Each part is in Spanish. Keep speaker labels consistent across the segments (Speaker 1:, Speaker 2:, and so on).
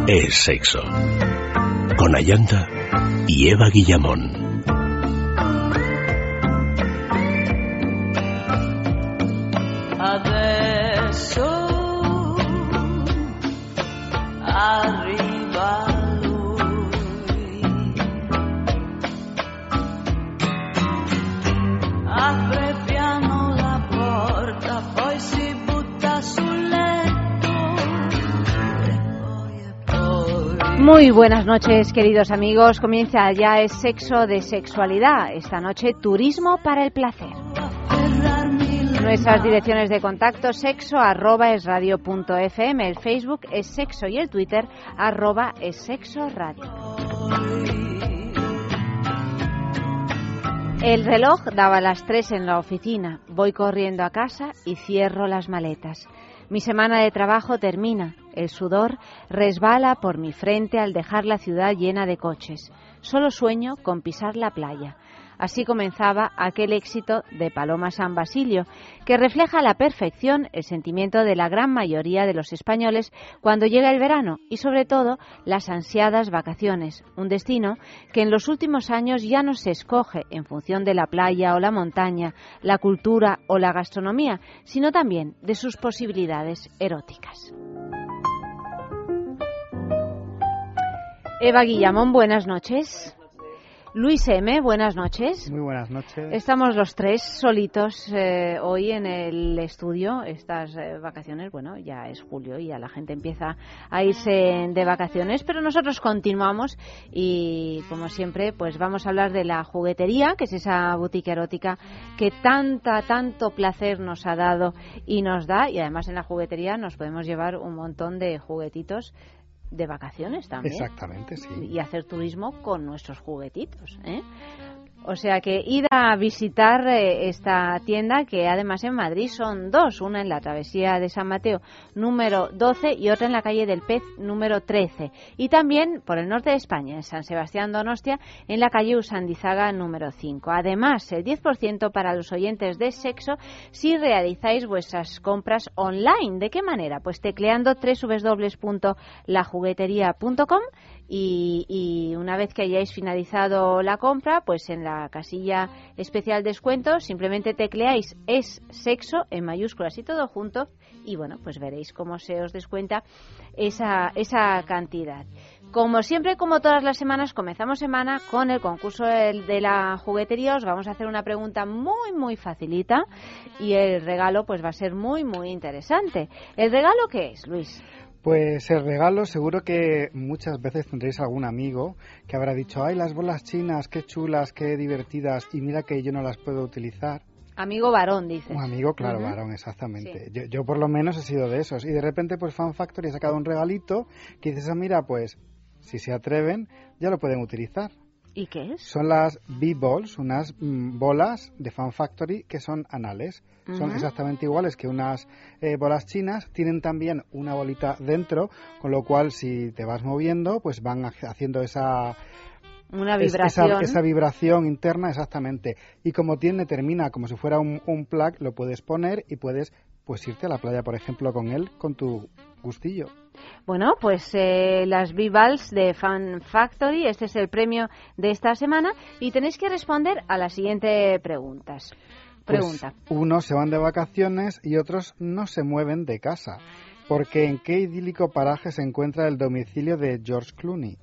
Speaker 1: es sexo. Con Ayanta y Eva Guillamón.
Speaker 2: Muy buenas noches, queridos amigos. Comienza ya Es Sexo de Sexualidad. Esta noche, turismo para el placer. Nuestras direcciones de contacto: sexo@esradio.fm, el Facebook es Sexo y el Twitter @essexoradio. El reloj daba las 3 en la oficina. Voy corriendo a casa y cierro las maletas. Mi semana de trabajo termina. El sudor resbala por mi frente al dejar la ciudad llena de coches. Solo sueño con pisar la playa. Así comenzaba aquel éxito de Paloma San Basilio, que refleja a la perfección el sentimiento de la gran mayoría de los españoles cuando llega el verano y, sobre todo, las ansiadas vacaciones, un destino que en los últimos años ya no se escoge en función de la playa o la montaña, la cultura o la gastronomía, sino también de sus posibilidades eróticas. Eva Guillamón, buenas noches. Luis M., buenas noches.
Speaker 3: Muy buenas noches.
Speaker 2: Estamos los tres solitos hoy en el estudio. Estas vacaciones, bueno, ya es julio y ya la gente empieza a irse de vacaciones, pero nosotros continuamos y, como siempre, pues vamos a hablar de la juguetería, que es esa boutique erótica que tanto placer nos ha dado y nos da, y además en la juguetería nos podemos llevar un montón de juguetitos de vacaciones también.
Speaker 3: Exactamente, sí.
Speaker 2: Y hacer turismo con nuestros juguetitos, ¿eh? O sea que id a visitar esta tienda, que además en Madrid son dos, una en la travesía de San Mateo número 12 y otra en la calle del Pez número 13, y también por el norte de España, en San Sebastián Donostia, en la calle Usandizaga número 5. Además, el 10% para los oyentes de Sexo si realizáis vuestras compras online. ¿De qué manera? Pues tecleando www.lajugueteria.com y una vez que hayáis finalizado la compra, pues en la casilla especial descuentos simplemente tecleáis Es Sexo en mayúsculas y todo junto, y bueno, pues veréis cómo se os descuenta esa cantidad. Como siempre, como todas las semanas, comenzamos semana con el concurso de la juguetería. Os vamos a hacer una pregunta muy facilita y el regalo pues va a ser muy interesante. ¿El regalo qué es, Luis?
Speaker 3: Pues el regalo, seguro que muchas veces tendréis algún amigo que habrá dicho: ¡ay, las bolas chinas, qué chulas, qué divertidas! Y mira que yo no las puedo utilizar.
Speaker 2: Amigo varón, dices.
Speaker 3: Un amigo, claro, varón, exactamente. Sí. Yo por lo menos he sido de esos. Y de repente, pues Fan Factory ha sacado un regalito que dices: ah, mira, pues si se atreven, ya lo pueden utilizar.
Speaker 2: ¿Y qué es?
Speaker 3: Son las B-Balls, unas bolas de Fan Factory que son anales. Son exactamente iguales que unas bolas chinas. Tienen también una bolita dentro, con lo cual si te vas moviendo, pues van haciendo esa
Speaker 2: vibración.
Speaker 3: Esa vibración interna, exactamente. Y como termina como si fuera un plug, lo puedes poner y puedes pues irte a la playa, por ejemplo, con él, con tu gustillo.
Speaker 2: Bueno, pues las B-Balls de Fan Factory, este es el premio de esta semana y tenéis que responder a las siguientes preguntas. Pregunta.
Speaker 3: Pues unos se van de vacaciones y otros no se mueven de casa, porque ¿en qué idílico paraje se encuentra el domicilio de George Clooney?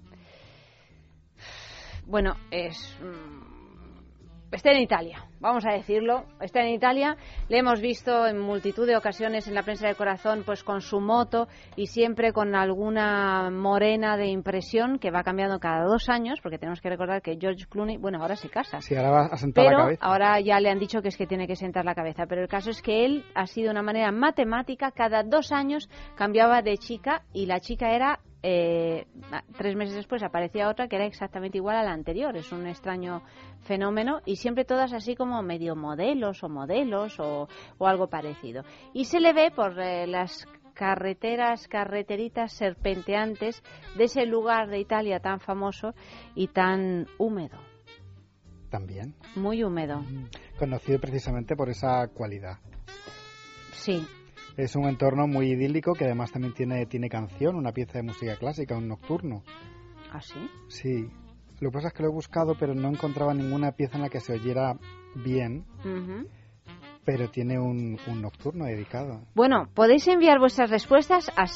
Speaker 2: Bueno, está en Italia, vamos a decirlo, está en Italia. Le hemos visto en multitud de ocasiones en la prensa del corazón, pues con su moto y siempre con alguna morena de impresión que va cambiando cada 2 años, porque tenemos que recordar que George Clooney, bueno, ahora se casa.
Speaker 3: Sí, ahora va a sentar la cabeza.
Speaker 2: Ahora ya le han dicho que es que tiene que sentar la cabeza, pero el caso es que él ha sido de una manera matemática, cada 2 años cambiaba de chica y la chica era... 3 meses después aparecía otra que era exactamente igual a la anterior. Es un extraño fenómeno y siempre todas así como medio modelos o algo parecido. Y se le ve por las carreteritas serpenteantes de ese lugar de Italia tan famoso y tan húmedo.
Speaker 3: También.
Speaker 2: Muy húmedo.
Speaker 3: Conocido precisamente por esa cualidad.
Speaker 2: Sí.
Speaker 3: Es un entorno muy idílico que además también tiene canción, una pieza de música clásica, un nocturno.
Speaker 2: ¿Ah, sí?
Speaker 3: Sí. Lo que pasa es que lo he buscado, pero no encontraba ninguna pieza en la que se oyera bien.
Speaker 2: Uh-huh.
Speaker 3: Pero tiene un nocturno dedicado.
Speaker 2: Bueno, podéis enviar vuestras respuestas a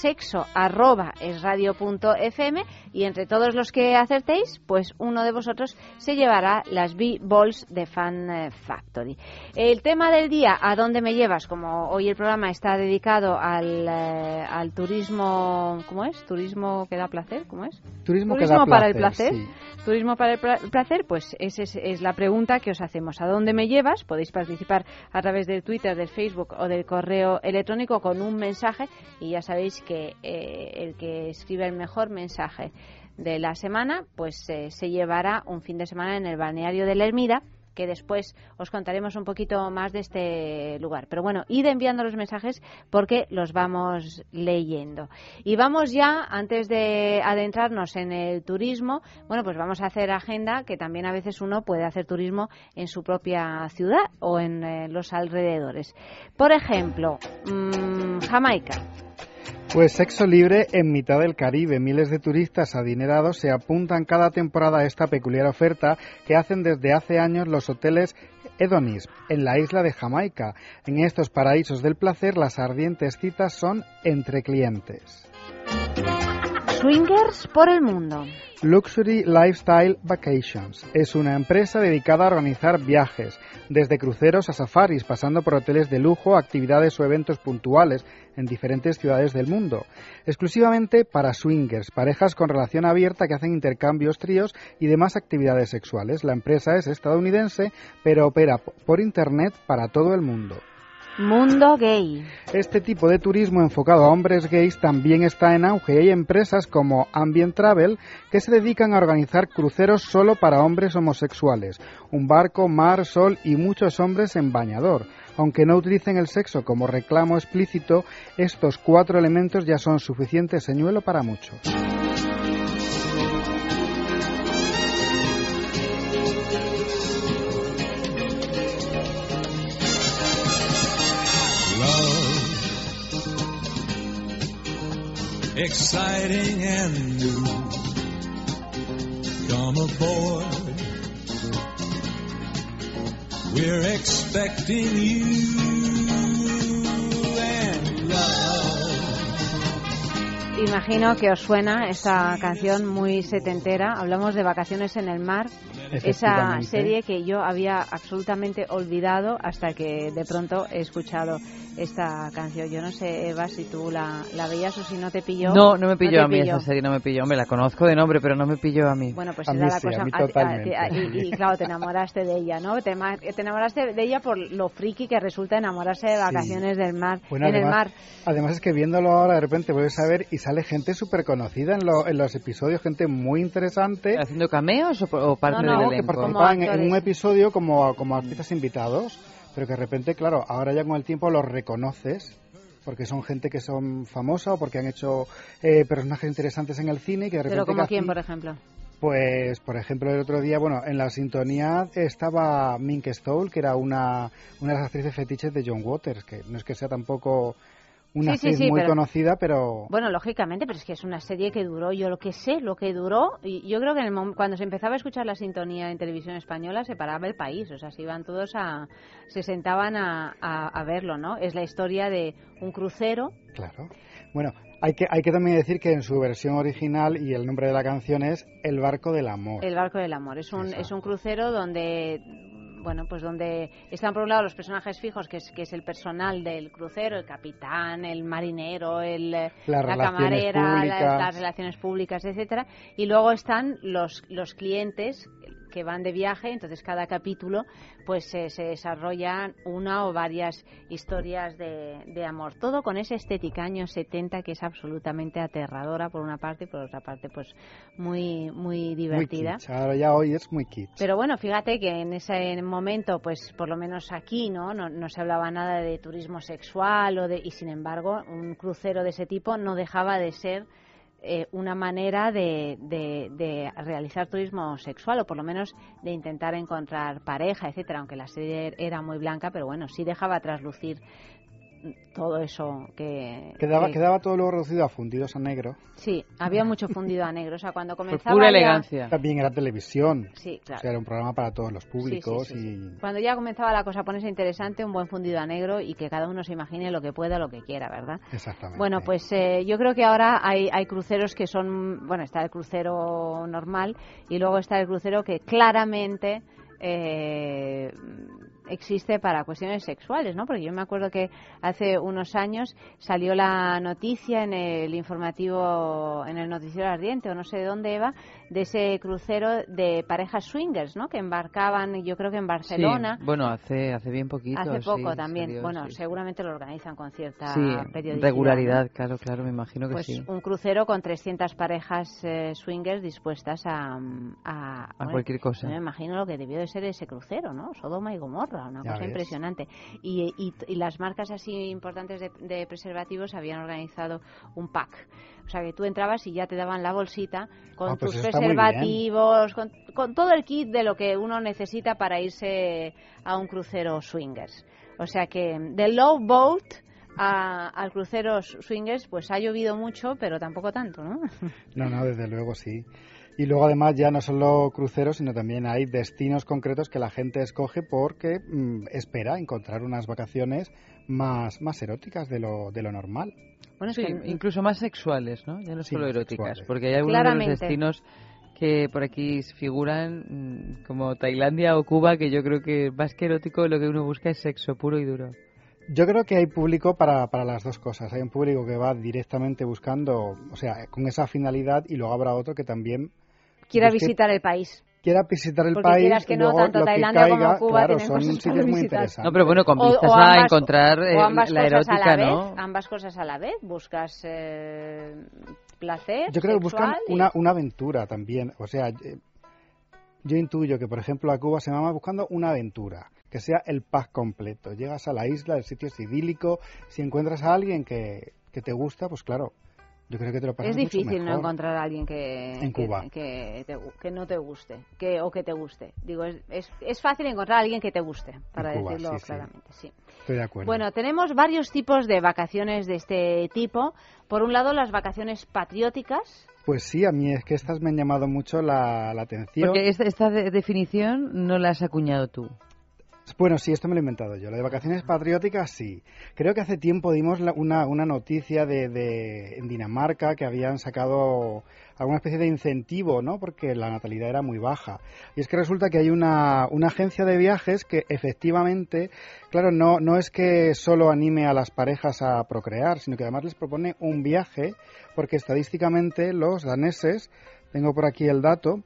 Speaker 2: sexo@esradio.fm y entre todos los que acertéis, pues uno de vosotros se llevará las B-Balls de Fan Factory. El tema del día, ¿a dónde me llevas? Como hoy el programa está dedicado al turismo, ¿cómo es? ¿Turismo que da placer? ¿Cómo es?
Speaker 3: Turismo que da
Speaker 2: para
Speaker 3: placer,
Speaker 2: el placer.
Speaker 3: sí. Turismo
Speaker 2: para el placer, pues esa es la pregunta que os hacemos. ¿A dónde me llevas? Podéis participar a través del Twitter, del Facebook o del correo electrónico con un mensaje y ya sabéis que el que escribe el mejor mensaje de la semana pues se llevará un fin de semana en el balneario de La Ermida, que después os contaremos un poquito más de este lugar. Pero bueno, id enviando los mensajes porque los vamos leyendo. Y vamos ya, antes de adentrarnos en el turismo, bueno, pues vamos a hacer agenda, que también a veces uno puede hacer turismo en su propia ciudad o en los alrededores. Por ejemplo, Jamaica.
Speaker 3: Pues sexo libre en mitad del Caribe. Miles de turistas adinerados se apuntan cada temporada a esta peculiar oferta que hacen desde hace años los hoteles Hedonism en la isla de Jamaica. En estos paraísos del placer, las ardientes citas son entre clientes.
Speaker 2: Swingers por el mundo.
Speaker 3: Luxury Lifestyle Vacations es una empresa dedicada a organizar viajes, desde cruceros a safaris, pasando por hoteles de lujo, actividades o eventos puntuales en diferentes ciudades del mundo. Exclusivamente para swingers, parejas con relación abierta que hacen intercambios, tríos y demás actividades sexuales. La empresa es estadounidense, pero opera por Internet para todo el mundo.
Speaker 2: Mundo gay.
Speaker 3: Este tipo de turismo enfocado a hombres gays también está en auge y hay empresas como Ambient Travel que se dedican a organizar cruceros solo para hombres homosexuales, un barco, mar, sol y muchos hombres en bañador. Aunque no utilicen el sexo como reclamo explícito, estos 4 elementos ya son suficiente señuelo para muchos.
Speaker 4: Exciting and new. Come aboard. We're expecting you and love.
Speaker 2: Imagino que os suena esta canción muy setentera. Hablamos de Vacaciones en el Mar, esa serie que yo había absolutamente olvidado hasta que de pronto he escuchado esta canción. Yo no sé, Eva, si tú la veías o si no te pilló.
Speaker 5: No me pilló a mí esa serie, no me pilló. Hombre, la conozco de nombre, pero no me pilló a mí.
Speaker 2: Bueno, pues
Speaker 3: era la cosa.
Speaker 2: Y claro, te enamoraste de ella, ¿no? Te enamoraste de ella por lo friki que resulta enamorarse de Vacaciones del Mar,
Speaker 3: bueno,
Speaker 2: en el mar.
Speaker 3: Además es que viéndolo ahora de repente vuelves a ver y sale gente súper conocida en los episodios, gente muy interesante.
Speaker 5: ¿Haciendo cameos o parte del elenco?
Speaker 3: Que participan en un episodio como artistas invitados, pero que de repente, claro, ahora ya con el tiempo los reconoces porque son gente que son famosa o porque han hecho personajes interesantes en el cine y que de repente...
Speaker 2: ¿Pero como quién, por ejemplo?
Speaker 3: Pues, por ejemplo, el otro día, bueno, en la sintonía estaba Mink Stole, que era una de las actrices fetiches de John Waters, que no es que sea tampoco una actriz muy conocida, pero...
Speaker 2: Bueno, lógicamente, pero es que es una serie que duró, yo lo que sé, lo que duró, y yo creo que cuando se empezaba a escuchar la sintonía en televisión española se paraba el país, o sea, se iban todos se sentaban a verlo, ¿no? Es la historia de un crucero.
Speaker 3: Claro. Bueno, hay que también decir que en su versión original, y el nombre de la canción es El Barco del Amor.
Speaker 2: El Barco del Amor. Es un crucero donde... Bueno, pues donde están por un lado los personajes fijos, que es el personal del crucero, el capitán, el marinero, la camarera, las relaciones públicas, etcétera, y luego están los clientes que van de viaje. Entonces cada capítulo pues se desarrollan una o varias historias de amor, todo con esa estética años 70 que es absolutamente aterradora por una parte y por otra parte pues muy muy divertida.
Speaker 3: Muy kitsch. Ahora ya hoy es muy kitsch.
Speaker 2: Pero bueno, fíjate que en ese momento pues por lo menos aquí no se hablaba nada de turismo sexual y sin embargo un crucero de ese tipo no dejaba de ser una manera de realizar turismo sexual o por lo menos de intentar encontrar pareja, etcétera, aunque la serie era muy blanca, pero bueno, sí dejaba traslucir todo eso que...
Speaker 3: Quedaba todo luego reducido a fundidos a negro.
Speaker 2: Sí, había mucho fundido a negro. O sea, cuando comenzaba...
Speaker 5: Pura
Speaker 2: ya...
Speaker 5: elegancia.
Speaker 3: También era televisión.
Speaker 2: Sí, claro.
Speaker 3: O sea, era un programa para todos los públicos.
Speaker 2: Sí.
Speaker 3: Y...
Speaker 2: Cuando ya comenzaba la cosa a ponerse interesante, un buen fundido a negro y que cada uno se imagine lo que pueda, lo que quiera, ¿verdad?
Speaker 3: Exactamente.
Speaker 2: Bueno, pues yo creo que ahora hay cruceros que son... Bueno, está el crucero normal y luego está el crucero que claramente... existe para cuestiones sexuales, ¿no? Porque yo me acuerdo que hace unos años salió la noticia en el informativo, en el noticiero Ardiente, o no sé de dónde, Eva, de ese crucero de parejas swingers, ¿no? Que embarcaban, yo creo que en Barcelona.
Speaker 5: Sí, bueno, hace bien poquito.
Speaker 2: Hace poco
Speaker 5: sí,
Speaker 2: también.
Speaker 5: salió,
Speaker 2: bueno,
Speaker 5: sí.
Speaker 2: seguramente lo organizan con cierta
Speaker 5: Sí,
Speaker 2: periodicidad.
Speaker 5: regularidad,
Speaker 2: ¿no?
Speaker 5: claro, me imagino que
Speaker 2: pues
Speaker 5: sí.
Speaker 2: un crucero con 300 parejas swingers dispuestas a
Speaker 5: cualquier cosa.
Speaker 2: Me imagino lo que debió de ser ese crucero, ¿no? Sodoma y Gomorra, una cosa impresionante. Y las marcas así importantes de preservativos habían organizado un pack. O sea, que tú entrabas y ya te daban la bolsita con tus preservativos, con todo el kit de lo que uno necesita para irse a un crucero swingers. O sea que de low boat al crucero swingers, pues ha llovido mucho, pero tampoco tanto, ¿no?
Speaker 3: No, desde luego sí. Y luego además ya no solo cruceros, sino también hay destinos concretos que la gente escoge porque espera encontrar unas vacaciones más eróticas de lo normal.
Speaker 5: Bueno, sí, incluso más sexuales, ¿no? Ya no solo eróticas,
Speaker 3: sexuales.
Speaker 5: porque hay algunos de los destinos que por aquí figuran como Tailandia o Cuba, que yo creo que más que erótico lo que uno busca es sexo puro y duro.
Speaker 3: Yo creo que hay público para las dos cosas. Hay un público que va directamente buscando, o sea, con esa finalidad, y luego habrá otro que también
Speaker 2: quiera visitar el país.
Speaker 3: Quiera visitar el
Speaker 2: porque
Speaker 3: país
Speaker 2: quieras que
Speaker 3: y
Speaker 2: no,
Speaker 3: luego
Speaker 2: tanto
Speaker 3: lo
Speaker 2: Tailandia
Speaker 3: que caiga,
Speaker 2: como Cuba
Speaker 3: claro,
Speaker 2: tienen
Speaker 3: son
Speaker 2: cosas
Speaker 3: sitios
Speaker 2: para
Speaker 3: muy
Speaker 2: visitar.
Speaker 3: interesantes.
Speaker 5: No, pero bueno, con vistas
Speaker 2: o
Speaker 5: a
Speaker 2: ambas,
Speaker 5: encontrar la erótica,
Speaker 2: a la
Speaker 5: ¿no?
Speaker 2: vez, ambas cosas a la vez. Buscas placer.
Speaker 3: Yo creo que buscan
Speaker 2: y...
Speaker 3: una aventura también. O sea, yo intuyo que, por ejemplo, a Cuba se llama buscando una aventura, que sea el pack completo. Llegas a la isla, el sitio es idílico. Si encuentras a alguien que te gusta, pues claro, yo creo que te lo pasas mucho mejor.
Speaker 2: Es difícil no encontrar a alguien que no te guste, o que te guste. Digo, es fácil encontrar a alguien que te guste, para decirlo claramente. Sí.
Speaker 3: Estoy de acuerdo.
Speaker 2: Bueno, tenemos varios tipos de vacaciones de este tipo. Por un lado, las vacaciones patrióticas.
Speaker 3: Pues sí, a mí es que estas me han llamado mucho la atención.
Speaker 5: Porque esta definición no la has acuñado tú.
Speaker 3: Bueno, sí, esto me lo he inventado yo. Lo de vacaciones patrióticas, sí. Creo que hace tiempo dimos una noticia en Dinamarca que habían sacado alguna especie de incentivo, ¿no? Porque la natalidad era muy baja. Y es que resulta que hay una agencia de viajes que efectivamente, claro, no es que solo anime a las parejas a procrear, sino que además les propone un viaje, porque estadísticamente los daneses, tengo por aquí el dato,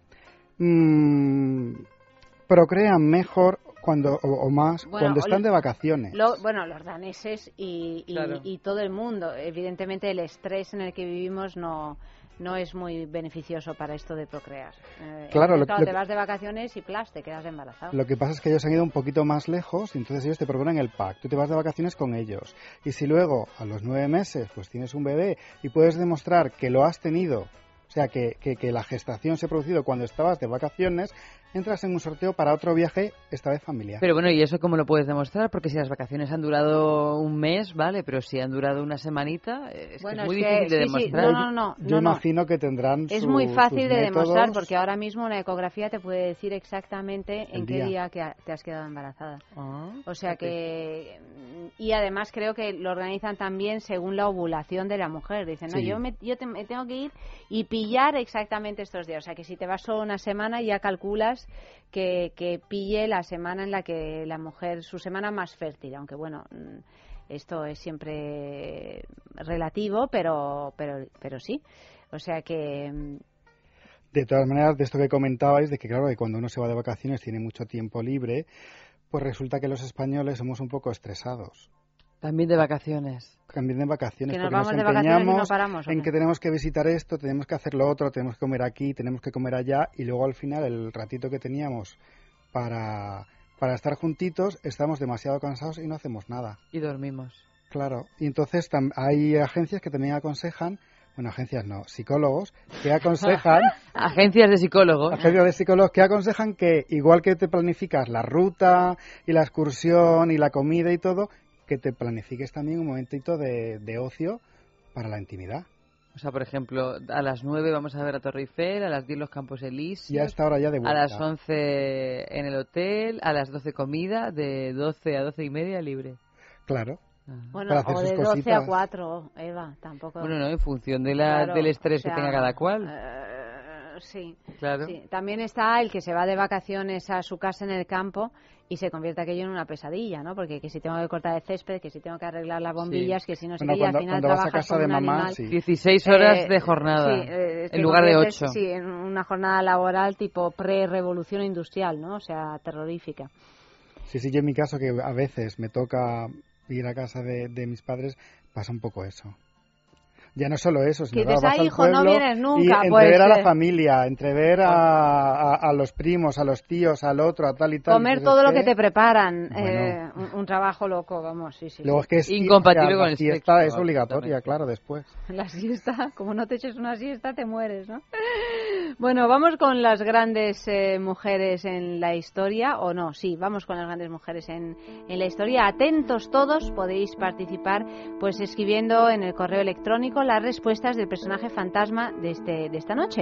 Speaker 3: procrean mejor cuando están de vacaciones.
Speaker 2: Los daneses y todo el mundo. Evidentemente el estrés en el que vivimos no es muy beneficioso para esto de procrear.
Speaker 3: Claro,
Speaker 2: te vas de vacaciones y te quedas embarazado.
Speaker 3: Lo que pasa es que ellos han ido un poquito más lejos y entonces ellos te proponen el pack. Tú te vas de vacaciones con ellos. Y si luego, a los 9 meses, pues tienes un bebé y puedes demostrar que lo has tenido, o sea, que la gestación se ha producido cuando estabas de vacaciones, entras en un sorteo para otro viaje, esta vez familiar.
Speaker 5: Pero bueno, ¿y eso cómo lo puedes demostrar? Porque si las vacaciones han durado un mes, vale, pero si han durado una semanita, es muy difícil de demostrar.
Speaker 3: Yo imagino que tendrán
Speaker 2: Es muy fácil de demostrar, porque ahora mismo una ecografía te puede decir exactamente en qué día que te has quedado embarazada. O sea que... Y además creo que lo organizan también según la ovulación de la mujer. Dicen, no, yo me tengo que ir y pillar exactamente estos días. O sea que si te vas solo una semana ya calculas que pille la semana en la que la mujer, su semana más fértil, aunque bueno, esto es siempre relativo, pero sí. O sea que...
Speaker 3: De todas maneras, de esto que comentabais, de que claro, que cuando uno se va de vacaciones tiene mucho tiempo libre, pues resulta que los españoles somos un poco estresados.
Speaker 5: También de vacaciones.
Speaker 3: También de vacaciones.
Speaker 2: Que nos
Speaker 3: porque
Speaker 2: vamos
Speaker 3: nos
Speaker 2: de vacaciones y no
Speaker 3: empeñamos
Speaker 2: paramos,
Speaker 3: en que tenemos que visitar esto, tenemos que hacer lo otro, tenemos que comer aquí, tenemos que comer allá, y luego al final el ratito que teníamos para estar juntitos, estamos demasiado cansados y no hacemos nada.
Speaker 5: Y dormimos.
Speaker 3: Claro. Y entonces hay agencias que también aconsejan, bueno, agencias no, psicólogos, que aconsejan...
Speaker 5: Agencias de psicólogos.
Speaker 3: Agencias de psicólogos que aconsejan que, igual que te planificas la ruta y la excursión y la comida y todo, que te planifiques también un momentito de ocio para la intimidad.
Speaker 5: O sea, por ejemplo, a las 9 vamos a ver a Torre Eiffel, a las 10 los Campos Elíseos.
Speaker 3: Y a esta hora ya de vuelta.
Speaker 5: A las 11 en el hotel, a las 12 comida, de 12 a 12 y media libre.
Speaker 3: Claro.
Speaker 2: Bueno, o de 12 a 4, Eva, tampoco.
Speaker 5: Bueno, no, en función de
Speaker 2: Claro,
Speaker 5: del estrés
Speaker 2: o sea,
Speaker 5: que tenga cada cual.
Speaker 2: Sí,
Speaker 5: Claro.
Speaker 2: sí. También está el que se va de vacaciones a su casa en el campo y se convierte aquello en una pesadilla, ¿no? Porque que si tengo que cortar el césped, que si tengo que arreglar las bombillas, que si no sé qué, y al final
Speaker 3: cuando vas a
Speaker 2: trabajas
Speaker 3: casa
Speaker 2: como
Speaker 3: de
Speaker 2: un
Speaker 3: mamá,
Speaker 2: animal.
Speaker 3: sí.
Speaker 5: 16 horas de jornada,
Speaker 2: Sí,
Speaker 5: en lugar de 8.
Speaker 2: Sí, en una jornada laboral tipo pre-revolución industrial, ¿no? O sea, terrorífica.
Speaker 3: Sí, yo en mi caso, que a veces me toca ir a casa de mis padres, pasa un poco eso. Ya no solo eso, sino
Speaker 2: que dices,
Speaker 3: vas al
Speaker 2: hijo, no
Speaker 3: pueblo
Speaker 2: vienes nunca.
Speaker 3: y
Speaker 2: Pues,
Speaker 3: entrever a la familia, entrever a los primos, a los tíos, al otro, a tal y tal.
Speaker 2: Comer todo lo que te preparan.
Speaker 3: Bueno.
Speaker 2: Un trabajo loco, vamos, sí.
Speaker 3: Luego es que es
Speaker 5: incompatible con el
Speaker 3: siesta
Speaker 5: sexo,
Speaker 3: es obligatoria,
Speaker 5: absolutamente.
Speaker 3: claro, después.
Speaker 2: La siesta, como no te eches una siesta, te mueres, ¿no? Bueno, vamos con las grandes mujeres en la historia, o no, sí, vamos con las grandes mujeres en la historia. Atentos todos, podéis participar pues escribiendo en el correo electrónico las respuestas del personaje fantasma de esta noche.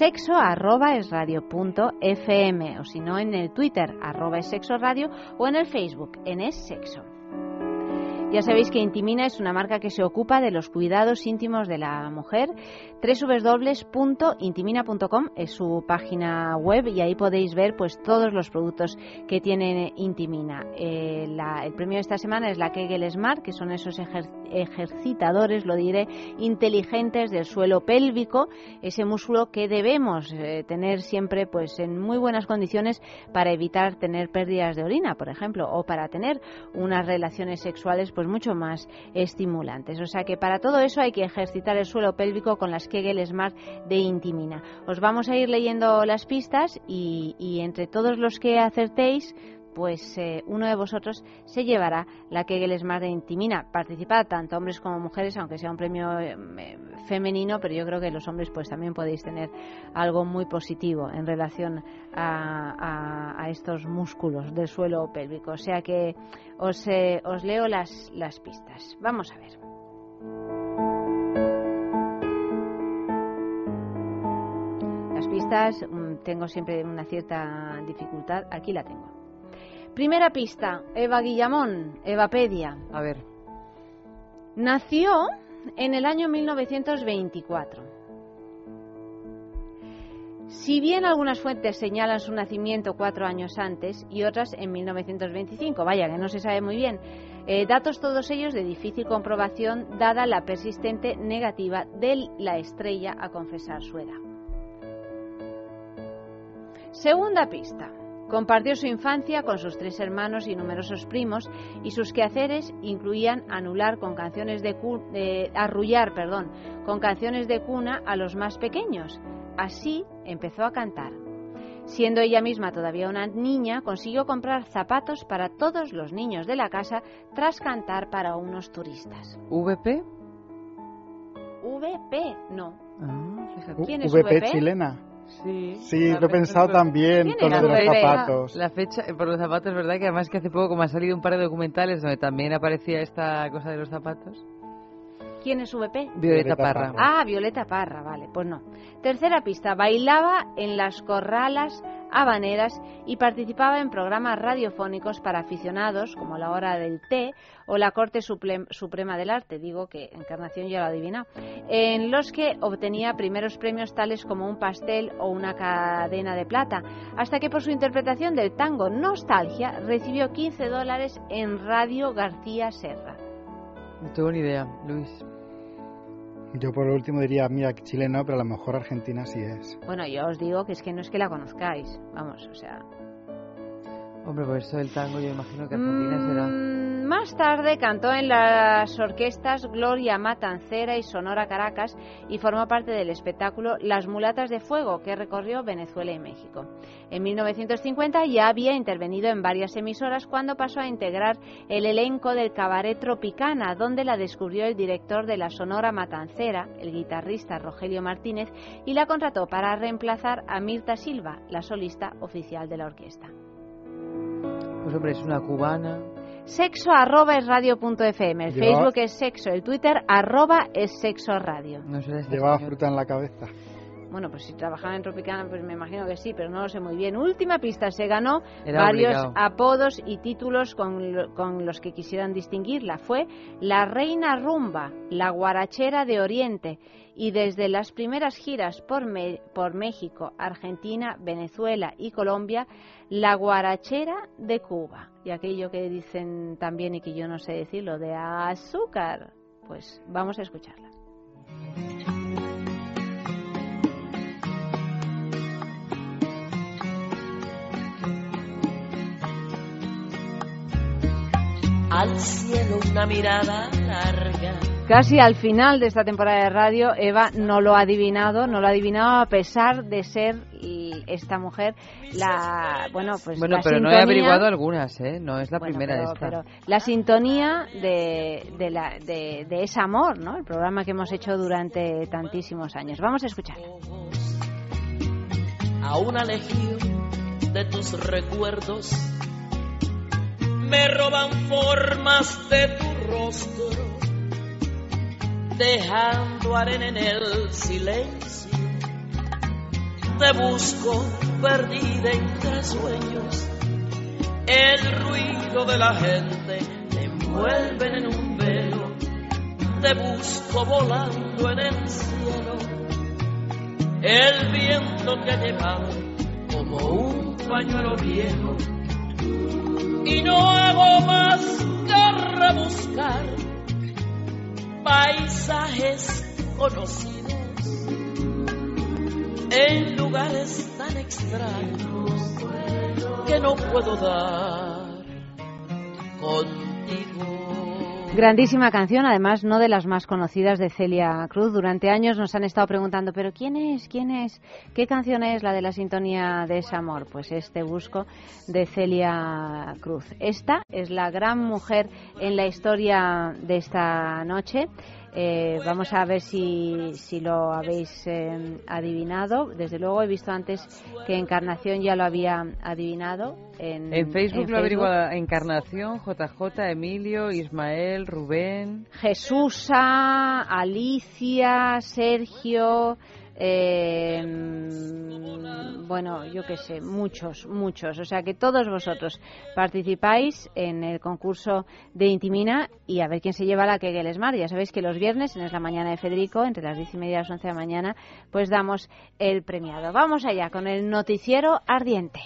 Speaker 2: sexo@esradio.fm, o si no en el Twitter @esexoradio, o en el Facebook en @essexo. Ya sabéis que Intimina es una marca que se ocupa de los cuidados íntimos de la mujer. www.intimina.com es su página web y ahí podéis ver pues todos los productos que tiene Intimina. El premio de esta semana es la Kegel Smart, que son esos ejercitadores, lo diré, inteligentes del suelo pélvico, ese músculo que debemos tener siempre pues en muy buenas condiciones para evitar tener pérdidas de orina, por ejemplo, o para tener unas relaciones sexuales pues mucho más estimulantes. O sea que para todo eso hay que ejercitar el suelo pélvico con las Kegel Smart de Intimina. Os vamos a ir leyendo las pistas y entre todos los que acertéis, pues uno de vosotros se llevará la Kegel Smart de Intimina. Participad tanto hombres como mujeres, aunque sea un premio femenino, pero yo creo que los hombres pues también podéis tener algo muy positivo en relación a estos músculos del suelo pélvico. O sea que os leo las pistas. Vamos a ver. Las pistas tengo siempre una cierta dificultad. Aquí la tengo. Primera pista, Eva Guillamón, Evapedia.
Speaker 5: A ver.
Speaker 2: Nació en el año 1924. Si bien algunas fuentes señalan su nacimiento 4 años antes y otras en 1925, vaya que no se sabe muy bien, datos todos ellos de difícil comprobación dada la persistente negativa de la estrella a confesar su edad. Segunda pista. Compartió su infancia con sus 3 hermanos y numerosos primos, y sus quehaceres incluían arrullar con canciones de cuna a los más pequeños. Así empezó a cantar. Siendo ella misma todavía una niña, consiguió comprar zapatos para todos los niños de la casa tras cantar para unos turistas.
Speaker 5: ¿VP?
Speaker 2: ¿VP? No.
Speaker 5: Ah, fíjate.
Speaker 2: ¿Quién es
Speaker 3: VP
Speaker 2: VP?
Speaker 3: chilena.
Speaker 5: Sí,
Speaker 3: lo he pensado también
Speaker 2: ¿Quién
Speaker 3: con
Speaker 2: era
Speaker 3: los
Speaker 2: VP?
Speaker 3: zapatos.
Speaker 5: La fecha, por los zapatos, ¿verdad? Que además que hace poco, como han salido un par de documentales donde también aparecía esta cosa de los zapatos.
Speaker 2: ¿Quién es VP?
Speaker 5: Violeta Parra.
Speaker 2: Ah, Violeta Parra, vale, pues no. Tercera pista, bailaba en las corralas habaneras y participaba en programas radiofónicos para aficionados como La Hora del Té o La Corte Suprema del Arte, digo que Encarnación ya lo ha adivinado, en los que obtenía primeros premios tales como un pastel o una cadena de plata, hasta que por su interpretación del tango Nostalgia recibió $15 en Radio García Serra.
Speaker 5: No tengo ni idea, Luis.
Speaker 3: Yo por último diría, mira, chileno, pero a lo mejor Argentina sí es.
Speaker 2: Bueno, yo os digo que es que no es que la conozcáis, vamos, o sea...
Speaker 5: Hombre, por eso el tango yo imagino que Argentina será...
Speaker 2: Más tarde cantó en las orquestas Gloria Matancera y Sonora Caracas y formó parte del espectáculo Las Mulatas de Fuego, que recorrió Venezuela y México. En 1950 ya había intervenido en varias emisoras cuando pasó a integrar el elenco del Cabaret Tropicana, donde la descubrió el director de la Sonora Matancera, el guitarrista Rogelio Martínez, y la contrató para reemplazar a Mirta Silva, la solista oficial de la orquesta.
Speaker 5: Pues hombre, es una cubana...
Speaker 2: sexo@esradio.fm. El Facebook es sexo, el Twitter @essexoradio.
Speaker 5: No sé,
Speaker 3: Llevaba fruta en la cabeza.
Speaker 2: Bueno, pues si trabajaba en Tropicana, pues me imagino que sí, pero no lo sé muy bien. Última pista, se ganó
Speaker 5: Era
Speaker 2: varios
Speaker 5: obligado.
Speaker 2: apodos y títulos con los que quisieran distinguirla. Fue la reina rumba, la guarachera de Oriente, y desde las primeras giras por México, Argentina, Venezuela y Colombia, la guarachera de Cuba. Y aquello que dicen también, y que yo no sé decirlo, de azúcar. Pues vamos a escucharla.
Speaker 6: Al cielo una mirada larga.
Speaker 2: Casi al final de esta temporada de radio, Eva no lo ha adivinado a pesar de ser esta mujer la
Speaker 5: Bueno,
Speaker 2: la
Speaker 5: pero no
Speaker 2: sintonía,
Speaker 5: he averiguado algunas, ¿eh? No es la primera esta.
Speaker 2: pero la sintonía de Es Amor, ¿no? El programa que hemos hecho durante tantísimos años. Vamos a escucharla.
Speaker 6: A una legión de tus recuerdos me roban formas de tu rostro, dejando arena en el silencio. Te busco perdida entre sueños, el ruido de la gente te envuelven en un velo. Te busco volando en el cielo, el viento te ha llevado como un pañuelo viejo. Y no hago más que rebuscar paisajes conocidos en lugares tan extraños que no puedo dar contigo.
Speaker 2: Grandísima canción, además no de las más conocidas de Celia Cruz. Durante años nos han estado preguntando, ¿pero quién es? ¿Qué canción es la de la sintonía de ese amor? Pues Te busco, de Celia Cruz. Esta es la gran mujer en la historia de esta noche. Vamos a ver si lo habéis adivinado. Desde luego he visto antes que Encarnación ya lo había adivinado.
Speaker 5: En Facebook lo averiguado Encarnación, JJ, Emilio, Ismael, Rubén,
Speaker 2: Jesusa, Alicia, Sergio, bueno, yo qué sé, muchos. O sea que todos vosotros participáis en el concurso de Intimina y a ver quién se lleva la Kegel Smart. Ya sabéis que los viernes, en Es la Mañana de Federico, entre las 10:30 y las 11 de la mañana, pues damos el premiado. Vamos allá con el noticiero ardiente.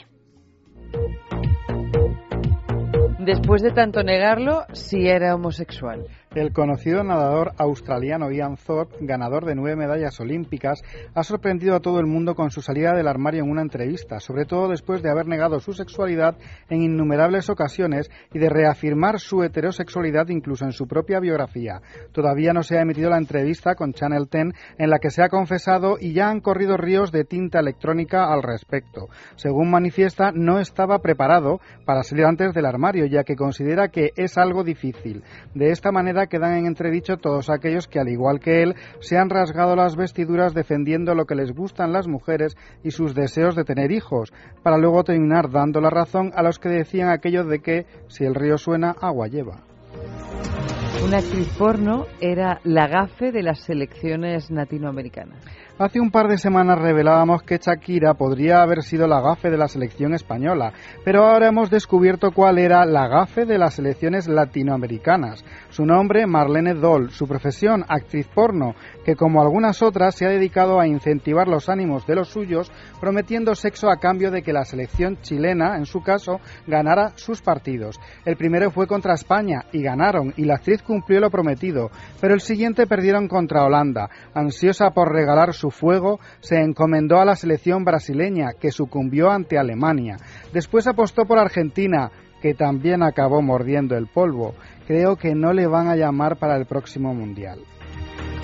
Speaker 5: Después de tanto negarlo, sí era homosexual.
Speaker 3: El conocido nadador australiano Ian Thorpe, ganador de 9 medallas olímpicas, ha sorprendido a todo el mundo con su salida del armario en una entrevista, sobre todo después de haber negado su sexualidad en innumerables ocasiones y de reafirmar su heterosexualidad incluso en su propia biografía. Todavía no se ha emitido la entrevista con Channel 10 en la que se ha confesado y ya han corrido ríos de tinta electrónica al respecto. Según manifiesta, no estaba preparado para salir antes del armario, ya que considera que es algo difícil. De esta manera quedan en entredicho todos aquellos que, al igual que él, se han rasgado las vestiduras defendiendo lo que les gustan las mujeres y sus deseos de tener hijos, para luego terminar dando la razón a los que decían aquello de que si el río suena, agua lleva.
Speaker 5: Una actriz porno era la gafe de las selecciones latinoamericanas.
Speaker 3: Hace un par de semanas revelábamos que Shakira podría haber sido la gafe de la selección española, pero ahora hemos descubierto cuál era la gafe de las selecciones latinoamericanas. Su nombre, Marlene Doll, su profesión, actriz porno, que como algunas otras se ha dedicado a incentivar los ánimos de los suyos, prometiendo sexo a cambio de que la selección chilena, en su caso, ganara sus partidos. El primero fue contra España y ganaron, y la actriz cumplió lo prometido, pero el siguiente perdieron contra Holanda. Ansiosa por regalar su fuego, se encomendó a la selección brasileña, que sucumbió ante Alemania. Después apostó por Argentina, que también acabó mordiendo el polvo. Creo que no le van a llamar para el próximo Mundial.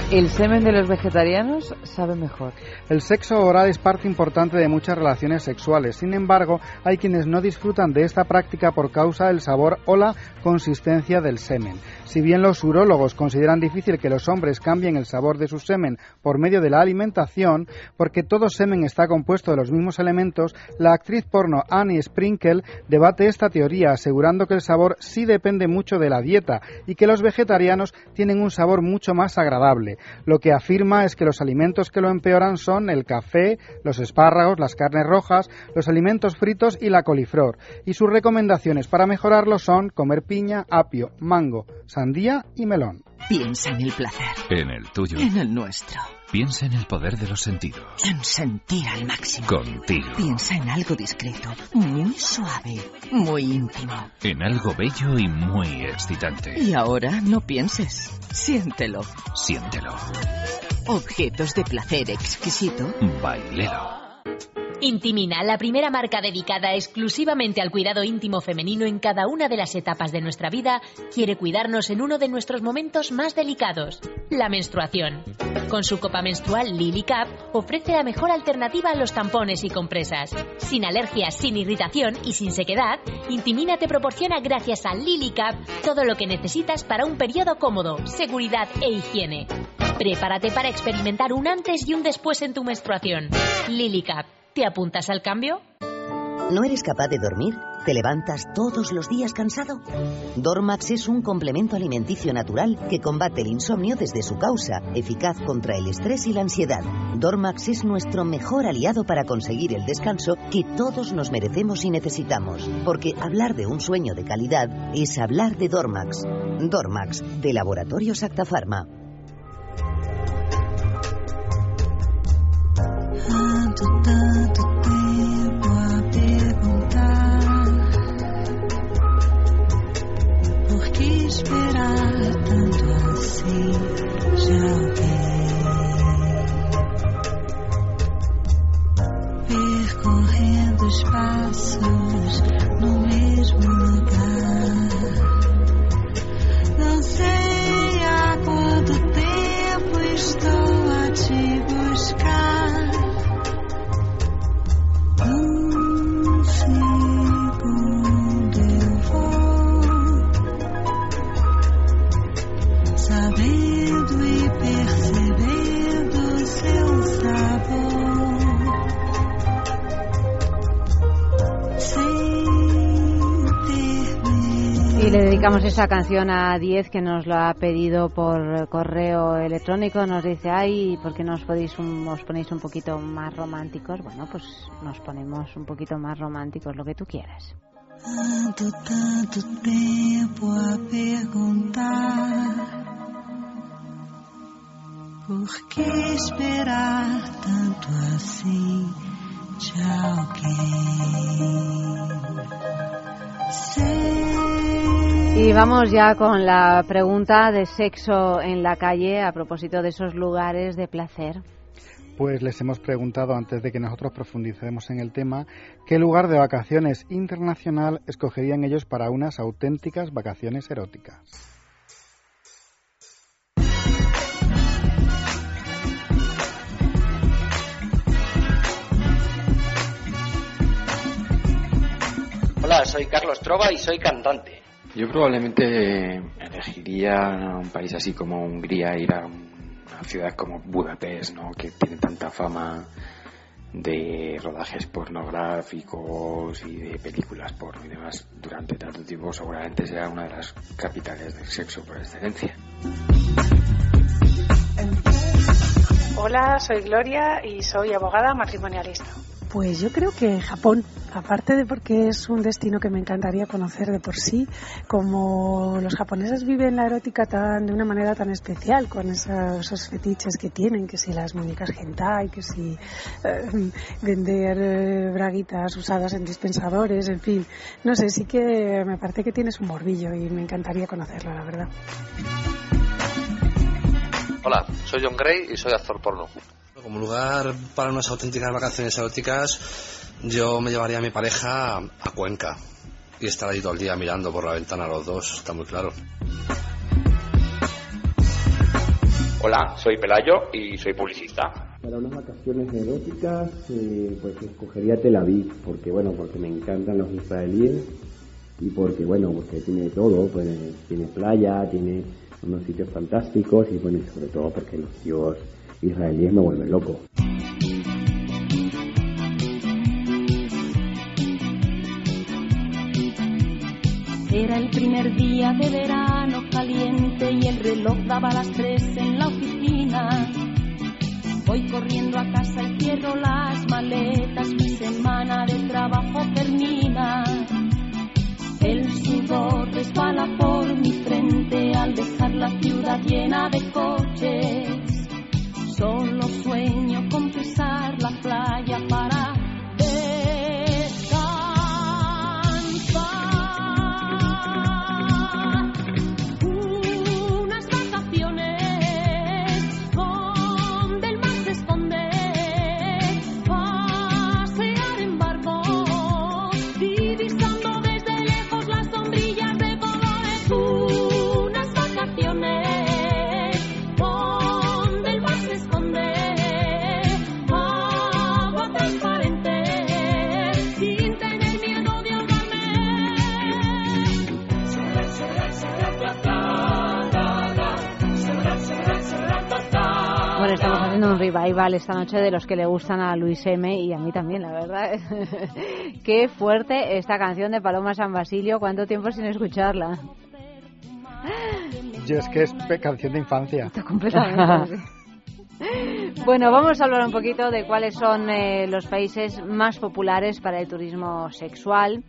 Speaker 5: El semen de los vegetarianos sabe mejor.
Speaker 3: El sexo oral es parte importante de muchas relaciones sexuales. Sin embargo, hay quienes no disfrutan de esta práctica por causa del sabor o la consistencia del semen. Si bien los urólogos consideran difícil que los hombres cambien el sabor de su semen por medio de la alimentación, porque todo semen está compuesto de los mismos elementos, la actriz porno Annie Sprinkle debate esta teoría, asegurando que el sabor sí depende mucho de la dieta y que los vegetarianos tienen un sabor mucho más agradable. Lo que afirma es que los alimentos que lo empeoran son el café, los espárragos, las carnes rojas, los alimentos fritos y la coliflor. Y sus recomendaciones para mejorarlo son comer piña, apio, mango, sandía y melón.
Speaker 7: Piensa en el placer.
Speaker 1: En el tuyo.
Speaker 7: En el nuestro.
Speaker 1: Piensa en el poder de los sentidos.
Speaker 7: En sentir al máximo.
Speaker 1: Contigo.
Speaker 7: Piensa en algo discreto, muy suave, muy íntimo.
Speaker 1: En algo bello y muy excitante.
Speaker 7: Y ahora no pienses. Siéntelo.
Speaker 1: Siéntelo.
Speaker 7: Objetos de placer exquisito.
Speaker 1: Bailelo.
Speaker 8: Intimina, la primera marca dedicada exclusivamente al cuidado íntimo femenino en cada una de las etapas de nuestra vida, quiere cuidarnos en uno de nuestros momentos más delicados, la menstruación. Con su copa menstrual Lily Cup ofrece la mejor alternativa a los tampones y compresas. Sin alergias, sin irritación y sin sequedad, Intimina te proporciona gracias a Lily Cup todo lo que necesitas para un periodo cómodo, seguridad e higiene. Prepárate para experimentar un antes y un después en tu menstruación. Lily Cup. ¿Te apuntas al cambio?
Speaker 9: ¿No eres capaz de dormir? ¿Te levantas todos los días cansado? Dormax es un complemento alimenticio natural que combate el insomnio desde su causa, eficaz contra el estrés y la ansiedad. Dormax es nuestro mejor aliado para conseguir el descanso que todos nos merecemos y necesitamos, porque hablar de un sueño de calidad es hablar de Dormax. Dormax, de Laboratorios Acta Pharma.
Speaker 10: Tanto tempo a perguntar por que esperar tanto assim de alguém, percorrendo espaços no mesmo lugar. Não sei há quanto tempo estou a te buscar.
Speaker 2: Y le dedicamos esa canción a 10 que nos lo ha pedido por correo electrónico. Nos dice, ay, ¿por qué no os ponéis un poquito más románticos? Bueno, pues nos ponemos un poquito más románticos, lo que tú quieras.
Speaker 10: Tanto tempo a perguntar por que esperar tanto assim de alguém.
Speaker 2: Y vamos ya con la pregunta de sexo en la calle a propósito de esos lugares de placer.
Speaker 3: Pues les hemos preguntado, antes de que nosotros profundicemos en el tema, qué lugar de vacaciones internacional escogerían ellos para unas auténticas vacaciones eróticas.
Speaker 11: Hola, soy Carlos Trova y soy cantante.
Speaker 12: Yo probablemente elegiría un país así como Hungría, ir a una ciudad como Budapest, ¿no? Que tiene tanta fama de rodajes pornográficos y de películas porno y demás durante tanto tiempo. Seguramente será una de las capitales del sexo por excelencia.
Speaker 13: Hola, soy Gloria y soy abogada matrimonialista.
Speaker 14: Pues yo creo que Japón, aparte de porque es un destino que me encantaría conocer de por sí, como los japoneses viven la erótica de una manera tan especial, con esos fetiches que tienen, que si las muñecas hentai, que si vender braguitas usadas en dispensadores, en fin, no sé, sí que me parece que tienes un morbillo y me encantaría conocerlo, la verdad.
Speaker 15: Hola, soy John Gray y soy actor porno.
Speaker 16: Como lugar para unas auténticas vacaciones eróticas, yo me llevaría a mi pareja a Cuenca y estar ahí todo el día mirando por la ventana a los dos, está muy claro.
Speaker 17: Hola, soy Pelayo y soy publicista.
Speaker 18: Para unas vacaciones eróticas, pues escogería Tel Aviv, porque me encantan los israelíes y porque tiene todo, pues tiene playa, tiene unos sitios fantásticos y sobre todo porque los tíos israelíes me vuelven loco.
Speaker 19: Era el primer día de verano caliente y el reloj daba las 3 en la oficina. Voy corriendo a casa y cierro las maletas, mi semana de trabajo termina. El sudor resbala por mi frente al dejar la ciudad llena de coches. Solo sueño con pisar la playa para
Speaker 2: estamos haciendo un revival esta noche de los que le gustan a Luis M. y a mí también, la verdad. Qué fuerte esta canción de Paloma San Basilio, cuánto tiempo sin escucharla.
Speaker 3: Yo es que es canción de infancia.
Speaker 2: Está completamente. Bueno, vamos a hablar un poquito de cuáles son los países más populares para el turismo sexual.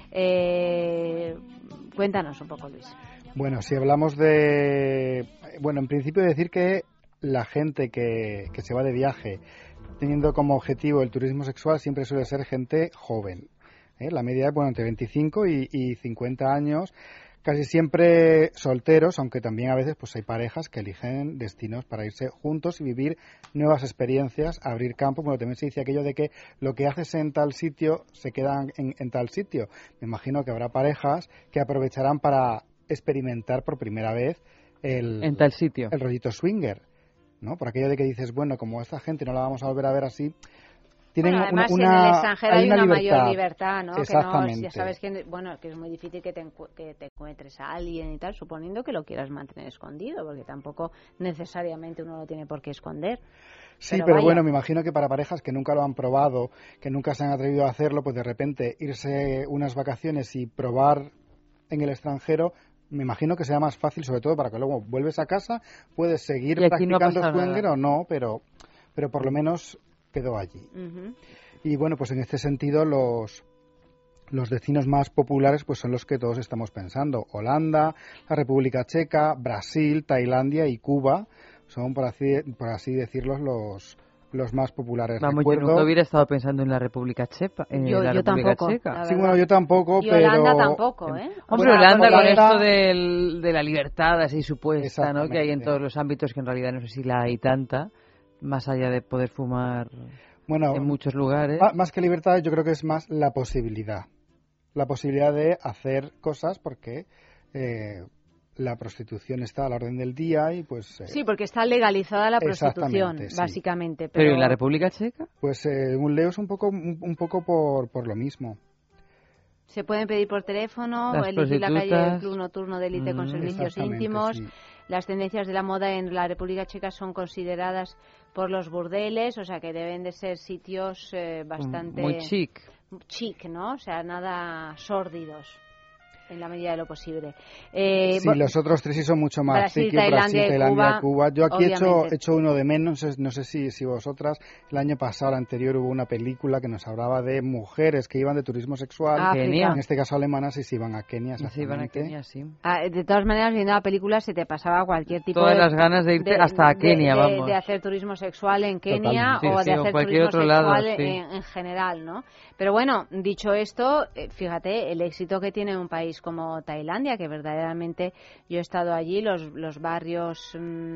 Speaker 2: Cuéntanos un poco, Luis.
Speaker 3: Bueno, si hablamos de... Bueno, en principio decir que la gente que se va de viaje teniendo como objetivo el turismo sexual siempre suele ser gente joven. La media es entre 25 y 50 años, casi siempre solteros, aunque también a veces pues hay parejas que eligen destinos para irse juntos y vivir nuevas experiencias, abrir campo. Bueno, también se dice aquello de que lo que haces en tal sitio se queda en tal sitio. Me imagino que habrá parejas que aprovecharán para experimentar por primera vez
Speaker 5: en tal sitio
Speaker 3: el rollito swinger, ¿no? Por aquello de que dices, bueno, como esta gente no la vamos a volver a ver así, tienen
Speaker 2: además
Speaker 3: una
Speaker 2: en el extranjero hay una mayor libertad, ¿no?
Speaker 3: Exactamente.
Speaker 2: Que no, ya sabes que es muy difícil que te encuentres a alguien y tal, suponiendo que lo quieras mantener escondido, porque tampoco necesariamente uno lo tiene por qué esconder.
Speaker 3: Sí, pero bueno, me imagino que para parejas que nunca lo han probado, que nunca se han atrevido a hacerlo, pues de repente irse unas vacaciones y probar en el extranjero, me imagino que sea más fácil, sobre todo para que luego vuelves a casa, puedes seguir practicando swinger o no, pero por lo menos quedó allí. Uh-huh. Y bueno, pues en este sentido los destinos más populares pues son los que todos estamos pensando. Holanda, la República Checa, Brasil, Tailandia y Cuba son, por así decirlo, los más populares.
Speaker 5: Vamos, yo nunca hubiera estado pensando en la República Checa.
Speaker 2: Yo tampoco.
Speaker 3: Sí, bueno, yo tampoco,
Speaker 2: y
Speaker 3: pero...
Speaker 2: Holanda tampoco, ¿eh?
Speaker 5: Hombre, Holanda con esto de la libertad así supuesta, ¿no? Que hay en todos los ámbitos, que en realidad no sé si la hay tanta, más allá de poder fumar en muchos lugares.
Speaker 3: Más que libertad, yo creo que es más la posibilidad de hacer cosas, porque la prostitución está a la orden del día y pues...
Speaker 2: sí, porque está legalizada la prostitución, básicamente.
Speaker 5: ¿Pero en la República Checa?
Speaker 3: Pues un leo es un poco por lo mismo.
Speaker 2: Se pueden pedir por teléfono, elegir la calle del club nocturno de élite con servicios íntimos. Sí. Las tendencias de la moda en la República Checa son consideradas por los burdeles, o sea que deben de ser sitios bastante...
Speaker 5: muy chic,
Speaker 2: ¿no? O sea, nada sórdidos, en la medida de lo posible.
Speaker 3: Sí, los otros tres sí son mucho más.
Speaker 2: Brasil, Tailandia,
Speaker 3: Cuba. Yo aquí he hecho uno de menos, no sé si vosotras. El año pasado, el anterior, hubo una película que nos hablaba de mujeres que iban de turismo sexual. En este caso alemanas, y se iban a Kenia.
Speaker 5: Sí, iban a Kenia, sí.
Speaker 2: De todas maneras, viendo la película se te pasaba cualquier tipo
Speaker 5: Todas las ganas de irte hasta a Kenia, vamos.
Speaker 2: De hacer turismo sexual en Kenia o de hacer turismo sexual en general, ¿no? Pero bueno, dicho esto, fíjate, el éxito que tiene un país como Tailandia, que verdaderamente yo he estado allí, los barrios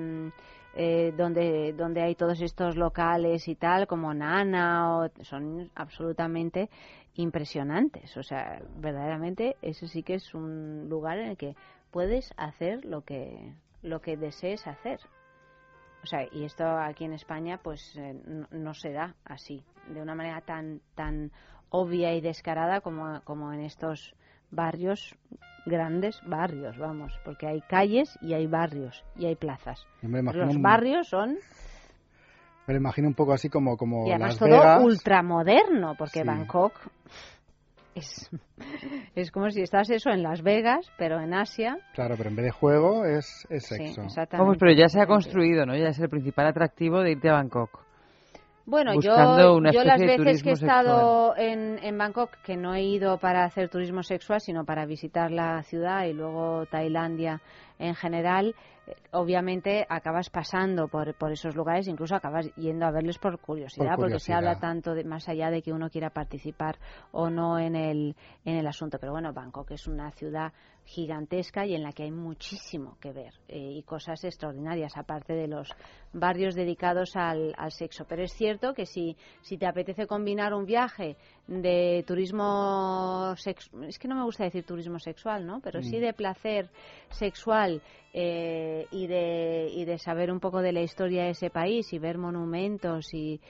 Speaker 2: donde hay todos estos locales y tal, como Nana, son absolutamente impresionantes. O sea, verdaderamente ese sí que es un lugar en el que puedes hacer lo que desees hacer. O sea, y esto aquí en España pues no se da así, de una manera tan obvia y descarada como en estos barrios, grandes barrios, vamos, porque hay calles y hay barrios y hay plazas. Los barrios son...
Speaker 3: Me lo imagino un poco así como
Speaker 2: y además
Speaker 3: Las
Speaker 2: todo
Speaker 3: Vegas.
Speaker 2: Ultramoderno, porque
Speaker 3: Sí.
Speaker 2: Bangkok es como si estás eso en Las Vegas, pero en Asia.
Speaker 3: Claro, pero en vez de juego es sexo.
Speaker 2: Sí, exactamente.
Speaker 5: Vamos, pero ya se ha construido, ¿no? Ya es el principal atractivo de irte a Bangkok.
Speaker 2: Bueno,
Speaker 5: Buscando una
Speaker 2: yo las
Speaker 5: especie de
Speaker 2: veces que he
Speaker 5: turismo
Speaker 2: estado en Bangkok, que no he ido para hacer turismo sexual, sino para visitar la ciudad y luego Tailandia en general, obviamente acabas pasando por esos lugares, incluso acabas yendo a verles por curiosidad, porque se habla tanto más allá de que uno quiera participar o no en el asunto. Pero bueno, Bangkok es una ciudad gigantesca y en la que hay muchísimo que ver y cosas extraordinarias, aparte de los barrios dedicados al sexo. Pero es cierto que si te apetece combinar un viaje de turismo sexual, es que no me gusta decir turismo sexual, ¿no? Pero sí de placer sexual y de saber un poco de la historia de ese país y ver monumentos y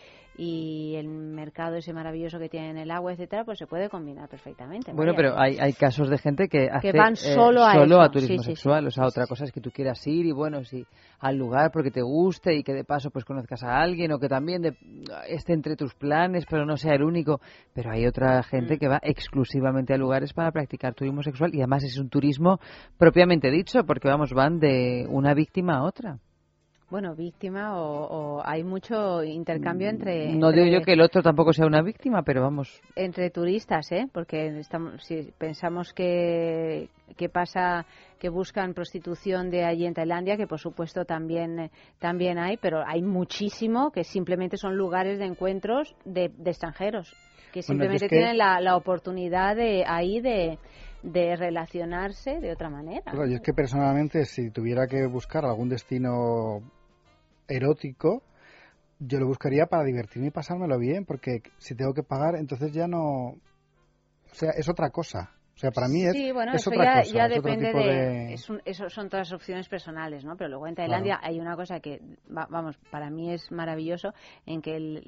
Speaker 2: el mercado ese maravilloso que tiene en el agua, etcétera, pues se puede combinar perfectamente.
Speaker 5: Bueno, pero hay casos de gente que hace
Speaker 2: van solo
Speaker 5: a turismo sexual.
Speaker 2: Sí,
Speaker 5: o sea, otra cosa es que tú quieras ir y bueno, si al lugar porque te guste y que de paso pues conozcas a alguien o que también esté entre tus planes, pero no sea el único. Pero hay otra gente que va exclusivamente a lugares para practicar turismo sexual y además es un turismo propiamente dicho, porque vamos, van de una víctima a otra.
Speaker 2: Bueno, víctima o hay mucho intercambio entre...
Speaker 5: No digo yo que el otro tampoco sea una víctima, pero vamos...
Speaker 2: Entre turistas, porque si pensamos que pasa, que buscan prostitución de allí en Tailandia, que por supuesto también hay, pero hay muchísimo que simplemente son lugares de encuentros de extranjeros, que simplemente tienen la oportunidad de relacionarse de otra manera.
Speaker 3: Claro, yo es que personalmente si tuviera que buscar algún destino erótico, yo lo buscaría para divertirme y pasármelo bien, porque si tengo que pagar, entonces ya no... O sea, es otra cosa. O sea, para mí es otra cosa.
Speaker 2: Ya depende de... Eso son todas opciones personales, ¿no? Pero luego en Tailandia hay una cosa que, vamos, para mí es maravilloso, en que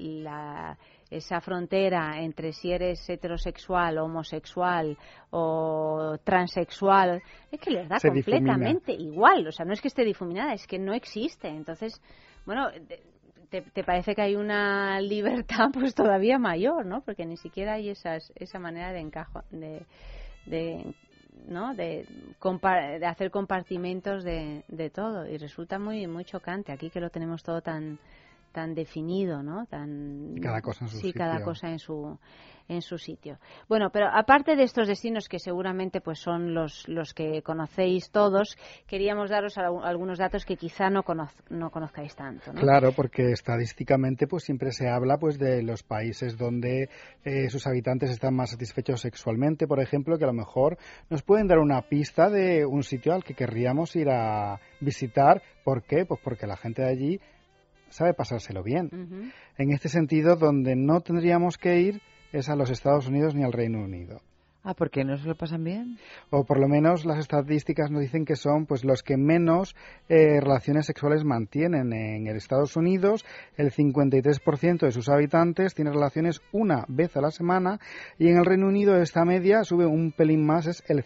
Speaker 2: esa frontera entre si eres heterosexual, homosexual o transexual, es que les da completamente igual. O sea, no es que esté difuminada, es que no existe. Entonces, bueno... Te parece que hay una libertad pues todavía mayor, ¿no? Porque ni siquiera hay esa manera de encajo, de hacer compartimentos de todo, y resulta muy muy chocante aquí que lo tenemos todo tan definido, ¿no?
Speaker 3: Cada cosa en su sitio.
Speaker 2: Cada cosa en su sitio. Bueno, pero aparte de estos destinos que seguramente pues son los que conocéis todos, queríamos daros algunos datos que quizá no conozcáis tanto, ¿no?
Speaker 3: Claro, porque estadísticamente pues siempre se habla pues de los países donde sus habitantes están más satisfechos sexualmente, por ejemplo, que a lo mejor nos pueden dar una pista de un sitio al que querríamos ir a visitar. ¿Por qué? Pues porque la gente de allí sabe pasárselo bien. Uh-huh. En este sentido, donde no tendríamos que ir es a los Estados Unidos ni al Reino Unido.
Speaker 5: Ah, ¿por qué no se lo pasan bien?
Speaker 3: O por lo menos las estadísticas nos dicen que son pues los que menos relaciones sexuales mantienen. En Estados Unidos el 53% de sus habitantes tiene relaciones una vez a la semana, y en el Reino Unido esta media sube un pelín más, es el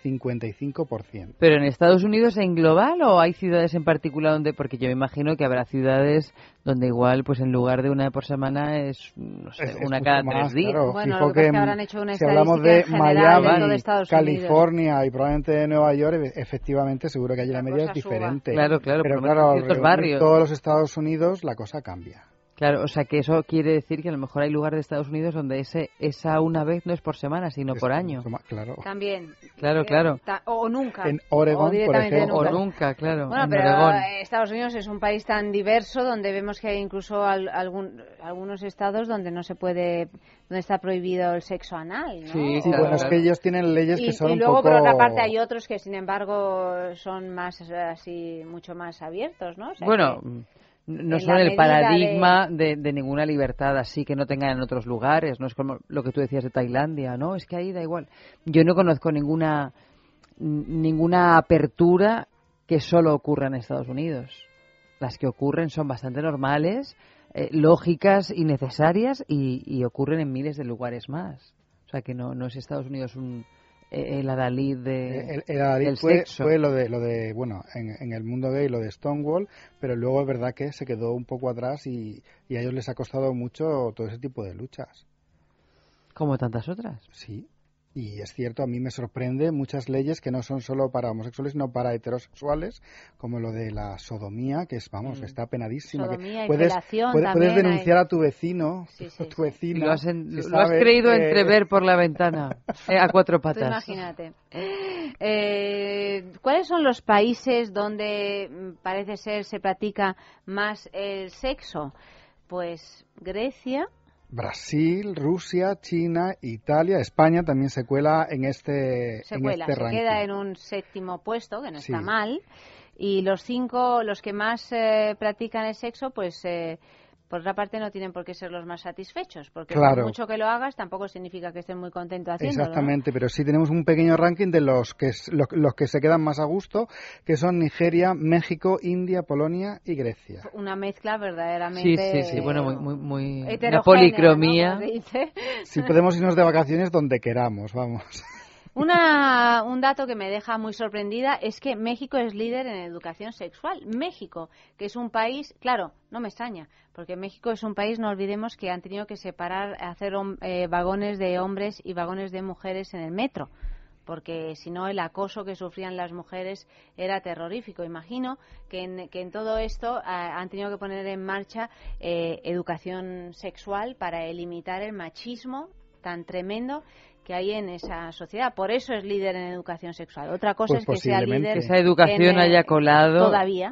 Speaker 3: 55%.
Speaker 5: ¿Pero en Estados Unidos en global o hay ciudades en particular donde...? Porque yo me imagino que habrá ciudades donde igual pues en lugar de una por semana es, no sé, una cada 3 días.
Speaker 3: Claro,
Speaker 2: bueno, lo que es que habrán hecho una
Speaker 3: si hablamos de
Speaker 2: general,
Speaker 3: Miami, California
Speaker 2: Unidos.
Speaker 3: Y probablemente de Nueva York, efectivamente seguro que allí la media es diferente.
Speaker 5: Claro,
Speaker 3: pero claro,
Speaker 5: en barrios.
Speaker 3: todos los Estados Unidos la cosa cambia.
Speaker 5: Claro, o sea que eso quiere decir que a lo mejor hay lugares de Estados Unidos donde esa una vez no es por semana, sino por año.
Speaker 3: Claro.
Speaker 2: También.
Speaker 5: Claro.
Speaker 2: O nunca.
Speaker 3: En Oregón, por ejemplo.
Speaker 5: O nunca, claro.
Speaker 2: Bueno, pero
Speaker 5: Oregón.
Speaker 2: Estados Unidos es un país tan diverso donde vemos que hay incluso algunos estados donde no se puede, donde está prohibido el sexo anal, ¿no?
Speaker 3: Sí, bueno, es que ellos tienen leyes que son
Speaker 2: y luego,
Speaker 3: un poco...
Speaker 2: por otra parte, hay otros que, sin embargo, son más así, mucho más abiertos, ¿no? O sea,
Speaker 5: bueno... No son el paradigma de ninguna libertad así que no tengan en otros lugares, no es como lo que tú decías de Tailandia, ¿no? Es que ahí da igual. Yo no conozco ninguna apertura que solo ocurra en Estados Unidos. las que ocurren son bastante normales, lógicas y necesarias y ocurren en miles de lugares más. O sea que no es Estados Unidos el adalid del sexo.
Speaker 3: Fue lo de bueno, en el mundo gay lo de Stonewall, pero luego es verdad que se quedó un poco atrás y a ellos les ha costado mucho todo ese tipo de luchas.
Speaker 5: Como tantas otras.
Speaker 3: Sí. Y es cierto, a mí me sorprende muchas leyes que no son solo para homosexuales, sino para heterosexuales, como lo de la sodomía, que es, vamos, está penadísima.
Speaker 2: Sodomía y
Speaker 3: puedes denunciar a tu vecino, a tu vecina.
Speaker 5: Lo has creído entrever por la ventana, a cuatro patas.
Speaker 2: Tú imagínate. ¿Cuáles son los países donde parece ser se practica más el sexo? Pues Grecia,
Speaker 3: Brasil, Rusia, China, Italia, España también se cuela en este ranking.
Speaker 2: Se queda en un 7º puesto, que no está mal. Y los 5, los que más practican el sexo, pues por otra parte no tienen por qué ser los más satisfechos, porque por mucho que lo hagas tampoco significa que estén muy contentos haciéndolo.
Speaker 3: Exactamente,
Speaker 2: ¿no?
Speaker 3: pero sí tenemos un pequeño ranking de los que se quedan más a gusto, que son Nigeria, México, India, Polonia y Grecia.
Speaker 2: Una mezcla verdaderamente
Speaker 5: sí, bueno, muy
Speaker 2: heterogénea,
Speaker 5: una policromía.
Speaker 2: ¿no? Como se dice.
Speaker 3: Sí, podemos irnos de vacaciones donde queramos, vamos.
Speaker 2: Un dato que me deja muy sorprendida es que México es líder en educación sexual. México, que es un país, claro, no me extraña, porque México es un país, no olvidemos, que han tenido que separar, hacer vagones de hombres y vagones de mujeres en el metro, porque si no el acoso que sufrían las mujeres era terrorífico. Imagino que en todo esto han tenido que poner en marcha educación sexual para limitar el machismo tan tremendo que hay en esa sociedad. Por eso es líder en educación sexual. Otra cosa es que sea líder
Speaker 5: que esa educación haya colado
Speaker 2: todavía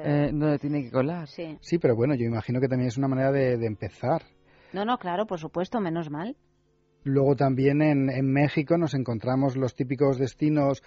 Speaker 5: no tiene que colar.
Speaker 3: Sí, pero bueno, yo imagino que también es una manera de empezar.
Speaker 2: No, claro, por supuesto, menos mal.
Speaker 3: Luego también en México nos encontramos los típicos destinos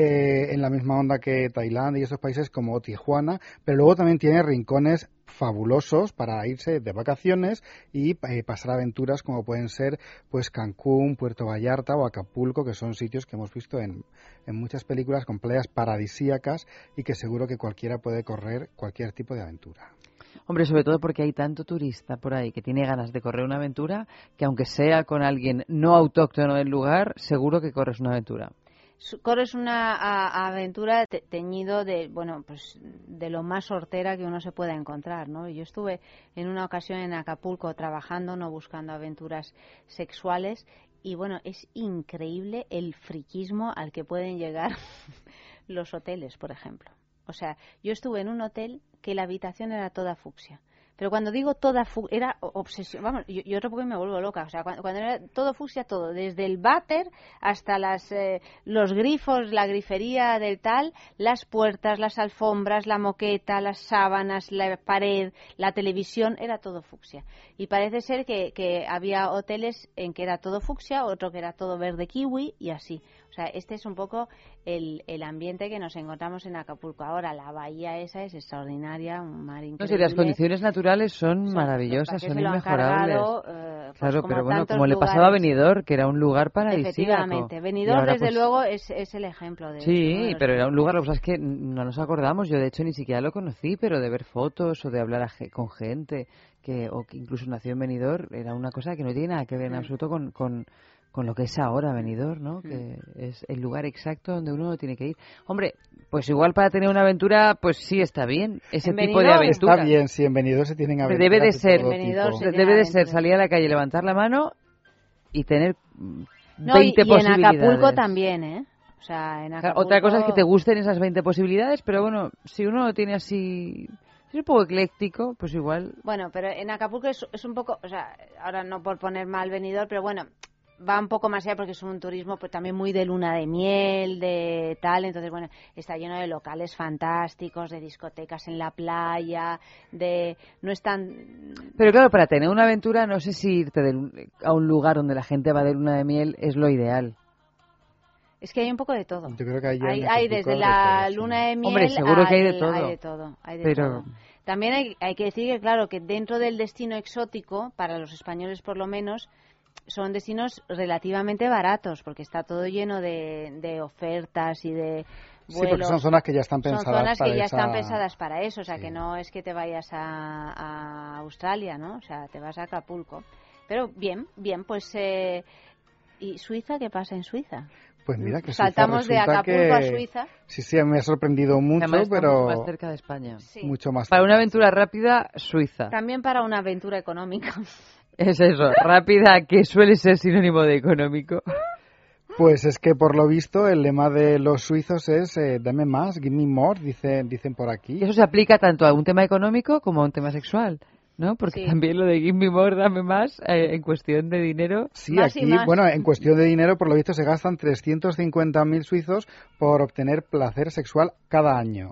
Speaker 3: en la misma onda que Tailandia y esos países como Tijuana, pero luego también tiene rincones fabulosos para irse de vacaciones y pasar aventuras como pueden ser pues Cancún, Puerto Vallarta o Acapulco, que son sitios que hemos visto en muchas películas con playas paradisíacas y que seguro que cualquiera puede correr cualquier tipo de aventura.
Speaker 5: Hombre, sobre todo porque hay tanto turista por ahí que tiene ganas de correr una aventura que aunque sea con alguien no autóctono del lugar, seguro que corres una aventura.
Speaker 2: Corres una aventura teñido de, bueno, pues de lo más hortera que uno se pueda encontrar, ¿no? Yo estuve en una ocasión en Acapulco trabajando, no buscando aventuras sexuales, y bueno, es increíble el friquismo al que pueden llegar los hoteles, por ejemplo. O sea, yo estuve en un hotel que la habitación era toda fucsia. Pero cuando digo toda fucsia, era obsesión. Vamos, yo otro poco me vuelvo loca. O sea, cuando era todo fucsia, todo. Desde el váter hasta los grifos, la grifería del tal, las puertas, las alfombras, la moqueta, las sábanas, la pared, la televisión, era todo fucsia. Y parece ser que había hoteles en que era todo fucsia, otro que era todo verde kiwi y así. O sea, este es un poco el ambiente que nos encontramos en Acapulco. Ahora, la bahía esa es extraordinaria, un mar increíble.
Speaker 5: No sé, las condiciones naturales son maravillosas, son inmejorables. Claro, pero bueno, como le pasaba a Benidorm, que era un lugar paradisíaco.
Speaker 2: Efectivamente, Benidorm desde luego es el ejemplo de
Speaker 5: sí, pero era un lugar, lo que pasa es que no nos acordamos, yo de hecho ni siquiera lo conocí, pero de ver fotos o de hablar con gente que incluso nació en Benidorm, era una cosa que no tiene nada que ver en absoluto con lo que es ahora Benidorm, ¿no? Que es el lugar exacto donde uno tiene que ir. Hombre, pues igual para tener una aventura, pues sí está bien, ese tipo de aventura.
Speaker 3: Está bien, sí, en Benidorm se tienen aventuras.
Speaker 5: Debe de ser salir a la calle, levantar la mano y tener 20 posibilidades.
Speaker 2: Y en Acapulco también, ¿eh? O sea, en Acapulco...
Speaker 5: Otra cosa es que te gusten esas 20 posibilidades, pero bueno, si uno lo tiene así... Es un poco ecléctico, pues igual... Bueno,
Speaker 2: pero en Acapulco es un poco... O sea, ahora no por poner mal Benidorm, pero bueno... Va un poco más allá porque es un turismo pues también muy de luna de miel, de tal, entonces bueno, está lleno de locales fantásticos, de discotecas en la playa, no es tan...
Speaker 5: Pero claro, para tener una aventura no sé si irte a un lugar donde la gente va de luna de miel es lo ideal.
Speaker 2: Es que hay un poco de todo.
Speaker 3: Yo creo que
Speaker 2: hay desde la luna de miel.
Speaker 5: Hombre, seguro que hay de
Speaker 2: todo.
Speaker 5: Pero...
Speaker 2: También hay que decir que claro, que dentro del destino exótico, para los españoles por lo menos, son destinos relativamente baratos, porque está todo lleno de ofertas y de vuelos.
Speaker 3: Sí, porque son zonas que ya están pensadas
Speaker 2: son zonas
Speaker 3: para
Speaker 2: que ya
Speaker 3: esa...
Speaker 2: están pensadas para eso, o sea,
Speaker 3: Sí.
Speaker 2: que no es que te vayas a Australia, ¿no? O sea, te vas a Acapulco. Pero bien, pues... ¿Y Suiza? ¿Qué pasa en Suiza?
Speaker 3: Pues mira que
Speaker 2: saltamos
Speaker 3: Suiza
Speaker 2: de Acapulco a
Speaker 3: que...
Speaker 2: Suiza.
Speaker 3: Sí, me ha sorprendido mucho,
Speaker 5: Además, está
Speaker 3: pero...
Speaker 5: mucho más cerca de España.
Speaker 2: Sí.
Speaker 3: Mucho más
Speaker 5: Para
Speaker 3: cerca.
Speaker 5: una aventura rápida, Suiza.
Speaker 2: También para una aventura económica.
Speaker 5: Es eso, rápida, que suele ser sinónimo de económico.
Speaker 3: Pues es que por lo visto el lema de los suizos es dame más, give me more, dicen por aquí.
Speaker 5: Y eso se aplica tanto a un tema económico como a un tema sexual, ¿no? Porque
Speaker 2: Sí.
Speaker 5: también lo de give me more, dame más, en cuestión de dinero.
Speaker 3: Sí,
Speaker 2: Más y
Speaker 3: aquí,
Speaker 2: más.
Speaker 3: bueno, en cuestión de dinero, por lo visto se gastan 350.000 suizos por obtener placer sexual cada año.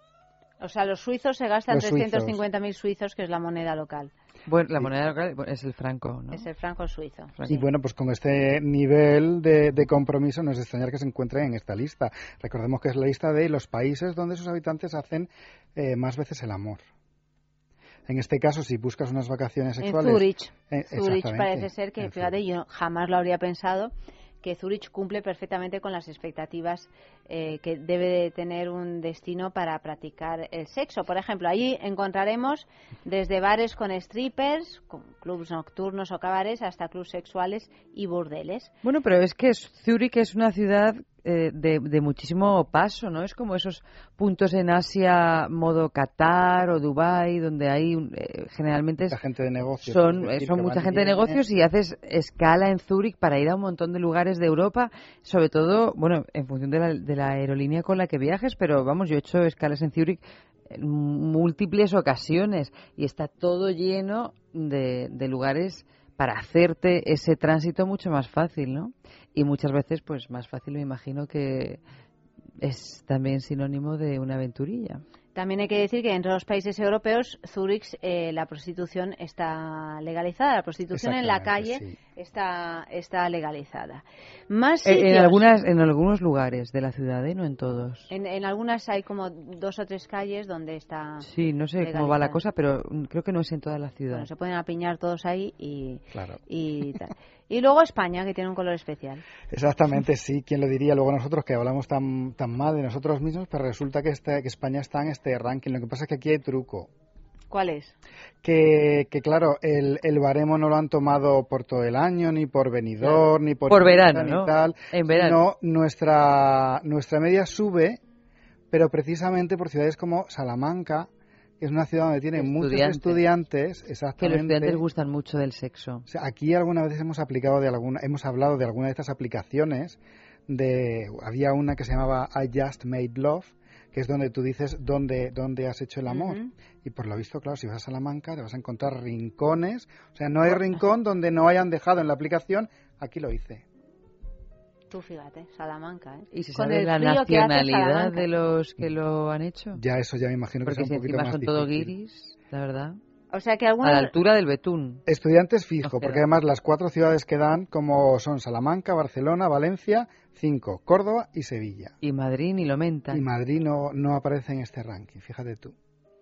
Speaker 2: O sea, los suizos se gastan
Speaker 3: Los suizos.
Speaker 2: 350.000 suizos, que es la moneda local.
Speaker 5: Bueno, la moneda local es el franco, ¿no?
Speaker 2: Es el franco suizo.
Speaker 3: Y bueno, pues con este nivel de compromiso no es de extrañar que se encuentre en esta lista. Recordemos que es la lista de los países donde sus habitantes hacen más veces el amor. En este caso, si buscas unas vacaciones sexuales...
Speaker 2: En Zurich. Zurich
Speaker 3: exactamente,
Speaker 2: parece ser que,
Speaker 3: en
Speaker 2: fíjate, yo jamás lo habría pensado, que Zurich cumple perfectamente con las expectativas que debe de tener un destino para practicar el sexo. Por ejemplo, allí encontraremos desde bares con strippers, con clubs nocturnos o cabarets, hasta clubs sexuales y burdeles.
Speaker 5: Bueno, pero es que Zúrich es una ciudad de muchísimo paso, ¿no? Es como esos puntos en Asia modo Qatar o Dubái, donde hay generalmente
Speaker 3: la gente de negocios.
Speaker 5: son
Speaker 3: es decir, que
Speaker 5: mucha
Speaker 3: van
Speaker 5: gente de
Speaker 3: y vienen.
Speaker 5: negocios y haces escala en Zúrich para ir a un montón de lugares de Europa, sobre todo, bueno, en función de la aerolínea con la que viajes, pero vamos, yo he hecho escalas en Zúrich en múltiples ocasiones y está todo lleno de lugares para hacerte ese tránsito mucho más fácil, ¿no? Y muchas veces, pues más fácil me imagino que es también sinónimo de una aventurilla.
Speaker 2: También hay que decir que entre los países europeos, Zúrich, la prostitución está legalizada. La prostitución en la calle
Speaker 3: sí.
Speaker 2: está legalizada. Más
Speaker 5: En
Speaker 2: sitios,
Speaker 5: algunos lugares de la ciudad, no en todos.
Speaker 2: en algunas hay como 2 o 3 calles donde está
Speaker 5: Sí, no sé
Speaker 2: legalizada.
Speaker 5: cómo va la cosa, pero creo que no es en toda la ciudad.
Speaker 2: Bueno, se pueden apiñar todos ahí y tal. Y luego España, que tiene un color especial.
Speaker 3: Exactamente, sí. ¿Quién lo diría? Luego nosotros que hablamos tan mal de nosotros mismos, pero resulta que España está en este ranking. Lo que pasa es que aquí hay truco.
Speaker 2: ¿Cuál es?
Speaker 3: Que claro, el baremo no lo han tomado por todo el año, ni por Benidorm, ni por
Speaker 5: verano,
Speaker 3: ni
Speaker 5: ¿no?
Speaker 3: tal.
Speaker 5: En verano.
Speaker 3: No, nuestra media sube, pero precisamente por ciudades como Salamanca, que es una ciudad donde tiene muchos estudiantes, exactamente.
Speaker 5: Que los estudiantes gustan mucho del sexo.
Speaker 3: O sea, aquí algunas veces hemos hablado de alguna de estas aplicaciones. Había una que se llamaba I Just Made Love, que es donde tú dices dónde has hecho el amor.
Speaker 2: Uh-huh.
Speaker 3: Y por lo visto, claro, si vas a Salamanca te vas a encontrar rincones. O sea, no hay rincón donde no hayan dejado en la aplicación, aquí lo hice.
Speaker 2: Tú fíjate, Salamanca, ¿eh?
Speaker 5: ¿Y se
Speaker 2: Con
Speaker 5: sabe
Speaker 2: el
Speaker 5: la
Speaker 2: frío que hace
Speaker 5: nacionalidad
Speaker 2: Salamanca.
Speaker 5: de los que lo han hecho?
Speaker 3: Ya eso ya me imagino que
Speaker 5: Porque
Speaker 3: es
Speaker 5: si
Speaker 3: un poquito
Speaker 5: encima
Speaker 3: más
Speaker 5: son
Speaker 3: difícil.
Speaker 5: todo guiris, la verdad.
Speaker 2: O sea que
Speaker 5: A
Speaker 2: algunas...
Speaker 5: la altura del betún.
Speaker 3: Estudiantes fijo,
Speaker 5: Nos
Speaker 3: porque
Speaker 5: queda.
Speaker 3: además las 4 ciudades que dan como son Salamanca, Barcelona, Valencia, 5, Córdoba y Sevilla.
Speaker 5: Y Madrid ni lo menta.
Speaker 3: Y Madrid no aparece en este ranking, fíjate tú.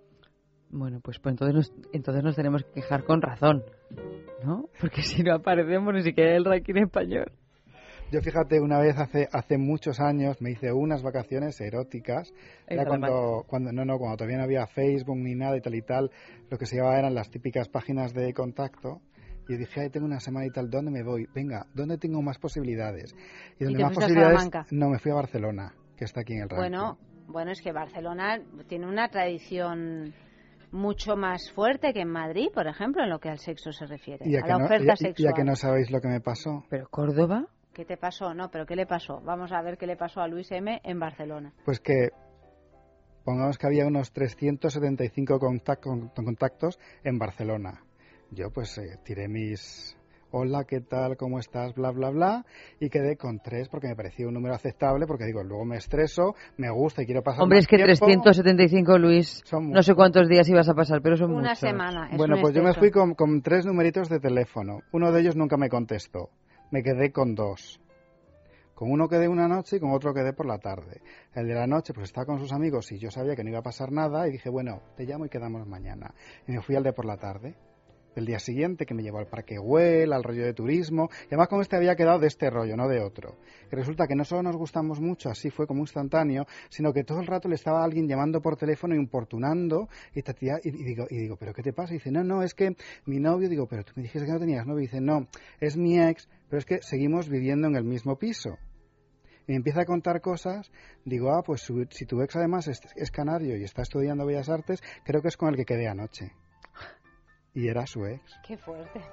Speaker 5: Bueno, pues entonces nos tenemos que quejar con razón, ¿no? Porque si no aparecemos ni siquiera en el ranking español.
Speaker 3: Yo fíjate, una vez hace muchos años me hice unas vacaciones eróticas. Era cuando todavía no había Facebook ni nada y tal, lo que se llevaba eran las típicas páginas de contacto. Y yo dije, ay, tengo una semana y tal, ¿dónde me voy? Venga, ¿dónde tengo más posibilidades? Y donde más posibilidades, no, me fui a Barcelona, que está aquí en el ranking.
Speaker 2: Bueno, es que Barcelona tiene una tradición mucho más fuerte que en Madrid, por ejemplo, en lo que al sexo se refiere, a la oferta sexual.
Speaker 3: Ya que no sabéis lo que me pasó.
Speaker 5: ¿Pero Córdoba?
Speaker 2: ¿Qué te pasó? No, pero ¿qué le pasó? Vamos a ver qué le pasó a Luis M. en Barcelona.
Speaker 3: Pues que pongamos que había unos 375 contactos en Barcelona. Yo pues tiré mis hola, ¿qué tal? ¿Cómo estás? Bla, bla, bla. Y quedé con 3 porque me parecía un número aceptable porque digo, luego me estreso, me gusta y quiero pasar
Speaker 5: Hombre,
Speaker 3: más
Speaker 5: es que
Speaker 3: tiempo.
Speaker 5: 375, Luis, no sé cuántos días ibas a pasar, pero son
Speaker 2: una
Speaker 5: muchos.
Speaker 2: Semana.
Speaker 3: Bueno, pues yo me fui con 3 numeritos de teléfono. Uno de ellos nunca me contestó. Me quedé con 2. Con uno quedé una noche y con otro quedé por la tarde. El de la noche pues estaba con sus amigos y yo sabía que no iba a pasar nada y dije, bueno, te llamo y quedamos mañana. Y me fui al de por la tarde. del día siguiente, que me llevó al Parque Güell, al rollo de turismo, y además con este había quedado de este rollo, no de otro. Y resulta que no solo nos gustamos mucho, así fue como instantáneo, sino que todo el rato le estaba alguien llamando por teléfono, importunando, y digo, ¿pero qué te pasa? Y dice, no, es que mi novio, digo, pero tú me dijiste que no tenías novio, y dice, no, es mi ex, pero es que seguimos viviendo en el mismo piso. Y me empieza a contar cosas, digo, pues si tu ex además es canario y está estudiando Bellas Artes, creo que es con el que quedé anoche. Y era su ex.
Speaker 2: Qué fuerte.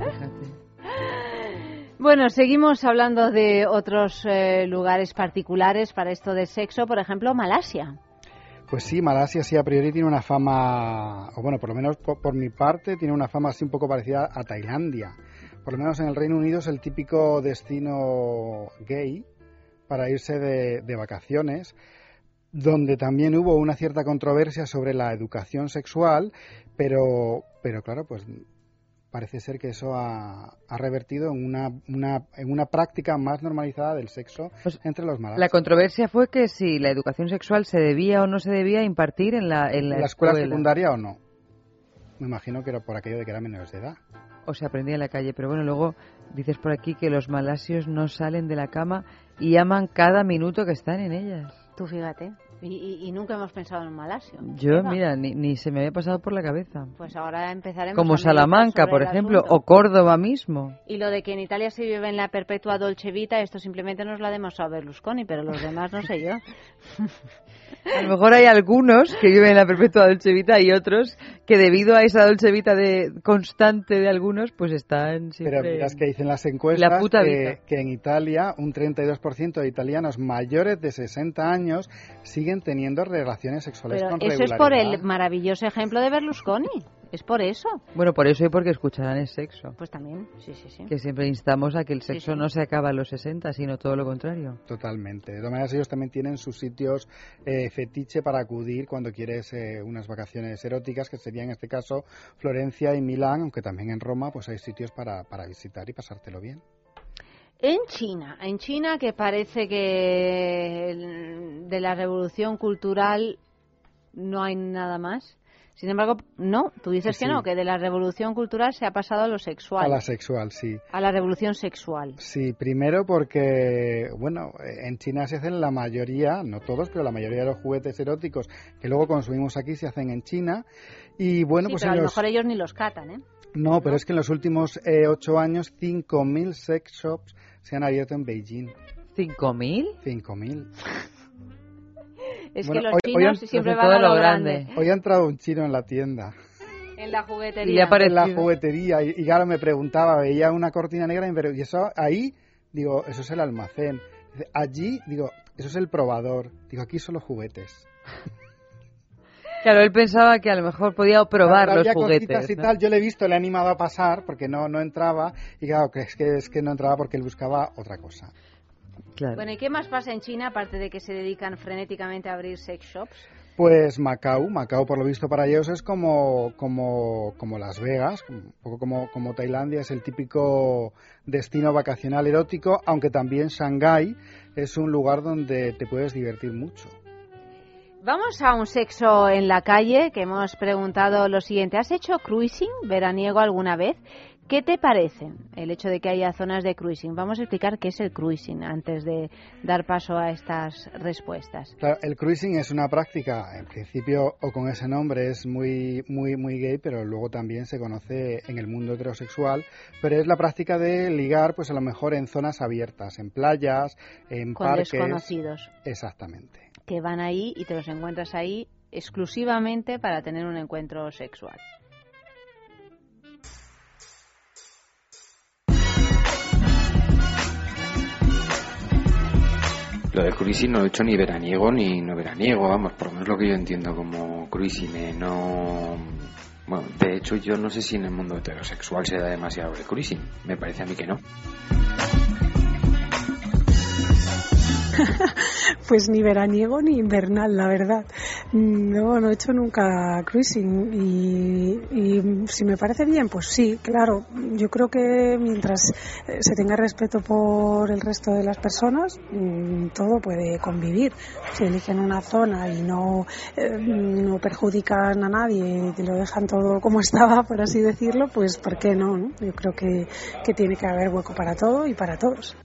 Speaker 2: Bueno, seguimos hablando de otros lugares particulares para esto de sexo, por ejemplo, Malasia.
Speaker 3: Pues sí, Malasia sí a priori tiene una fama, o bueno, por lo menos por mi parte, tiene una fama así un poco parecida a Tailandia. Por lo menos en el Reino Unido es el típico destino gay para irse de vacaciones, donde también hubo una cierta controversia sobre la educación sexual, pero claro, pues parece ser que eso ha revertido en una práctica más normalizada del sexo entre los malasios.
Speaker 5: La controversia fue que si la educación sexual se debía o no se debía impartir en la
Speaker 3: escuela secundaria o no. Me imagino que era por aquello de que eran menores de edad.
Speaker 5: O se aprendía en la calle, pero bueno, luego dices por aquí que los malasios no salen de la cama y aman cada minuto que están en ellas.
Speaker 2: Tú fíjate. Y nunca hemos pensado en un malasio.
Speaker 5: Yo, mira, ni se me había pasado por la cabeza.
Speaker 2: Pues ahora empezaremos.
Speaker 5: Como Salamanca, por ejemplo,
Speaker 2: asunto.
Speaker 5: o Córdoba mismo.
Speaker 2: Y lo de que en Italia se vive en la perpetua Dolce Vita, esto simplemente nos lo ha demostrado Berlusconi, pero los demás no sé yo.
Speaker 5: A lo mejor hay algunos que viven en la perpetua Dolce Vita y otros que debido a esa Dolce Vita constante de algunos, pues están siempre...
Speaker 3: Pero miras que dicen las encuestas
Speaker 5: la puta vida.
Speaker 3: Que en Italia un 32% de italianos mayores de 60 años siguen teniendo relaciones sexuales
Speaker 2: pero
Speaker 3: con
Speaker 2: eso
Speaker 3: regularidad.
Speaker 2: Es por el maravilloso ejemplo de Berlusconi. Es por eso.
Speaker 5: Bueno, por eso y porque escucharán el sexo.
Speaker 2: Pues también, sí.
Speaker 5: Que siempre instamos a que el sexo no se acaba a los 60, sino todo lo contrario.
Speaker 3: Totalmente. De todas maneras, ellos también tienen sus sitios fetiche para acudir cuando quieres unas vacaciones eróticas, que sería en este caso Florencia y Milán, aunque también en Roma pues hay sitios para visitar y pasártelo bien.
Speaker 2: En China que parece que de la revolución cultural no hay nada más. Sin embargo, no, tú dices
Speaker 3: sí.
Speaker 2: Que no, que de la revolución cultural se ha pasado a lo sexual.
Speaker 3: A la sexual, sí.
Speaker 2: A la revolución sexual.
Speaker 3: Sí, primero porque, bueno, en China se hacen la mayoría, no todos, pero la mayoría de los juguetes eróticos que luego consumimos aquí se hacen en China. Y bueno,
Speaker 2: sí,
Speaker 3: pues
Speaker 2: pero a lo mejor ellos ni los catan, ¿eh?
Speaker 3: No, pero es que en los últimos 8 años 5.000 sex shops se han abierto en Beijing.
Speaker 5: ¿5.000?
Speaker 3: 5.000.
Speaker 2: Es bueno, que los chinos siempre van a lo grande.
Speaker 3: Hoy ha entrado un chino en la tienda.
Speaker 2: En la juguetería.
Speaker 3: En la juguetería. Y claro, me preguntaba, veía una cortina negra y eso ahí, digo, eso es el almacén. Allí, digo, eso es el probador. Digo, aquí son los juguetes.
Speaker 5: Claro, él pensaba que a lo mejor podía probar los juguetes.
Speaker 3: Y tal. Yo le he visto, le he animado a pasar porque no entraba. Y claro, es que no entraba porque él buscaba otra cosa.
Speaker 5: Claro.
Speaker 2: Bueno, ¿y qué más pasa en China, aparte de que se dedican frenéticamente a abrir sex shops?
Speaker 3: Pues Macao por lo visto para ellos es como Las Vegas, un poco como Tailandia, es el típico destino vacacional erótico, aunque también Shanghái es un lugar donde te puedes divertir mucho.
Speaker 2: Vamos a un sexo en la calle, que hemos preguntado lo siguiente. ¿Has hecho cruising veraniego alguna vez? ¿Qué te parece el hecho de que haya zonas de cruising? Vamos a explicar qué es el cruising antes de dar paso a estas respuestas.
Speaker 3: Claro, el cruising es una práctica, en principio, o con ese nombre es muy gay, pero luego también se conoce en el mundo heterosexual, pero es la práctica de ligar, pues a lo mejor en zonas abiertas, en playas, en parques.
Speaker 2: Con desconocidos.
Speaker 3: Exactamente.
Speaker 2: Que van ahí y te los encuentras ahí exclusivamente para tener un encuentro sexual.
Speaker 12: Lo de cruising no lo he hecho ni veraniego ni no veraniego, vamos, por lo menos lo que yo entiendo como cruising, no... Bueno, de hecho yo no sé si en el mundo heterosexual se da demasiado el cruising, me parece a mí que no.
Speaker 14: Pues ni veraniego ni invernal, la verdad. No he hecho nunca cruising y si me parece bien, pues sí, claro. Yo creo que mientras se tenga respeto por el resto de las personas, todo puede convivir. Si eligen una zona y no perjudican a nadie y lo dejan todo como estaba, por así decirlo, pues ¿por qué no? Yo creo que tiene que haber hueco para todo y para todos.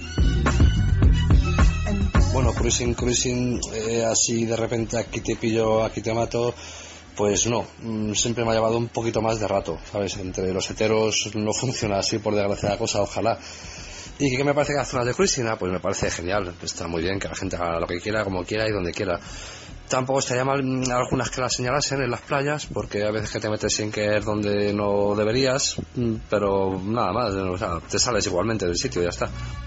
Speaker 16: Bueno, cruising, así de repente aquí te pillo, aquí te mato, pues no, siempre me ha llevado un poquito más de rato, ¿sabes? Entre los heteros no funciona así, por desgracia la cosa, ojalá. ¿Y qué me parece que las zonas de cruising? Pues me parece genial, está muy bien que la gente haga lo que quiera, como quiera y donde quiera. Tampoco estaría mal algunas que las señalasen en las playas, porque a veces que te metes sin querer donde no deberías, pero nada más, o sea, te sales igualmente del sitio y ya está.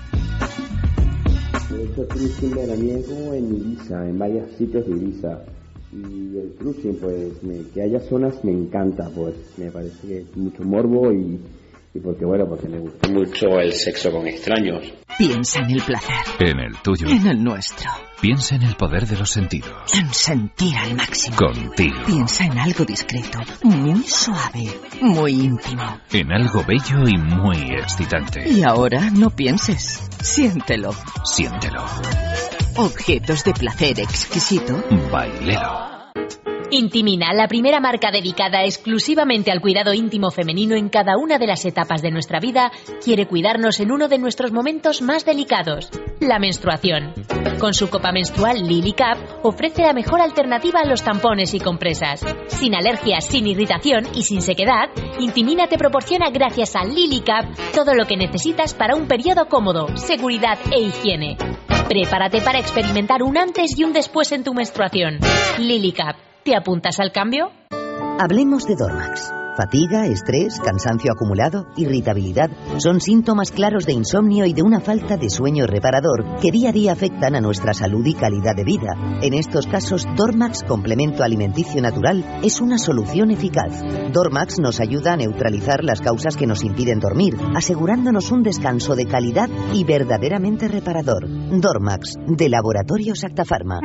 Speaker 18: He hecho cruising veraniego en Ibiza, en varios sitios de Ibiza. Y el cruising, pues, que haya zonas me encanta, pues, me parece que es mucho morbo y porque, bueno, porque me gusta
Speaker 12: mucho el sexo con extraños.
Speaker 7: Piensa en el placer.
Speaker 1: En el tuyo.
Speaker 7: En el nuestro.
Speaker 1: Piensa en el poder de los sentidos.
Speaker 7: En sentir al máximo.
Speaker 1: Contigo.
Speaker 7: Piensa en algo discreto, muy suave, muy íntimo.
Speaker 1: En algo bello y muy excitante.
Speaker 7: Y ahora no pienses, siéntelo.
Speaker 1: Siéntelo.
Speaker 7: Objetos de placer exquisito.
Speaker 1: Bailelo.
Speaker 8: Intimina, la primera marca dedicada exclusivamente al cuidado íntimo femenino en cada una de las etapas de nuestra vida, quiere cuidarnos en uno de nuestros momentos más delicados, la menstruación. Con su copa menstrual LiliCap ofrece la mejor alternativa a los tampones y compresas. Sin alergias, sin irritación y sin sequedad, Intimina te proporciona gracias a LiliCap todo lo que necesitas para un periodo cómodo, seguridad e higiene. Prepárate para experimentar un antes y un después en tu menstruación. LiliCap. ¿Te apuntas al cambio?
Speaker 9: Hablemos de Dormax. Fatiga, estrés, cansancio acumulado, irritabilidad son síntomas claros de insomnio y de una falta de sueño reparador que día a día afectan a nuestra salud y calidad de vida. En estos casos, Dormax, complemento alimenticio natural, es una solución eficaz. Dormax nos ayuda a neutralizar las causas que nos impiden dormir, asegurándonos un descanso de calidad y verdaderamente reparador. Dormax, de Laboratorios Acta Pharma.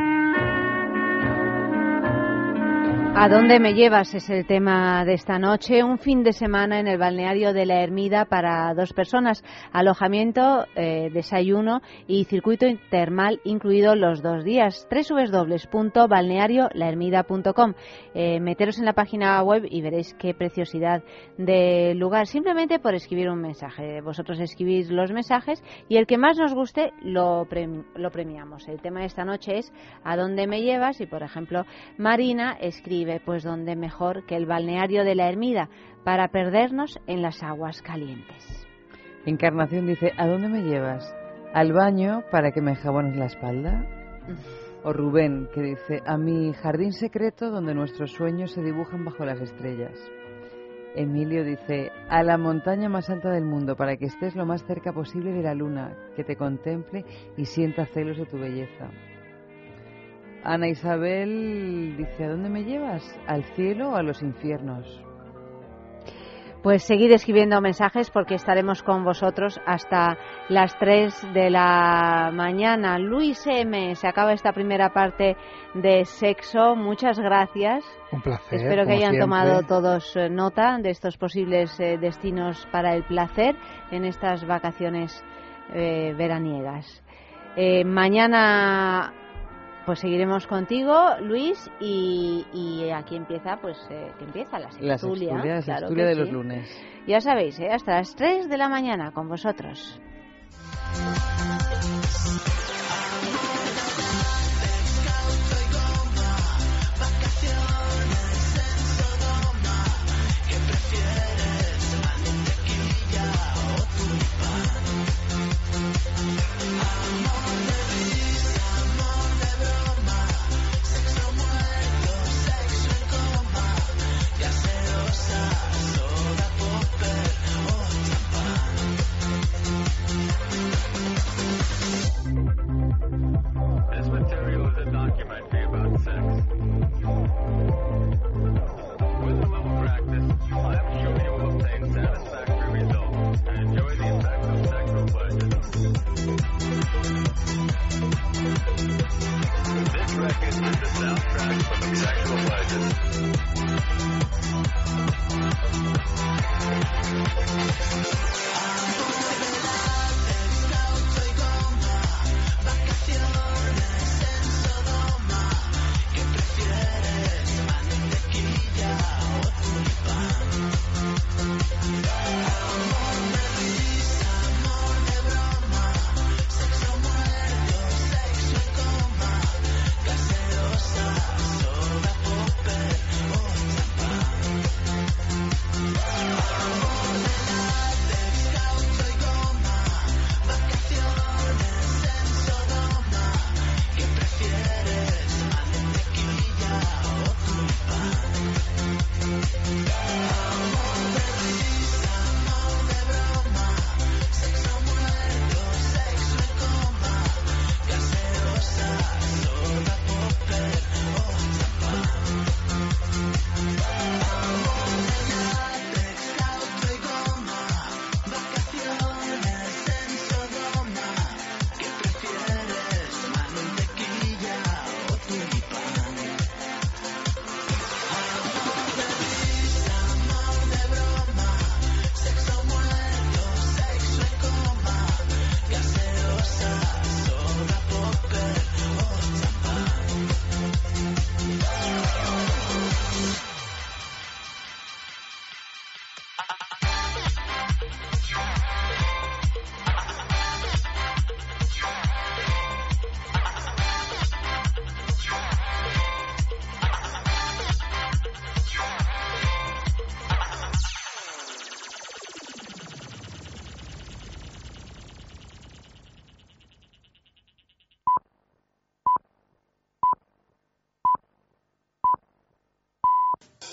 Speaker 2: ¿A dónde me llevas? Es el tema de esta noche. Un fin de semana en el balneario de La Ermida para 2 personas. Alojamiento, desayuno y circuito termal incluido los 2 días. www.balneariolahermida.com. Meteros en la página web y veréis qué preciosidad de lugar. Simplemente por escribir un mensaje. Vosotros escribís los mensajes y el que más nos guste lo premiamos. El tema de esta noche es ¿a dónde me llevas? Y por ejemplo, Marina escribe: pues donde mejor que el balneario de La Ermida para perdernos en las aguas calientes.
Speaker 5: Encarnación dice: ¿a dónde me llevas? ¿Al baño para que me enjabones la espalda? O Rubén, que dice: a mi jardín secreto donde nuestros sueños se dibujan bajo las estrellas. Emilio dice: a la montaña más alta del mundo para que estés lo más cerca posible de la luna, que te contemple y sienta celos de tu belleza. Ana Isabel dice: ¿a dónde me llevas? ¿Al cielo o a los infiernos?
Speaker 2: Pues seguid escribiendo mensajes porque estaremos con vosotros hasta las 3 de la mañana. Luis M., se acaba esta primera parte de sexo. Muchas gracias.
Speaker 3: Un placer.
Speaker 2: Espero que hayan
Speaker 3: siempre
Speaker 2: tomado todos nota de estos posibles destinos para el placer en estas vacaciones veraniegas. Mañana pues seguiremos contigo, Luis, y aquí empieza, pues, que empieza la sextulia.
Speaker 5: La sextulia de los lunes.
Speaker 2: Ya sabéis, hasta las 3 de la mañana con vosotros.
Speaker 20: Satisfactory results and enjoy the effects of sexual pleasure.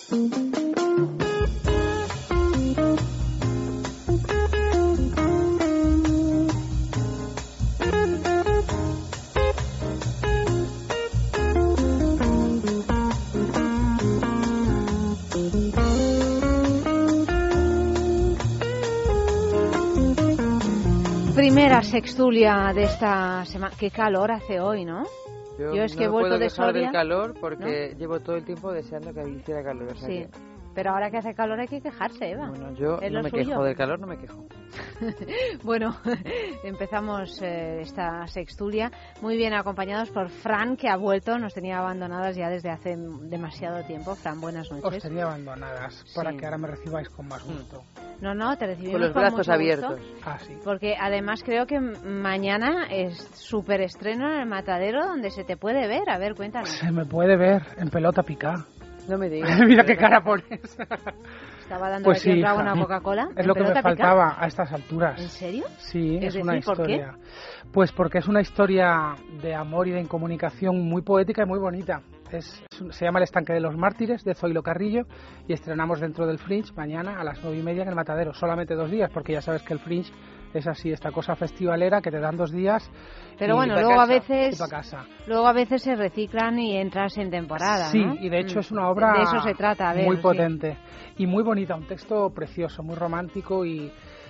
Speaker 2: Primera sextulia de esta semana. Qué calor hace hoy, ¿no?
Speaker 5: Yo
Speaker 2: es que he
Speaker 5: no
Speaker 2: vuelto
Speaker 5: puedo
Speaker 2: de
Speaker 5: quejar
Speaker 2: Soria,
Speaker 5: del calor porque
Speaker 2: ¿no?
Speaker 5: llevo todo el tiempo deseando que hiciera calor. O sea
Speaker 2: Sí,
Speaker 5: que...
Speaker 2: pero ahora que hace calor hay que quejarse, Eva.
Speaker 5: Bueno, yo
Speaker 2: Es
Speaker 5: no
Speaker 2: lo
Speaker 5: me
Speaker 2: suyo.
Speaker 5: quejo del calor, no me quejo.
Speaker 2: Bueno, empezamos esta sextulia muy bien acompañados por Fran, que ha vuelto. Nos tenía abandonadas ya desde hace demasiado tiempo. Fran, buenas noches.
Speaker 20: Os tenía abandonadas para que ahora me recibáis con más gusto.
Speaker 2: No, te recibimos
Speaker 5: con los brazos
Speaker 2: mucho
Speaker 5: abiertos.
Speaker 2: gusto,
Speaker 20: Ah, sí.
Speaker 2: porque además creo que mañana es súper estreno en el Matadero, donde se te puede ver. A ver, cuéntanos.
Speaker 20: Se me puede ver en pelota picada.
Speaker 5: No me digas.
Speaker 20: Mira qué cara pones.
Speaker 2: Estaba dando
Speaker 20: Pues
Speaker 2: aquí
Speaker 20: sí,
Speaker 2: el trago
Speaker 20: hija.
Speaker 2: una Coca-Cola.
Speaker 20: Es lo que me
Speaker 2: pelota
Speaker 20: faltaba
Speaker 2: picada.
Speaker 20: a estas alturas.
Speaker 2: ¿En serio?
Speaker 20: Sí, es una
Speaker 2: decir, ¿por qué?
Speaker 20: historia. Pues porque es una historia de amor y de incomunicación muy poética y muy bonita. Se llama El estanque de los mártires, de Zoilo Carrillo, y estrenamos dentro del Fringe mañana a las 9:30 en el Matadero. Solamente 2 días, porque ya sabes que el Fringe es así, esta cosa festivalera que te dan 2 días.
Speaker 2: Pero
Speaker 20: y
Speaker 2: bueno,
Speaker 20: pa'
Speaker 2: luego
Speaker 20: casa,
Speaker 2: a veces
Speaker 20: y pa' casa.
Speaker 2: luego a veces se reciclan y entras en temporada,
Speaker 20: Sí,
Speaker 2: ¿no?
Speaker 20: y de hecho es una obra
Speaker 2: de eso se trata, a ver,
Speaker 20: muy
Speaker 2: sí.
Speaker 20: potente y muy bonita, un texto precioso, muy romántico y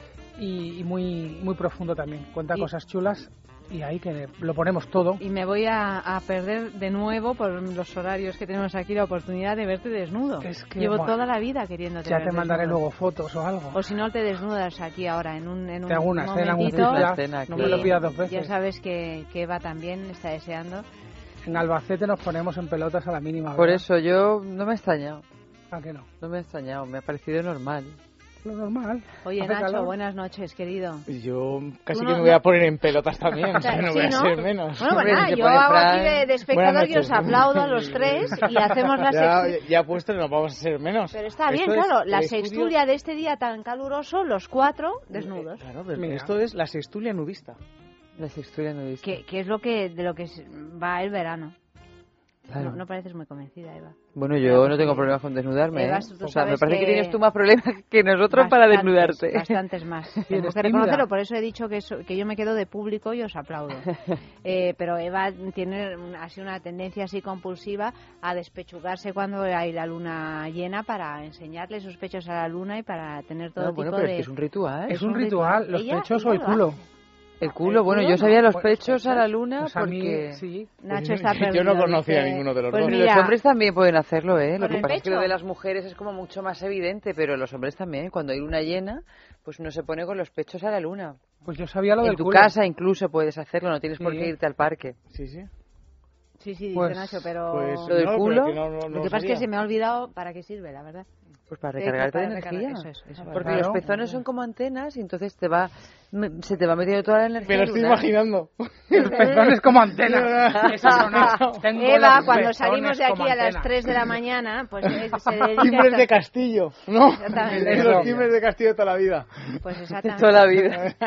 Speaker 20: muy profundo también. Cuenta cosas chulas y ahí que lo ponemos todo.
Speaker 2: Y me voy a perder de nuevo por los horarios que tenemos aquí la oportunidad de verte desnudo.
Speaker 20: Es que,
Speaker 2: llevo
Speaker 20: bueno,
Speaker 2: toda la vida queriéndote
Speaker 20: Ya
Speaker 2: ver
Speaker 20: te mandaré
Speaker 2: desnudo.
Speaker 20: luego fotos o algo.
Speaker 2: O si no te desnudas aquí ahora en un
Speaker 20: Te hago una escena, un
Speaker 2: momentito.
Speaker 20: flip-flap, no me lo pidas 2 veces.
Speaker 2: Ya sabes que Eva también está deseando.
Speaker 20: En Albacete nos ponemos en pelotas a la mínima.
Speaker 5: Por
Speaker 20: ¿verdad?
Speaker 5: eso yo no me he extrañado.
Speaker 20: ¿A qué no?
Speaker 5: No me he extrañado, me ha parecido normal.
Speaker 20: Lo normal.
Speaker 2: Oye,
Speaker 20: ¿Hace
Speaker 2: Nacho,
Speaker 20: calor?
Speaker 2: buenas noches, querido.
Speaker 21: Yo casi
Speaker 2: Tú
Speaker 21: que
Speaker 2: no-
Speaker 21: me voy a poner en pelotas también, o sea, no
Speaker 2: Sí,
Speaker 21: voy a
Speaker 2: ¿no?
Speaker 21: ser menos.
Speaker 2: Bueno,
Speaker 5: Hombre,
Speaker 2: nada,
Speaker 5: si te
Speaker 2: yo
Speaker 5: pone
Speaker 2: hago
Speaker 5: Fran.
Speaker 2: aquí de espectador
Speaker 21: Buenas
Speaker 2: y os
Speaker 21: noches.
Speaker 2: aplaudo a los tres y hacemos la
Speaker 21: ya,
Speaker 2: sextulia.
Speaker 21: ya puesto, no vamos a ser menos.
Speaker 2: Pero está
Speaker 21: Esto
Speaker 2: bien,
Speaker 21: es
Speaker 2: claro, la
Speaker 21: el estudio-
Speaker 2: sextulia de este día tan caluroso, los 4 desnudos.
Speaker 21: Claro, pero
Speaker 20: Mira.
Speaker 21: esto es la sextulia nudista.
Speaker 5: La sextulia nudista.
Speaker 2: Que es de lo que va el verano.
Speaker 5: Claro.
Speaker 2: No pareces muy convencida, Eva.
Speaker 5: Bueno, yo no tengo problemas con desnudarme.
Speaker 2: Eva,
Speaker 5: ¿eh?
Speaker 2: tú
Speaker 5: O sea, me
Speaker 2: sabes
Speaker 5: parece que
Speaker 2: que
Speaker 5: tienes tú más problemas que nosotros para desnudarte.
Speaker 2: Bastantes más. Tengo
Speaker 20: ¿Eres
Speaker 2: que
Speaker 20: tímida?
Speaker 2: reconocerlo, por eso he dicho que yo me quedo de público y os aplaudo. Pero Eva tiene así una tendencia así compulsiva a despechugarse cuando hay la luna llena para enseñarle sus pechos a la luna y para tener todo
Speaker 5: No,
Speaker 2: tipo
Speaker 5: bueno, pero
Speaker 2: de...
Speaker 5: es que es un ritual.
Speaker 20: Es un ritual. Los
Speaker 2: Ella-
Speaker 20: pechos
Speaker 2: ella
Speaker 20: o el
Speaker 2: lo
Speaker 20: culo.
Speaker 2: hace.
Speaker 5: El culo, bueno,
Speaker 2: culo
Speaker 5: yo sabía
Speaker 2: no.
Speaker 5: los pechos a la luna
Speaker 20: Pues a mí,
Speaker 5: porque...
Speaker 20: sí.
Speaker 2: Nacho está perdido.
Speaker 21: Yo no conocía
Speaker 2: dice,
Speaker 21: ninguno de los
Speaker 2: pues
Speaker 21: dos.
Speaker 2: mira,
Speaker 5: Los hombres también pueden hacerlo, ¿eh? Lo
Speaker 2: ¿Con
Speaker 5: que
Speaker 2: el
Speaker 5: pasa es que
Speaker 2: pecho?
Speaker 5: lo de las mujeres es como mucho más evidente, pero los hombres también. Cuando hay luna llena, pues uno se pone con los pechos a la luna.
Speaker 20: Pues yo sabía lo
Speaker 5: En
Speaker 20: del
Speaker 5: tu
Speaker 20: culo.
Speaker 5: casa incluso puedes hacerlo, no tienes por
Speaker 20: Sí.
Speaker 5: qué irte al parque.
Speaker 21: Sí, sí.
Speaker 2: Sí, dice
Speaker 20: Pues-
Speaker 2: Nacho, pero...
Speaker 21: Pues
Speaker 5: Lo del
Speaker 21: no, pero
Speaker 5: culo,
Speaker 21: que no
Speaker 2: lo que pasa es que se me ha olvidado para qué sirve, la verdad.
Speaker 5: Pues para recargarte de
Speaker 2: para
Speaker 5: energía.
Speaker 2: recargar, eso es.
Speaker 5: Porque
Speaker 20: Claro.
Speaker 5: los pezones son como antenas y entonces se te va metiendo toda la energía.
Speaker 21: Me lo estoy
Speaker 5: lunar.
Speaker 21: imaginando.
Speaker 20: El pezón es como antena. Eso no. Tengo
Speaker 2: Eva,
Speaker 20: los
Speaker 2: cuando
Speaker 20: pezones
Speaker 2: salimos de aquí
Speaker 20: como
Speaker 2: a las
Speaker 20: antena.
Speaker 2: 3 de la mañana, pues se dedica
Speaker 21: Timbres
Speaker 2: a
Speaker 21: de Castillo, ¿no?
Speaker 2: Exactamente.
Speaker 21: Es los timbres de Castillo de toda la vida.
Speaker 2: Pues
Speaker 5: De
Speaker 2: exactamente.
Speaker 5: toda la vida.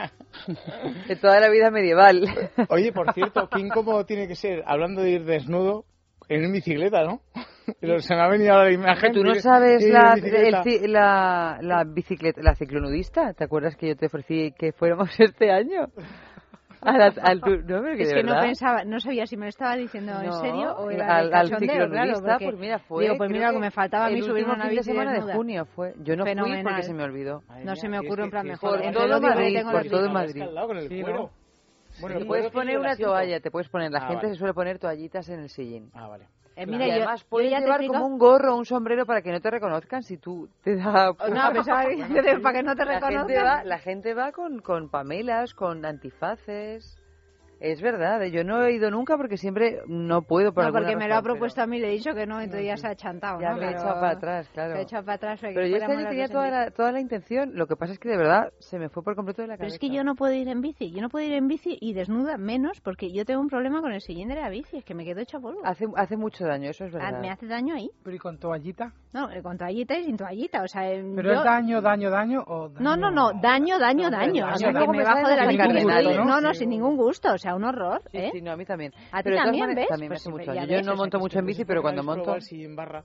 Speaker 5: De toda la vida medieval.
Speaker 21: Oye, por cierto, qué incómodo tiene que ser, hablando de ir desnudo, en bicicleta, ¿no? Pero se me ha venido ahora la imagen.
Speaker 5: ¿Tú no
Speaker 21: de-
Speaker 5: sabes
Speaker 21: ir en bicicleta.
Speaker 5: la bicicleta, la ciclonudista? ¿Te acuerdas que yo te ofrecí que fuéramos este año? No, pero que
Speaker 2: Es
Speaker 5: de
Speaker 2: que no
Speaker 5: verdad.
Speaker 2: pensaba, no sabía si me lo estaba diciendo en
Speaker 5: No,
Speaker 2: serio o era
Speaker 5: al
Speaker 2: de cachondeo,
Speaker 5: ciclonudista,
Speaker 2: claro, porque
Speaker 5: pues mira, fue.
Speaker 2: digo, pues
Speaker 5: creo
Speaker 2: mira lo que me faltaba a mí
Speaker 5: el
Speaker 2: subirme
Speaker 5: último
Speaker 2: una
Speaker 5: fin de
Speaker 2: bici
Speaker 5: semana de
Speaker 2: desnuda.
Speaker 5: junio fue. Yo no fui
Speaker 2: Fenomenal.
Speaker 5: porque se me olvidó.
Speaker 2: No se me ocurre en plan mejor.
Speaker 5: Por
Speaker 2: Entre
Speaker 5: todo
Speaker 2: lo digo,
Speaker 5: Madrid,
Speaker 2: tengo
Speaker 5: por
Speaker 2: los
Speaker 5: todo
Speaker 2: vídeos.
Speaker 5: Madrid.
Speaker 21: Al lado con el
Speaker 20: Sí,
Speaker 21: cuero.
Speaker 20: ¿no?
Speaker 21: Bueno,
Speaker 5: Te
Speaker 21: el
Speaker 5: puedes
Speaker 21: cuero que
Speaker 5: poner
Speaker 21: lleva el
Speaker 5: una
Speaker 21: asiento.
Speaker 5: toalla, te puedes poner. La
Speaker 21: Ah,
Speaker 5: gente
Speaker 21: vale.
Speaker 5: se suele poner toallitas en el sillín.
Speaker 21: Ah, vale.
Speaker 2: Mira,
Speaker 5: y
Speaker 2: yo
Speaker 5: además puedes
Speaker 2: ya te
Speaker 5: llevar
Speaker 2: explico-
Speaker 5: como un gorro o un sombrero para que no te reconozcan si tú te da...
Speaker 2: No, pensaba que para que no te reconozcan.
Speaker 5: La gente va con pamelas, con antifaces. Es verdad, yo no he ido nunca porque siempre no puedo por
Speaker 2: No,
Speaker 5: alguna
Speaker 2: porque me
Speaker 5: razón,
Speaker 2: lo ha
Speaker 5: pero-
Speaker 2: propuesto a mí, le he dicho que no, entonces ya se ha chantado,
Speaker 5: Ya
Speaker 2: ¿no?
Speaker 5: me he
Speaker 2: Pero-
Speaker 5: echado para atrás, claro.
Speaker 2: Se ha echado para atrás. para que
Speaker 5: Pero yo este
Speaker 2: fuéramos
Speaker 5: año
Speaker 2: las
Speaker 5: tenía
Speaker 2: dos en bici.
Speaker 5: toda la intención, lo que pasa es que de verdad se me fue por completo de la
Speaker 2: Pero
Speaker 5: cabeza.
Speaker 2: es que yo no puedo ir en bici, yo no puedo ir en bici y desnuda menos porque yo tengo un problema con el sillín de la bici, es que me quedo hecha polvo.
Speaker 5: Hace mucho daño, eso es verdad.
Speaker 2: Me hace daño ahí.
Speaker 20: Pero ¿y con toallita?
Speaker 2: No, con toallita y sin toallita, o sea...
Speaker 20: ¿Pero
Speaker 2: yo-
Speaker 20: es daño o daño?
Speaker 2: No, daño. O sea, que
Speaker 5: luego
Speaker 2: me
Speaker 5: me
Speaker 2: bajo
Speaker 5: salen
Speaker 2: de la
Speaker 5: las
Speaker 2: bici.
Speaker 5: cardenales,
Speaker 2: No, sin ningún gusto, o sea, un horror,
Speaker 5: Sí,
Speaker 2: ¿eh?
Speaker 5: sí, no, a mí también.
Speaker 2: ¿A ti
Speaker 5: Pero de todas
Speaker 2: también,
Speaker 5: maneras,
Speaker 2: ves?
Speaker 5: también
Speaker 2: Pues
Speaker 5: me hace mucho
Speaker 2: ya
Speaker 5: daño.
Speaker 2: ves,
Speaker 5: Yo no
Speaker 2: o sea,
Speaker 5: monto
Speaker 2: que
Speaker 5: mucho en bici, pero cuando monto...
Speaker 21: Si en barra.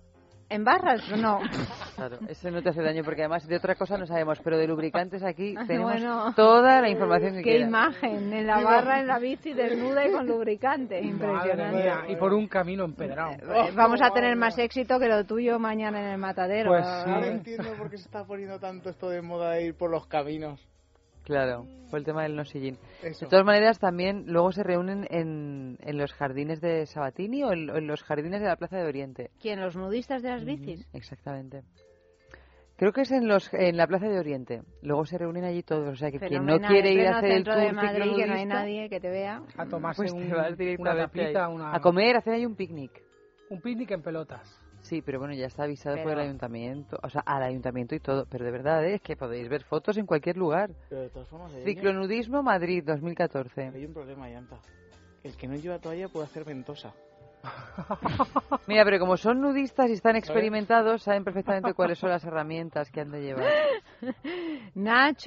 Speaker 2: ¿En barras? No.
Speaker 5: Claro, ese no te hace daño porque además de otra cosa no sabemos, pero de lubricantes aquí tenemos
Speaker 2: Bueno,
Speaker 5: toda la información que
Speaker 2: qué
Speaker 5: quieras.
Speaker 2: imagen, en la barra, en la bici, desnuda y con lubricante. Impresionante.
Speaker 20: Madre mía, y por un camino empedrado.
Speaker 2: Vamos a tener más éxito que lo tuyo mañana en el matadero.
Speaker 20: Pues sí.
Speaker 21: No entiendo por qué se está poniendo tanto esto de moda de ir por los caminos.
Speaker 5: Claro, fue el tema del no sillín.
Speaker 21: Eso.
Speaker 5: De todas maneras, también luego se reúnen en los jardines de Sabatini o en los jardines de la Plaza de Oriente.
Speaker 2: ¿Quién? ¿Los nudistas de las bicis?
Speaker 5: Exactamente. Creo que es en la Plaza de Oriente. Luego se reúnen allí todos. O sea, que quien no quiere ir a hacer el tour
Speaker 2: de Madrid, que no hay
Speaker 5: ciclonudista,
Speaker 2: nadie que te vea.
Speaker 20: A tomarse
Speaker 5: pues te vas
Speaker 20: una
Speaker 5: directamente
Speaker 20: tapita,
Speaker 5: ahí. A comer, a hacer ahí un picnic.
Speaker 20: Un picnic en pelotas.
Speaker 5: Sí, pero bueno, ya está avisado por el ayuntamiento, o sea, al ayuntamiento y todo, pero de verdad es que podéis ver fotos en cualquier lugar.
Speaker 21: Pero de todas formas,
Speaker 5: Ciclonudismo Madrid 2014.
Speaker 21: Hay un problema, Yanta. El que no lleva toalla puede hacer ventosa.
Speaker 5: Mira, pero como son nudistas y están experimentados, saben perfectamente cuáles son las herramientas que han de llevar.
Speaker 2: Nacho.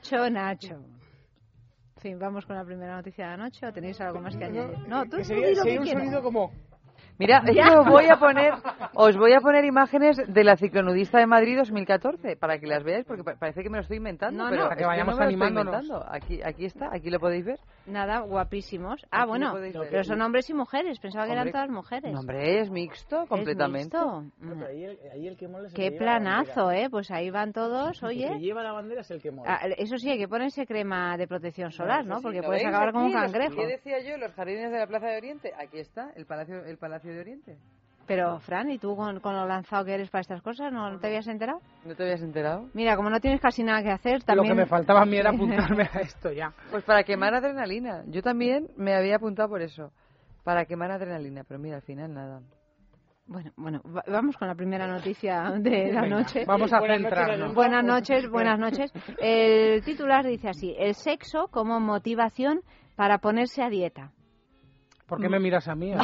Speaker 2: En fin, vamos con la primera noticia de la noche, ¿o tenéis algo más que añadir? No, tú
Speaker 21: sería un sonido como...
Speaker 5: Mira, es que os voy a poner imágenes de la ciclonudista de Madrid 2014 para que las veáis, porque parece que me lo estoy inventando, pero
Speaker 20: para que vayamos
Speaker 5: no me lo estoy
Speaker 20: animándonos.
Speaker 5: inventando. Aquí está, aquí lo podéis ver.
Speaker 2: Nada, guapísimos.
Speaker 5: Aquí
Speaker 2: Bueno,
Speaker 5: lo podéis ver.
Speaker 2: pero son hombres y mujeres, pensaba que eran
Speaker 5: Hombre,
Speaker 2: todas mujeres.
Speaker 5: No, hombre, es mixto completamente.
Speaker 21: Ahí el que mola es el
Speaker 2: Qué
Speaker 21: que lleva la
Speaker 2: planazo,
Speaker 21: bandera.
Speaker 2: Pues ahí van todos, oye.
Speaker 21: El que lleva la bandera es el que mola.
Speaker 2: Eso sí, hay que ponerse crema de protección solar, ¿no?
Speaker 5: Sí,
Speaker 2: Porque
Speaker 5: ¿lo
Speaker 2: puedes
Speaker 5: veis
Speaker 2: acabar como un
Speaker 5: aquí?
Speaker 2: cangrejo.
Speaker 5: ¿Qué decía yo? Los jardines de la Plaza de Oriente. Aquí está, el Palacio de Oriente.
Speaker 2: Pero, Fran, ¿y tú con lo lanzado que eres para estas cosas? ¿No te habías enterado?
Speaker 5: ¿No te habías enterado?
Speaker 2: Mira, como no tienes casi nada que hacer, también...
Speaker 20: Lo que me faltaba a mí era apuntarme a esto ya.
Speaker 5: Pues para quemar adrenalina. Yo también me había apuntado por eso. Para quemar adrenalina, pero mira, al final nada.
Speaker 2: Bueno, vamos con la primera noticia de la noche.
Speaker 20: Vamos a centrarnos.
Speaker 2: Buenas noches. El titular dice así: el sexo como motivación para ponerse a dieta.
Speaker 20: ¿Por qué me miras a mí?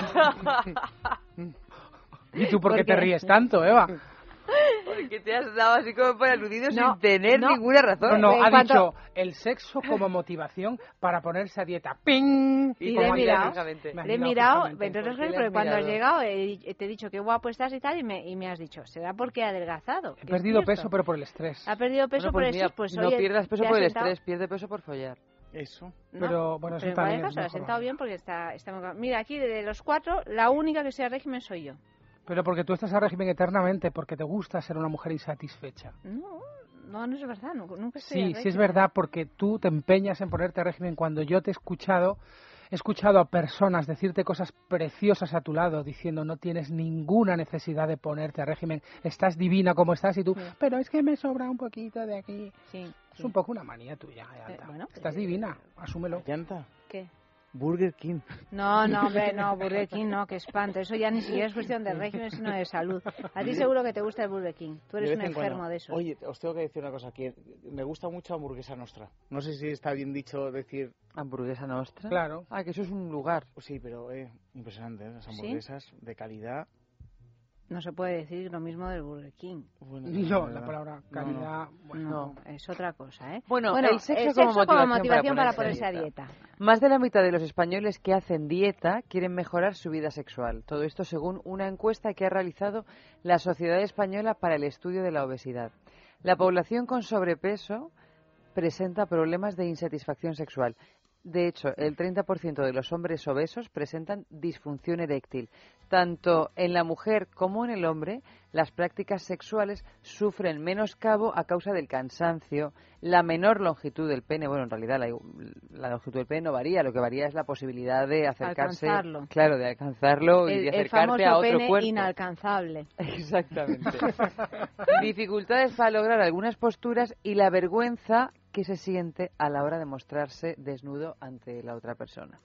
Speaker 20: ¿Y tú por qué te ríes tanto, Eva?
Speaker 5: Porque te has dado así como por aludido sin tener ninguna razón.
Speaker 20: No, ha dicho el sexo como motivación para ponerse a dieta. ¡Ping!
Speaker 2: Y le he mirado, entonces porque cuando has llegado te he dicho qué guapo estás y tal, y me has dicho, ¿será porque he adelgazado?
Speaker 20: He perdido peso, pero por el estrés.
Speaker 2: Ha perdido peso por el estrés, pues oye,
Speaker 5: no pierdas peso por el estrés, pierde peso por follar.
Speaker 21: Eso.
Speaker 20: Pero bueno, eso también es
Speaker 2: mejor. Ha sentado bien porque está muy... Mira, aquí de los 4, la única que sea régimen soy yo.
Speaker 20: Pero porque tú estás a régimen eternamente, porque te gusta ser una mujer insatisfecha.
Speaker 2: No es verdad, nunca estoy a régimen.
Speaker 20: Sí es verdad, porque tú te empeñas en ponerte a régimen. Cuando yo te he escuchado a personas decirte cosas preciosas a tu lado, diciendo no tienes ninguna necesidad de ponerte a régimen, estás divina como estás, y tú, pero es que me sobra un poquito de aquí.
Speaker 2: Sí.
Speaker 20: Es un poco una manía tuya, Yanta. Estás divina, asúmelo.
Speaker 21: Yanta.
Speaker 2: ¿Qué?
Speaker 21: Burger King.
Speaker 2: No, hombre, no, Burger King no, qué espanto. Eso ya ni siquiera es cuestión de régimen, sino de salud. A ti seguro que te gusta el Burger King. Tú eres un enfermo de eso.
Speaker 21: Oye, os tengo que decir una cosa, que me gusta mucho Hamburguesa Nostra. No sé si está bien dicho decir...
Speaker 5: ¿Hamburguesa Nostra?
Speaker 20: Claro.
Speaker 5: Que eso es un lugar.
Speaker 21: Sí, pero impresionante, las hamburguesas de calidad.
Speaker 2: No se puede decir lo mismo del Burger King.
Speaker 20: No, la palabra calidad...
Speaker 2: No, es otra cosa, ¿eh?
Speaker 5: Bueno, el sexo como motivación
Speaker 2: para ponerse a dieta.
Speaker 5: Más de la mitad de los españoles que hacen dieta quieren mejorar su vida sexual. Todo esto según una encuesta que ha realizado la Sociedad Española para el Estudio de la Obesidad. La población con sobrepeso presenta problemas de insatisfacción sexual. De hecho, el 30% de los hombres obesos presentan disfunción eréctil. Tanto en la mujer como en el hombre, las prácticas sexuales sufren menoscabo a causa del cansancio, la menor longitud del pene. Bueno, en realidad la longitud del pene no varía, lo que varía es la posibilidad de acercarse.
Speaker 2: Alcanzarlo.
Speaker 5: Claro, de alcanzarlo y de acercarte a otro
Speaker 2: pene
Speaker 5: cuerpo.
Speaker 2: Inalcanzable.
Speaker 5: Exactamente. Dificultades para lograr algunas posturas y la vergüenza que se siente a la hora de mostrarse desnudo ante la otra persona.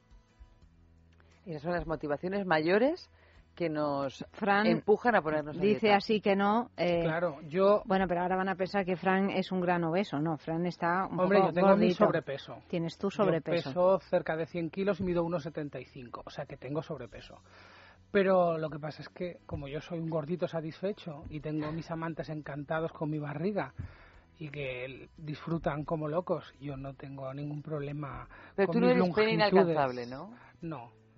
Speaker 5: Esas son las motivaciones mayores que nos empujan a ponernos a
Speaker 2: dice
Speaker 5: dieta.
Speaker 2: Así que no.
Speaker 20: Claro, yo...
Speaker 2: Bueno, pero ahora van a pensar que Fran es un gran obeso. No, Fran está un
Speaker 20: Hombre,
Speaker 2: poco
Speaker 20: yo tengo
Speaker 2: gordito.
Speaker 20: mi sobrepeso.
Speaker 2: Tienes tu sobrepeso.
Speaker 20: Yo peso cerca de 100 kilos y mido 1,75. O sea que tengo sobrepeso. Pero lo que pasa es que, como yo soy un gordito satisfecho y tengo mis amantes encantados con mi barriga y que disfrutan como locos, yo no tengo ningún problema
Speaker 5: pero
Speaker 20: con
Speaker 5: tú no
Speaker 20: mis
Speaker 5: eres pene
Speaker 20: longitudes.
Speaker 5: inalcanzable, ¿no?
Speaker 20: No.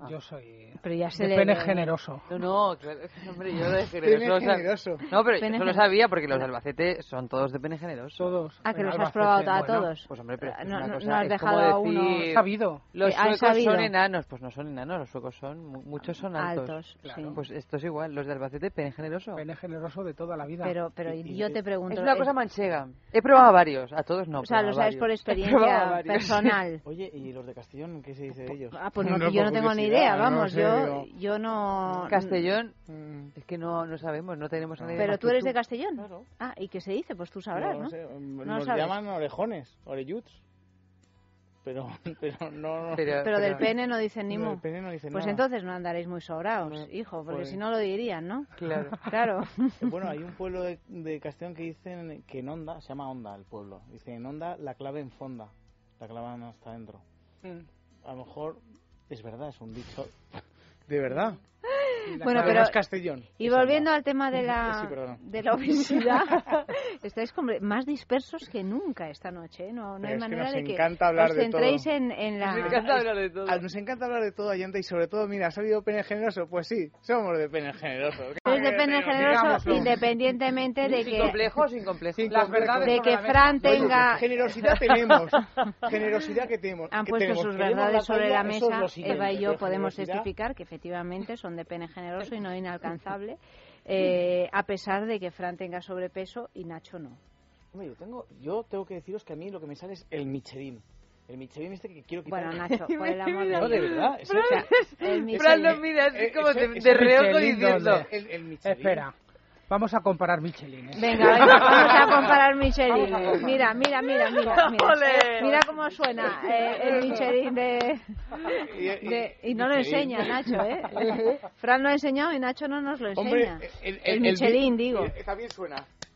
Speaker 20: Yo soy
Speaker 2: pero ya se
Speaker 20: de
Speaker 2: le
Speaker 20: pene
Speaker 2: ve.
Speaker 20: generoso.
Speaker 5: No, claro, hombre, yo de generoso.
Speaker 21: Pene generoso.
Speaker 5: No, pero
Speaker 2: Pene
Speaker 5: yo lo sabía porque los de Albacete son todos de pene generoso.
Speaker 20: Todos.
Speaker 2: Ah, que
Speaker 20: En
Speaker 2: los has
Speaker 20: Albacete,
Speaker 2: probado a
Speaker 20: bueno,
Speaker 2: todos.
Speaker 5: Pues hombre, pero esto es
Speaker 2: No,
Speaker 5: una
Speaker 2: no,
Speaker 5: cosa,
Speaker 2: no has
Speaker 5: es
Speaker 2: dejado
Speaker 5: como
Speaker 2: a uno
Speaker 5: decir,
Speaker 20: sabido.
Speaker 5: Los
Speaker 2: ¿Has
Speaker 5: suecos
Speaker 2: sabido?
Speaker 5: son enanos, pues no son enanos, los suecos son, muchos son altos.
Speaker 2: Altos,
Speaker 20: Claro.
Speaker 2: sí.
Speaker 5: Pues esto es igual, los de Albacete, pene generoso.
Speaker 20: Pene generoso de toda la vida.
Speaker 2: Pero yo te pregunto...
Speaker 5: Es una cosa manchega. He probado a varios, a todos no.
Speaker 2: O sea,
Speaker 5: pero
Speaker 2: lo
Speaker 5: a
Speaker 2: sabes por
Speaker 5: varios. He probado
Speaker 2: experiencia
Speaker 5: a varios.
Speaker 2: personal.
Speaker 21: Oye, ¿y los de Castellón qué se dice de ellos?
Speaker 2: Ah, pues yo no tengo ni idea, vamos, yo no...
Speaker 5: Castellón, es que no sabemos, no tenemos a nadie
Speaker 2: Pero
Speaker 5: más
Speaker 2: tú
Speaker 5: que
Speaker 2: eres de Castellón.
Speaker 21: Claro.
Speaker 2: Ah, ¿y qué se dice? Pues tú sabrás, ¿no?
Speaker 21: Sé,
Speaker 2: No
Speaker 21: nos
Speaker 2: sabes.
Speaker 21: llaman orejones, orelluts. Pero no.
Speaker 2: Pero del pene no dicen ni
Speaker 21: No,
Speaker 2: mu.
Speaker 21: del pene no dicen
Speaker 2: Pues
Speaker 21: nada.
Speaker 2: entonces no andaréis muy sobraos,
Speaker 21: No,
Speaker 2: hijo, porque
Speaker 21: pues-
Speaker 2: si no lo dirían, ¿no?
Speaker 5: Claro.
Speaker 2: Claro.
Speaker 21: Bueno, hay un pueblo de Castellón que dicen que en Onda, se llama Onda el pueblo, dicen en Onda la clave en fonda, la clave no está dentro. A lo mejor es verdad, es un dicho de verdad.
Speaker 2: Bueno,
Speaker 21: Clave
Speaker 2: pero
Speaker 21: no es Castellón.
Speaker 2: y
Speaker 21: es
Speaker 2: volviendo
Speaker 21: Onda.
Speaker 2: al tema de
Speaker 21: Sí, perdona.
Speaker 2: la obesidad, estáis más dispersos que nunca esta noche, ¿eh? No
Speaker 21: Pero
Speaker 2: hay
Speaker 21: es que
Speaker 2: manera
Speaker 21: nos
Speaker 2: de que
Speaker 21: encanta hablar
Speaker 2: os
Speaker 21: de
Speaker 2: centréis
Speaker 21: todo.
Speaker 2: en la...
Speaker 5: Nos encanta hablar de todo.
Speaker 21: Nos encanta hablar de todo, Ayanta, y sobre todo, mira, ¿has salido pene generoso? Pues sí, somos de pene generoso.
Speaker 2: Sois de pene generoso
Speaker 21: Digámoslo.
Speaker 2: independientemente de
Speaker 5: Sin
Speaker 2: que...
Speaker 5: complejos, sin complejos.
Speaker 21: Sin
Speaker 20: Las
Speaker 21: complejos.
Speaker 20: verdades
Speaker 2: de
Speaker 20: sobre
Speaker 2: que
Speaker 20: la mesa.
Speaker 2: Fran
Speaker 21: Oye,
Speaker 2: tenga...
Speaker 21: generosidad tenemos. Generosidad que tenemos.
Speaker 2: Han
Speaker 21: que
Speaker 2: puesto
Speaker 21: tenemos.
Speaker 2: sus
Speaker 21: Queremos
Speaker 2: verdades sobre la
Speaker 21: paella, eso es
Speaker 2: mesa.
Speaker 21: lo siguiente,
Speaker 2: Eva y yo
Speaker 21: pero
Speaker 2: podemos
Speaker 21: generosidad-
Speaker 2: testificar que efectivamente son de pene generoso y no inalcanzable, a pesar de que Fran tenga sobrepeso y Nacho no.
Speaker 21: Hombre, yo tengo que deciros que a mí lo que me sale es el Michelin. El Michelin este que quiero quitar.
Speaker 2: Bueno, Nacho, por el amor de
Speaker 21: No, de
Speaker 2: Dios.
Speaker 21: verdad.
Speaker 2: O sea, el
Speaker 5: Fran
Speaker 2: Michelin.
Speaker 5: nos mira así como de
Speaker 21: ese
Speaker 5: reojo
Speaker 20: Michelin,
Speaker 5: diciendo...
Speaker 20: ¿dónde?
Speaker 21: El Michelin.
Speaker 20: Espera, vamos a comparar Michelines.
Speaker 2: Venga, vamos a comparar Michelin. Mira.
Speaker 5: ¡Ole!
Speaker 2: Mira cómo suena el Michelin y no lo enseña Nacho, ¿eh? Fran lo ha enseñado y Nacho no nos lo enseña.
Speaker 21: Hombre,
Speaker 2: el Michelin,
Speaker 21: vi-
Speaker 2: digo.
Speaker 21: También suena.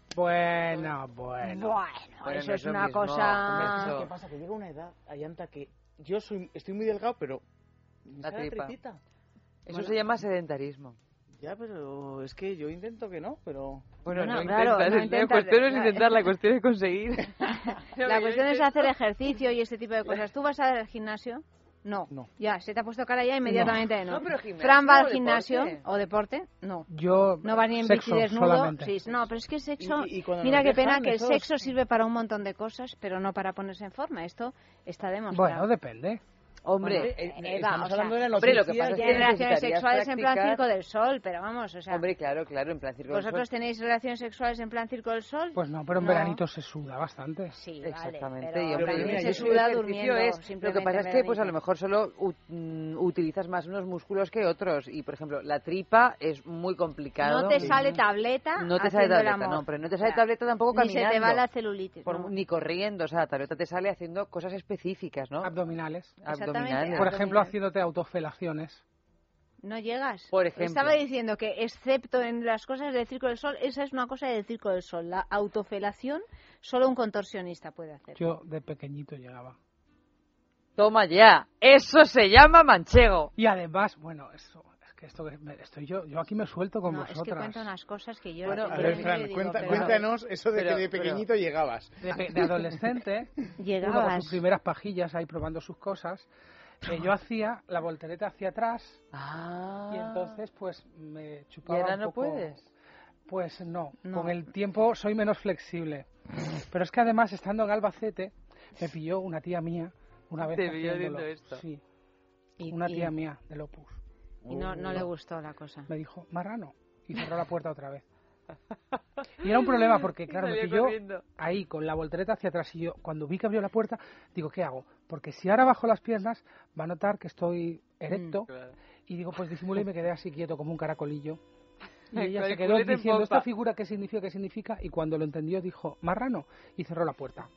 Speaker 20: Bueno.
Speaker 2: Bueno, eso es
Speaker 5: eso
Speaker 2: una
Speaker 5: mismo,
Speaker 2: cosa...
Speaker 5: eso.
Speaker 21: ¿Qué pasa? Que llega una edad, Ayanta, que yo estoy muy delgado, pero... me
Speaker 5: La
Speaker 21: sale
Speaker 5: tripa.
Speaker 21: tripita.
Speaker 5: Eso se llama sedentarismo.
Speaker 21: Ya, pero es que yo intento que no, pero...
Speaker 5: Bueno,
Speaker 2: No,
Speaker 5: no,
Speaker 2: claro,
Speaker 5: intentas,
Speaker 2: no
Speaker 5: la
Speaker 2: intentas,
Speaker 5: cuestión no es
Speaker 2: no,
Speaker 5: intentar, la cuestión es conseguir.
Speaker 2: La cuestión es hacer ejercicio y este tipo de cosas. ¿Tú vas al gimnasio? No. Ya, se te ha puesto cara ya inmediatamente no.
Speaker 5: No, pero gimnasio
Speaker 2: Fran va
Speaker 5: o
Speaker 2: al gimnasio
Speaker 5: deporte.
Speaker 2: o deporte, no.
Speaker 20: Yo
Speaker 2: No va ni en
Speaker 20: sexo
Speaker 2: bici desnudo.
Speaker 20: solamente.
Speaker 2: Sí, no, pero es que el sexo...
Speaker 21: Y cuando
Speaker 2: Mira
Speaker 21: nos
Speaker 2: qué pena
Speaker 21: dejan,
Speaker 2: que el
Speaker 21: esos-
Speaker 2: sexo sirve para un montón de cosas, pero no para ponerse en forma. Esto está demostrado.
Speaker 20: Bueno, depende.
Speaker 5: Hombre,
Speaker 2: Eva,
Speaker 21: estamos
Speaker 2: o sea,
Speaker 21: hablando de la
Speaker 5: hombre, lo que
Speaker 21: noticia
Speaker 5: pasa es
Speaker 2: ya
Speaker 5: que
Speaker 2: en relaciones
Speaker 5: necesitarías
Speaker 2: sexuales en plan
Speaker 5: practicar-
Speaker 2: Circo del Sol, pero vamos, o sea...
Speaker 5: Hombre, claro, en plan circo del Sol.
Speaker 2: ¿Vosotros tenéis relaciones sexuales en plan Circo del Sol?
Speaker 20: Pues no, pero en
Speaker 2: No.
Speaker 20: veranito se suda bastante.
Speaker 2: Sí,
Speaker 5: Exactamente,
Speaker 2: vale,
Speaker 5: y
Speaker 2: pero
Speaker 5: hombre,
Speaker 2: también
Speaker 5: mira,
Speaker 2: se
Speaker 5: yo
Speaker 2: suda
Speaker 5: el ejercicio
Speaker 2: durmiendo,
Speaker 5: es, lo que
Speaker 2: simplemente
Speaker 5: pasa es
Speaker 2: en
Speaker 5: que pues a
Speaker 2: veranito.
Speaker 5: lo mejor solo utilizas más unos músculos que otros y por ejemplo la tripa es muy complicado.
Speaker 2: No te sale tableta
Speaker 5: No te sale
Speaker 2: haciendo el
Speaker 5: tableta,
Speaker 2: amor.
Speaker 5: no, pero no te sale
Speaker 2: O sea,
Speaker 5: tableta tampoco
Speaker 2: ni
Speaker 5: caminando.
Speaker 2: se te va la celulitis. no.
Speaker 5: Ni corriendo, o sea, la tableta te sale haciendo cosas específicas, ¿no?
Speaker 20: Abdominales.
Speaker 5: Abdominales.
Speaker 20: Por ejemplo, haciéndote autofelaciones.
Speaker 2: No llegas.
Speaker 5: Por ejemplo.
Speaker 2: Estaba diciendo que, excepto en las cosas del Circo del Sol, esa es una cosa del Circo del Sol. La autofelación, solo un contorsionista puede hacer.
Speaker 20: Yo de pequeñito llegaba.
Speaker 5: Toma ya, eso se llama manchego.
Speaker 20: Y además, bueno, eso, es que estoy yo aquí me suelto con
Speaker 2: No, es que
Speaker 20: vosotras.
Speaker 2: cuento unas cosas que yo...
Speaker 5: Bueno,
Speaker 21: A ver, Fran,
Speaker 2: digo,
Speaker 21: cuéntanos eso de que de pequeñito llegabas.
Speaker 20: De adolescente, uno con
Speaker 2: Llegabas.
Speaker 20: sus primeras pajillas ahí probando sus cosas, yo hacía la voltereta hacia atrás y entonces pues me chupaba
Speaker 5: ¿Y ahora
Speaker 20: un
Speaker 5: no
Speaker 20: poco.
Speaker 5: puedes?
Speaker 20: Pues no,
Speaker 2: No.
Speaker 20: con el tiempo soy menos flexible. Pero es que además, estando en Albacete, me pilló una tía mía una vez
Speaker 5: Te pilló
Speaker 20: haciéndolo.
Speaker 5: haciendo esto.
Speaker 20: Sí,
Speaker 2: Y-
Speaker 20: una
Speaker 2: y-
Speaker 20: tía mía del Opus.
Speaker 2: Y no le gustó la cosa.
Speaker 20: Me dijo, marrano, y cerró la puerta otra vez. Y era un problema porque, claro, me
Speaker 5: Salía
Speaker 20: pilló
Speaker 5: corriendo.
Speaker 20: ahí con la voltereta hacia atrás y yo, cuando vi que abrió la puerta, digo, ¿qué hago? Porque si ahora bajo las piernas, va a notar que estoy erecto
Speaker 5: Claro.
Speaker 20: y digo, pues disimulé y me quedé así quieto como un caracolillo. Y ella
Speaker 5: Con
Speaker 20: se
Speaker 5: el
Speaker 20: quedó
Speaker 5: culete en
Speaker 20: diciendo,
Speaker 5: popa.
Speaker 20: ¿esta figura qué significa? Y cuando lo entendió dijo, marrano, y cerró la puerta.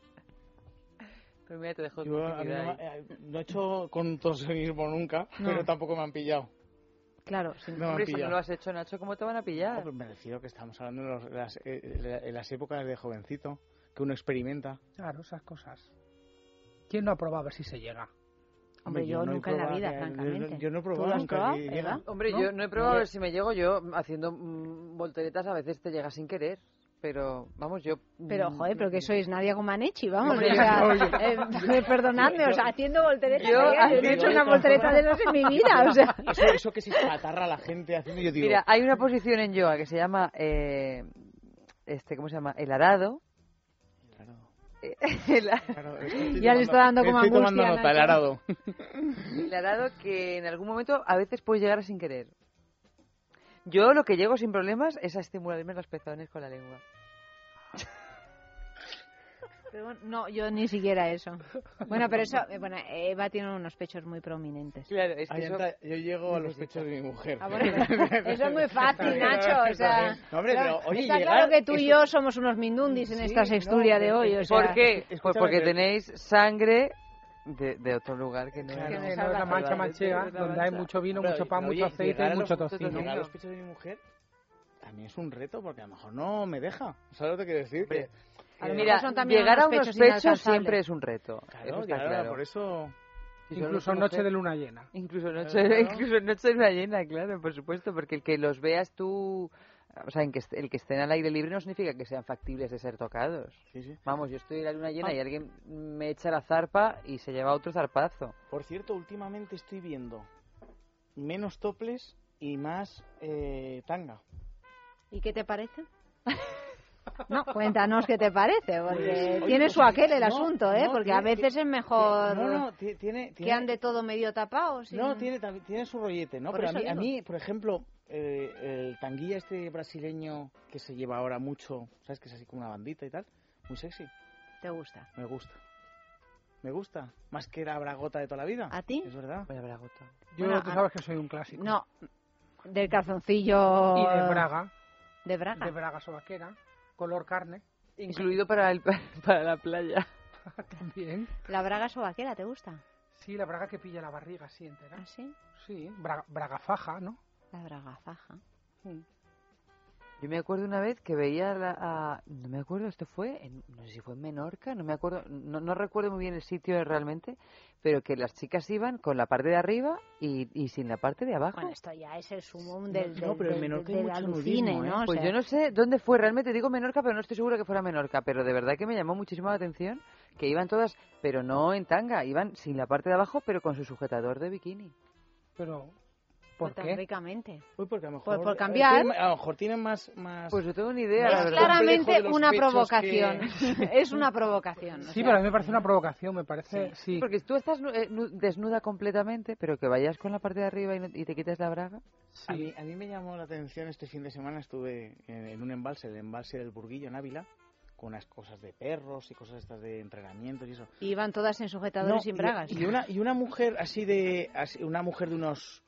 Speaker 5: Pero mira, te dejo tu
Speaker 21: Yo a mí
Speaker 5: actividad ahí.
Speaker 21: no he hecho contorsionismo nunca,
Speaker 2: No.
Speaker 21: pero tampoco me han pillado.
Speaker 2: Claro,
Speaker 21: No me han
Speaker 5: Hombre, si no
Speaker 21: pillado.
Speaker 5: lo has hecho, Nacho, ¿cómo te van a pillar?
Speaker 21: No, pero me refiero que estamos hablando en las épocas de jovencito, que uno experimenta.
Speaker 20: Claro, esas cosas. ¿Quién no ha probado a ver si se llega?
Speaker 2: Hombre, yo
Speaker 21: no he
Speaker 2: nunca en la
Speaker 21: probado
Speaker 2: vida,
Speaker 21: que-
Speaker 2: francamente.
Speaker 21: Yo no he
Speaker 2: ¿Tú
Speaker 21: probado
Speaker 2: lo has
Speaker 21: nunca.
Speaker 2: probado,
Speaker 21: que
Speaker 2: Eva?
Speaker 21: llega.
Speaker 5: Hombre,
Speaker 21: ¿No?
Speaker 5: yo no he probado a ver si me llego yo haciendo volteretas, a veces te llega sin querer. pero vamos, yo...
Speaker 2: Pero, joder, pero que sois Nadia Comaneci, vamos,
Speaker 5: Hombre,
Speaker 2: o sea, perdonadme, o sea, haciendo volteretas, yo no he hecho una voltereta de esas en mi vida, o sea...
Speaker 21: Eso que se atarra a la gente haciendo, yo digo...
Speaker 5: Mira, hay una posición en yoga que se llama, ¿cómo se llama? El arado.
Speaker 2: Ya le está dando como angustia.
Speaker 21: Estoy tomando nota, el arado.
Speaker 5: El arado que en algún momento a veces puedes llegar sin querer. Yo lo que llego sin problemas es a estimularme los pezones con la lengua.
Speaker 2: Pero no, yo ni siquiera eso. Bueno, pero eso, Eva tiene unos pechos muy prominentes.
Speaker 5: Claro, es que
Speaker 21: yo llego a los pechos de mi mujer.
Speaker 2: Eso es muy fácil, Nacho, o sea...
Speaker 21: No, hombre, pero, oye,
Speaker 2: está claro que tú y yo somos unos mindundis en esta sexturia de hoy, o sea...
Speaker 5: ¿Por qué? Pues porque tenéis sangre... De otro lugar que no
Speaker 20: es la Mancha Manchega, donde hay mucho vino, mucho pan, mucho aceite y mucho tocino.
Speaker 21: Llegar a los pechos de mi mujer a mí es un reto, porque a lo mejor no me deja. ¿Sabes lo que quiero decir?
Speaker 5: Mira, llegar a unos pechos siempre es un reto.
Speaker 21: Claro,
Speaker 5: está claro.
Speaker 21: Por eso...
Speaker 20: Incluso noche de luna llena.
Speaker 5: Incluso noche de luna llena, claro, por supuesto, porque el que los veas tú... O sea, el que estén al aire libre no significa que sean factibles de ser tocados.
Speaker 21: Sí.
Speaker 5: Vamos, yo estoy en la luna llena y alguien me echa la zarpa y se lleva otro zarpazo.
Speaker 21: Por cierto, últimamente estoy viendo menos toples y más tanga.
Speaker 2: ¿Y qué te parece? No, cuéntanos qué te parece, porque
Speaker 21: pues,
Speaker 2: tiene su aquel el asunto, ¿eh?
Speaker 21: No,
Speaker 2: porque a veces es mejor
Speaker 21: tiene,
Speaker 2: que ande todo medio tapado.
Speaker 21: No, tiene su rollete, ¿no? Pero a mí, por ejemplo, el tanguilla este brasileño que se lleva ahora mucho, ¿sabes? Que es así como una bandita y tal, muy sexy.
Speaker 2: ¿Te gusta?
Speaker 21: Me gusta, más que la bragota de toda la vida.
Speaker 2: ¿A ti?
Speaker 21: Es verdad.
Speaker 5: La bragota.
Speaker 20: Tú sabes que soy un clásico.
Speaker 2: No, del calzoncillo...
Speaker 20: Y de braga.
Speaker 2: ¿De braga?
Speaker 20: De braga sobaquera, color carne.
Speaker 5: Incluido para la playa.
Speaker 20: También.
Speaker 2: ¿La braga sobaquera te gusta?
Speaker 20: Sí, la braga que pilla la barriga así entera.
Speaker 2: ¿Ah, sí?
Speaker 20: Sí, braga faja, ¿no?
Speaker 2: La braga faja.
Speaker 5: Yo me acuerdo una vez que veía no me acuerdo, no sé si fue en Menorca, no me acuerdo, no recuerdo muy bien el sitio realmente, pero que las chicas iban con la parte de arriba y sin la parte de abajo.
Speaker 2: Bueno, esto ya es el sumum
Speaker 21: pero en Menorca hay mucho
Speaker 2: alucine,
Speaker 21: nudismo,
Speaker 2: ¿no?
Speaker 5: Pues yo no sé dónde fue, realmente digo Menorca, pero no estoy segura que fuera Menorca, pero de verdad que me llamó muchísimo la atención que iban todas, pero no en tanga, iban sin la parte de abajo, pero con su sujetador de bikini.
Speaker 20: Pero... ¿Por qué?
Speaker 2: Ricamente.
Speaker 21: Uy, porque a lo mejor...
Speaker 2: Por cambiar.
Speaker 21: A lo mejor tienen más...
Speaker 5: Pues yo tengo una idea,
Speaker 2: es claramente una provocación. Es una provocación.
Speaker 20: Sí, pero a mí me parece una provocación, me parece... Sí.
Speaker 5: Porque tú estás desnuda completamente, pero que vayas con la parte de arriba y te quites la braga.
Speaker 21: Sí. A mí me llamó la atención este fin de semana, estuve en un embalse, el embalse del Burguillo, en Ávila, con unas cosas de perros y cosas estas de entrenamientos y eso.
Speaker 2: Y iban todas en sujetadores sin bragas.
Speaker 21: Y una mujer una mujer de unos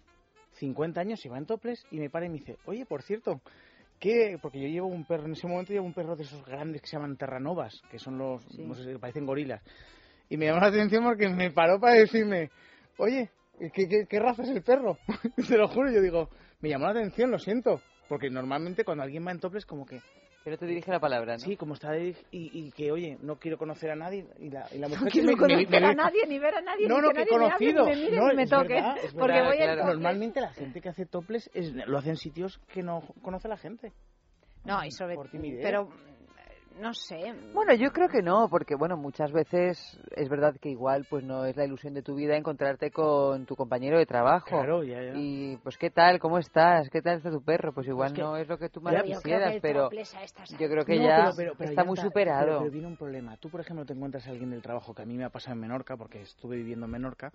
Speaker 21: 50 años iba en toples y me para y me dice, oye, por cierto, porque yo llevo un perro, en ese momento llevo un perro de esos grandes que se llaman terranovas, que son no sé, que parecen gorilas. Y me llamó la atención porque me paró para decirme, oye, ¿qué raza es el perro? Te lo juro, yo digo, me llamó la atención, lo siento, porque normalmente cuando alguien va en toples como que...
Speaker 5: Pero te dirige la palabra, ¿no?
Speaker 21: Sí, como está y que, oye, no quiero conocer a nadie. Y la mujer
Speaker 2: no quiero conocer a nadie, ni ver a nadie,
Speaker 21: no,
Speaker 2: ni que nadie
Speaker 21: conocido.
Speaker 2: me hable, ni me mire, ni me toque. Porque voy a
Speaker 21: Normalmente la gente que hace toples lo hace en sitios que no conoce la gente.
Speaker 2: No, y sobre
Speaker 21: por timidez.
Speaker 2: Pero... No sé.
Speaker 5: Bueno, yo creo que no, porque bueno, muchas veces es verdad que igual pues no es la ilusión de tu vida encontrarte con tu compañero de trabajo.
Speaker 21: Claro, ya.
Speaker 5: Y pues ¿qué tal? ¿Cómo estás? ¿Qué tal está tu perro? Pues igual no es lo que tú más quisieras, pero yo creo que pero está muy superado.
Speaker 21: Pero viene un problema. Tú, por ejemplo, te encuentras a alguien del trabajo, que a mí me ha pasado en Menorca, porque estuve viviendo en Menorca,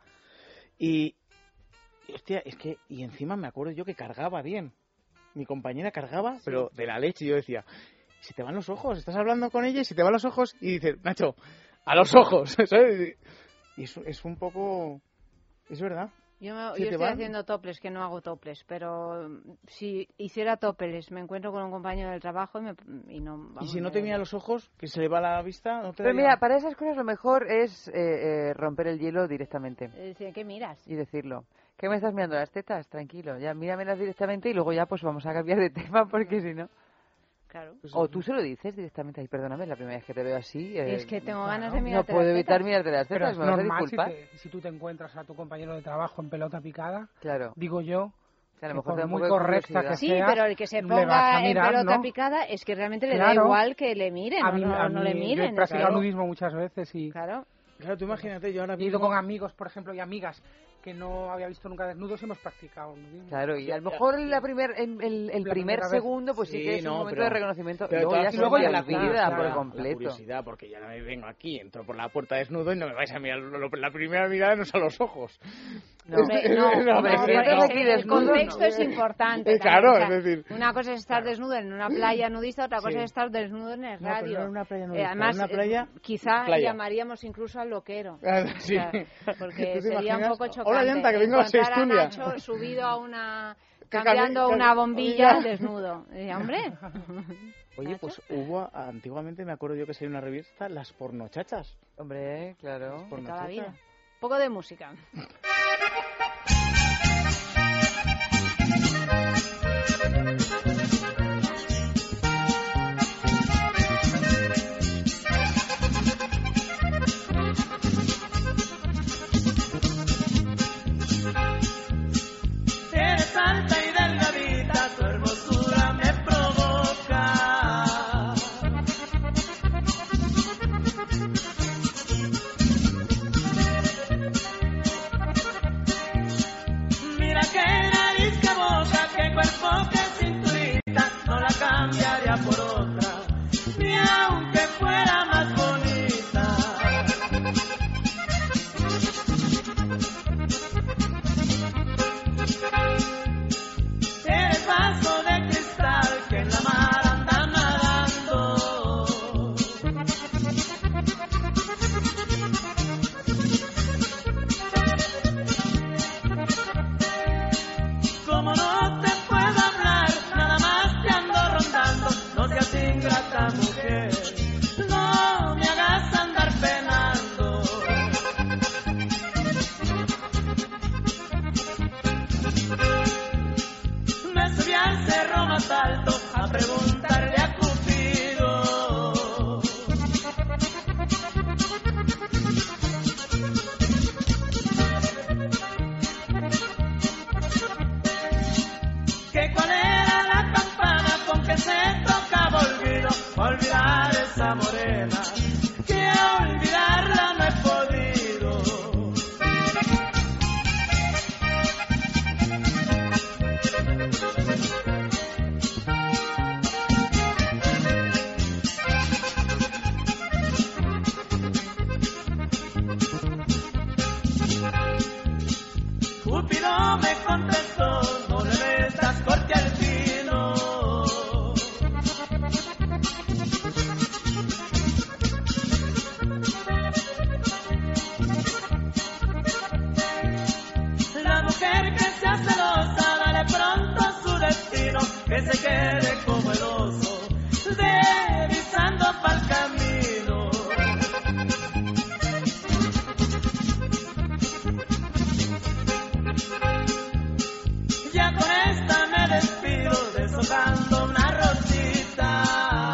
Speaker 21: y hostia, es que y encima me acuerdo yo que cargaba bien. Mi compañera cargaba, pero de la leche. Yo decía, si te van los ojos, estás hablando con ella y si te van los ojos y dices, Nacho, a los ojos, ¿sabes? Y eso es un poco... Es verdad.
Speaker 2: Yo estoy haciendo toples, que no hago toples, pero si hiciera toples, me encuentro con un compañero del trabajo y no... Vamos,
Speaker 21: y si no te mira los ojos, que se le va la vista, no te
Speaker 5: Pero mira, para esas cosas lo mejor es romper el hielo directamente.
Speaker 2: ¿Qué miras?
Speaker 5: Y decirlo. ¿Qué me estás mirando las tetas? Tranquilo, ya míramelas directamente y luego ya pues vamos a cambiar de tema porque si no...
Speaker 2: Claro.
Speaker 5: O tú se lo dices directamente, ay, perdóname, la primera vez que te veo así...
Speaker 2: es que tengo ganas de mirarte
Speaker 5: no puedo evitar mirarte las tetas,
Speaker 20: pero es normal si tú te encuentras a tu compañero de trabajo en pelota picada,
Speaker 5: claro.
Speaker 20: Digo yo
Speaker 5: A lo mejor
Speaker 20: muy correcta que
Speaker 2: sí,
Speaker 20: sea,
Speaker 2: pero el que se
Speaker 20: le vas
Speaker 2: ponga
Speaker 20: a mirar,
Speaker 2: en pelota
Speaker 20: ¿no?
Speaker 2: picada es que realmente le
Speaker 20: Claro.
Speaker 2: da igual que le miren
Speaker 20: A mí,
Speaker 2: no le miren.
Speaker 20: Yo he practicado nudismo muchas veces y...
Speaker 2: Claro.
Speaker 21: Claro, tú imagínate, yo ahora
Speaker 20: He ido
Speaker 21: mismo...
Speaker 20: con amigos, por ejemplo, y amigas que no había visto nunca desnudos y hemos practicado nudismo.
Speaker 5: Claro, y a lo mejor el primer segundo, pues sí que es un momento de reconocimiento.
Speaker 21: Pero
Speaker 5: luego ya
Speaker 21: la
Speaker 5: se olvida
Speaker 21: curiosidad,
Speaker 5: por
Speaker 21: la
Speaker 5: completo.
Speaker 21: curiosidad, porque ya no me vengo aquí, entro por la puerta desnudo y no me vais a mirar. La primera mirada no es a los ojos.
Speaker 2: No, el contexto es importante.
Speaker 21: Claro,
Speaker 2: también,
Speaker 21: es decir...
Speaker 2: Una cosa es estar desnudo en una playa nudista, otra cosa es estar desnudo en el radio.
Speaker 21: Pero no en una playa nudista,
Speaker 2: además,
Speaker 21: en una playa,
Speaker 2: quizá
Speaker 21: playa.
Speaker 2: llamaríamos incluso al loquero.
Speaker 21: Sí.
Speaker 2: O sea, porque sería un poco chocante.
Speaker 21: Hola, Llanta, que vengo a
Speaker 2: encontrar a
Speaker 21: Sestulia.
Speaker 2: Nacho subido a una... cambiando una bombilla desnudo. Hombre...
Speaker 21: Oye, pues hubo, antiguamente me acuerdo yo que salía una revista, Las Pornochachas.
Speaker 5: Hombre, claro.
Speaker 2: De toda la vida. Un poco de música.
Speaker 6: Eres alta y delgadita, tu hermosura me provoca. Mira qué nariz, qué boca, qué cuerpo, qué cinturita, no la cambiaría por otra, ni aunque fuera más bonita. Eres vaso de cristal que en la mar anda nadando. Como no te puedo hablar, nada más te ando rondando. No seas ingrata, mujer, no me hagas andar penando. Me subí al cerro más alto a preguntarle a Cupido. Que cuál era la campana con que se tocaba olvido, olvidar esa morena, que olvidarla no he podido. Cupido me contestó, no le metas corte al pino. La mujer que sea celosa, dale pronto su destino, que se quede como el oso, deslizando pa'l camino. Ya con esta me despido, deshojando una rosita.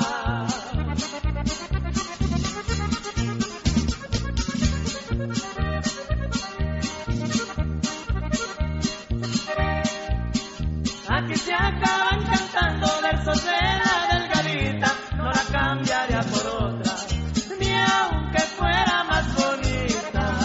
Speaker 6: Aquí se acaban cantando versos de la delgadita, no la cambiaría por otra, ni aunque fuera más bonita.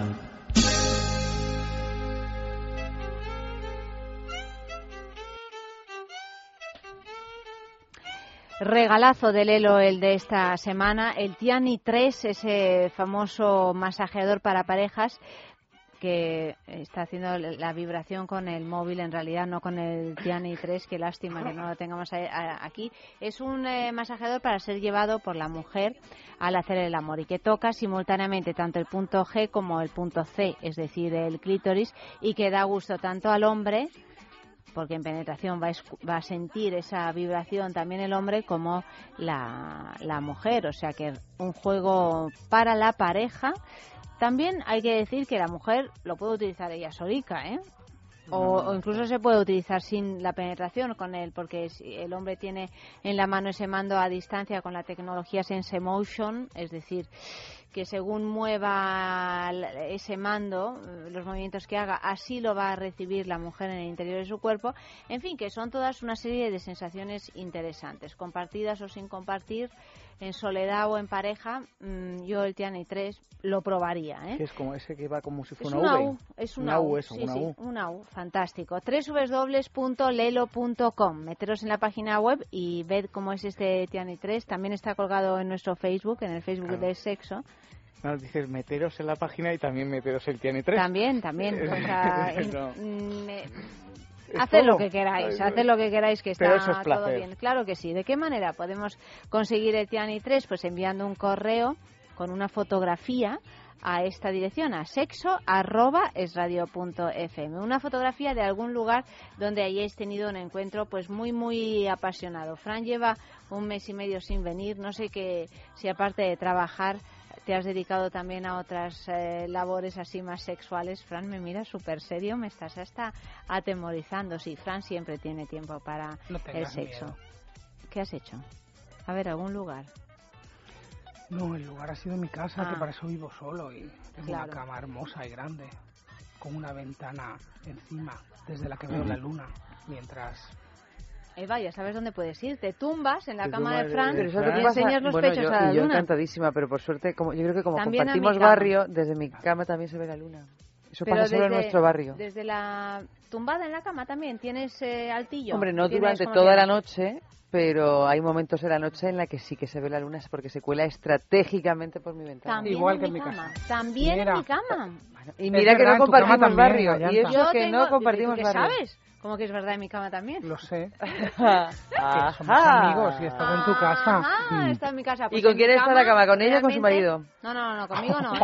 Speaker 2: Regalazo de Lelo el de esta semana, el Tiani 3, ese famoso masajeador para parejas que está haciendo la vibración con el móvil, en realidad no con el Tiani 3, qué lástima que no lo tengamos aquí. Es un masajeador para ser llevado por la mujer al hacer el amor y que toca simultáneamente tanto el punto G como el punto C, es decir, el clítoris, y que da gusto tanto al hombre, porque en penetración va a sentir esa vibración también el hombre como la mujer, o sea que un juego para la pareja. También hay que decir que la mujer lo puede utilizar ella solica, ¿eh? O incluso se puede utilizar sin la penetración con él, porque el hombre tiene en la mano ese mando a distancia con la tecnología Sense Motion, es decir, que según mueva ese mando, los movimientos que haga, así lo va a recibir la mujer en el interior de su cuerpo. En fin, que son todas una serie de sensaciones interesantes, compartidas o sin compartir, en soledad o en pareja. Yo el Tiani 3 lo probaría, ¿eh?
Speaker 21: Que es como ese que va como si fuera
Speaker 2: una
Speaker 21: V.
Speaker 2: U. Es una U,
Speaker 21: eso,
Speaker 2: sí,
Speaker 21: una U.
Speaker 2: Sí, una U, fantástico. www.lelo.com. Meteros en la página web y ved cómo es este Tiani 3. También está colgado en nuestro Facebook, en el Facebook de Sexo.
Speaker 21: No, dices meteros en la página y también meteros el Tiani 3.
Speaker 2: También. O sea, haced lo que queráis, que está todo bien. Claro que sí. ¿De qué manera podemos conseguir el Tiani 3? Pues enviando un correo con una fotografía a esta dirección, a sexo@esradio.fm. Una fotografía de algún lugar donde hayáis tenido un encuentro pues muy apasionado. Fran lleva 1 mes y medio sin venir. No sé si aparte de trabajar te has dedicado también a otras labores así más sexuales. Fran, me miras súper serio, me estás hasta atemorizando. Sí, Fran siempre tiene tiempo para el sexo.
Speaker 20: Miedo.
Speaker 2: ¿Qué has hecho? A ver, algún lugar.
Speaker 20: No, el lugar ha sido mi casa, que para eso vivo solo y tengo una cama hermosa y grande, con una ventana encima, desde la que veo la luna, mientras...
Speaker 2: Eva, ya sabes dónde puedes ir. Te tumbas en la cama de Fran y enseñas los
Speaker 5: bueno,
Speaker 2: pechos a la luna.
Speaker 5: Yo encantadísima, pero por suerte, yo creo que como
Speaker 2: también
Speaker 5: compartimos barrio, desde mi cama también se ve la luna. Eso pasa solo en nuestro barrio.
Speaker 2: Desde la tumbada en la cama también tienes altillo.
Speaker 5: Hombre, no durante toda la noche, pero hay momentos de la noche en la que sí que se ve la luna, es porque se cuela estratégicamente por mi ventana.
Speaker 2: También
Speaker 20: igual que
Speaker 2: en
Speaker 20: mi
Speaker 2: cama.
Speaker 20: casa.
Speaker 2: También en mi cama.
Speaker 5: Y mira que no compartimos barrio. Y eso que no compartimos
Speaker 2: barrio. ¿Sabes? ¿Cómo que es verdad en mi cama también?
Speaker 20: Lo sé. Somos amigos y estás en tu casa.
Speaker 2: Está en mi casa.
Speaker 5: Pues ¿y con quién está la cama? ¿Con ella o con su marido?
Speaker 2: No, conmigo no.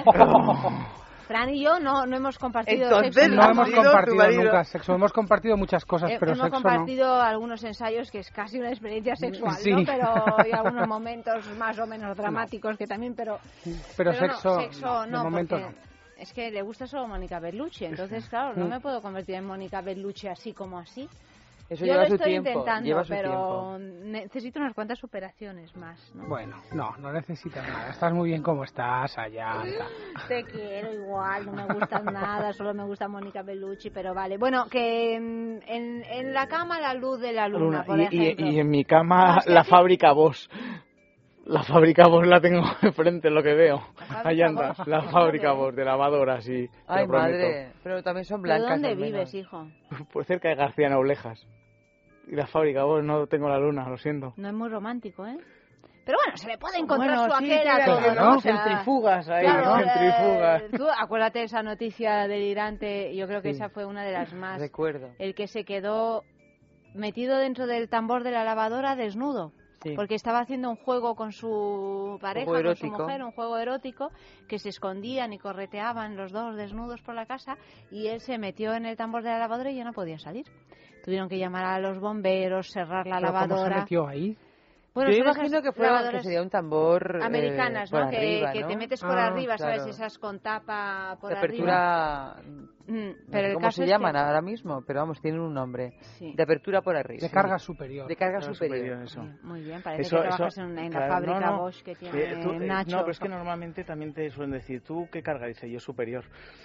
Speaker 2: Fran y yo no hemos compartido
Speaker 20: sexo. No hemos compartido nunca sexo. Hemos compartido muchas cosas, pero
Speaker 2: hemos
Speaker 20: sexo
Speaker 2: compartido algunos ensayos que es casi una experiencia sexual,
Speaker 20: sí.
Speaker 2: ¿no? Pero hay algunos momentos más o menos dramáticos que también, pero
Speaker 20: sexo
Speaker 2: no,
Speaker 20: de momento
Speaker 2: porque es que le gusta solo Mónica Bellucci, entonces claro, no me puedo convertir en Mónica Bellucci así como así.
Speaker 5: Eso
Speaker 2: yo
Speaker 5: lleva
Speaker 2: lo
Speaker 5: su
Speaker 2: estoy
Speaker 5: tiempo,
Speaker 2: intentando, pero necesito unas cuantas superaciones más, ¿no?
Speaker 20: Bueno, no necesitas nada. Estás muy bien como estás, allá.
Speaker 2: Te quiero igual, no me gustas nada, solo me gusta Mónica Bellucci, pero vale. Bueno, que en la cama la luz de la luna, por ejemplo.
Speaker 21: Y en mi cama la fábrica Bosch. La fábrica Bosch la tengo enfrente, lo que veo. Allá anda, la fábrica Bosch de lavadoras y...
Speaker 5: Ay, madre, pero también son blancas.
Speaker 2: ¿De dónde vives, hijo?
Speaker 21: Pues cerca de García Noblejas. Y la fábrica Bosch, no tengo la luna, lo siento.
Speaker 2: No es muy romántico, ¿eh? Pero bueno, se le puede encontrar su aquel a
Speaker 21: todo,
Speaker 2: ¿no?
Speaker 21: O sea, centrifugas ahí,
Speaker 2: claro,
Speaker 21: centrifugas.
Speaker 2: Tú acuérdate de esa noticia delirante, yo creo que esa fue una de las más...
Speaker 5: Recuerdo.
Speaker 2: El que se quedó metido dentro del tambor de la lavadora desnudo. Sí. Porque estaba haciendo un juego con su pareja, con su mujer, un juego erótico, que se escondían y correteaban los dos desnudos por la casa, y él se metió en el tambor de la lavadora y ya no podía salir. Tuvieron que llamar a los bomberos, cerrar la lavadora.
Speaker 20: ¿Cómo se metió ahí?
Speaker 5: Bueno, yo imagino que sería un tambor
Speaker 2: americanas, ¿no?
Speaker 5: Arriba,
Speaker 2: que
Speaker 5: ¿no?
Speaker 2: te metes por arriba,
Speaker 5: claro.
Speaker 2: ¿sabes? Esas con tapa por
Speaker 5: de apertura,
Speaker 2: arriba.
Speaker 5: Pero no sé cómo se llaman ahora mismo, pero vamos, tienen un nombre.
Speaker 2: Sí.
Speaker 5: De apertura por arriba.
Speaker 20: De carga superior.
Speaker 5: De carga superior.
Speaker 21: Eso.
Speaker 2: Muy bien, parece que trabajas en la fábrica Bosch que tiene Nacho.
Speaker 21: No, pero es que normalmente también te suelen decir, ¿tú qué carga? Dice, yo superior.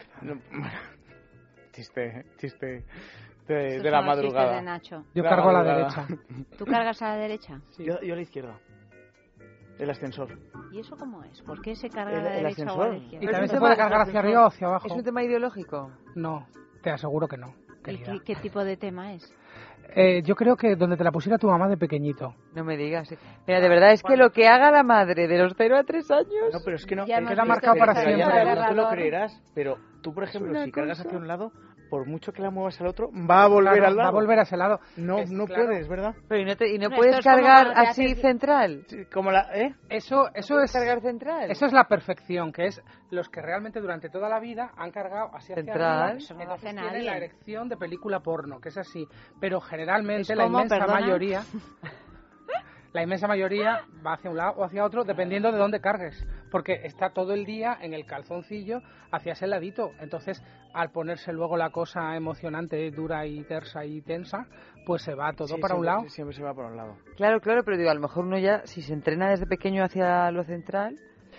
Speaker 21: Chiste de la madrugada.
Speaker 2: De Nacho.
Speaker 20: Yo cargo a la derecha.
Speaker 2: ¿Tú cargas a la derecha?
Speaker 21: Sí. Yo a la izquierda. El ascensor.
Speaker 2: ¿Y eso cómo es? ¿Por qué se carga a la derecha
Speaker 21: ascensor?
Speaker 2: o a la izquierda?
Speaker 20: Y también se puede cargar hacia arriba o hacia abajo.
Speaker 5: ¿Es un tema ideológico?
Speaker 20: No, te aseguro que no.
Speaker 2: ¿Y qué tipo de tema es?
Speaker 20: Yo creo que donde te la pusiera tu mamá de pequeñito.
Speaker 5: No me digas. Mira, de verdad es que lo que haga la madre de los 0 a 3 años...
Speaker 21: No, pero es que no...
Speaker 20: Es que la ha marcado para siempre.
Speaker 21: No te lo creerás, pero tú, por ejemplo, si cargas hacia un lado, por mucho que la muevas al otro, va a volver al lado.
Speaker 20: Va a volver a ese lado.
Speaker 21: No puedes, ¿verdad?
Speaker 5: Pero y no puedes cargar así central.
Speaker 21: Como la,
Speaker 20: Eso es
Speaker 5: cargar central.
Speaker 20: Eso es la perfección, que es los que realmente durante toda la vida han cargado así hacia
Speaker 5: central.
Speaker 20: arriba. Eso no lo hace nadie. Tiene la erección de película porno, que es así. Pero generalmente la inmensa mayoría... La inmensa mayoría va hacia un lado o hacia otro dependiendo de dónde cargues, porque está todo el día en el calzoncillo hacia ese ladito. Entonces, al ponerse luego la cosa emocionante, dura y tersa y tensa, pues se va todo para un lado.
Speaker 21: Siempre se va para un lado.
Speaker 5: Claro, pero digo, a lo mejor uno ya, si se entrena desde pequeño hacia lo central...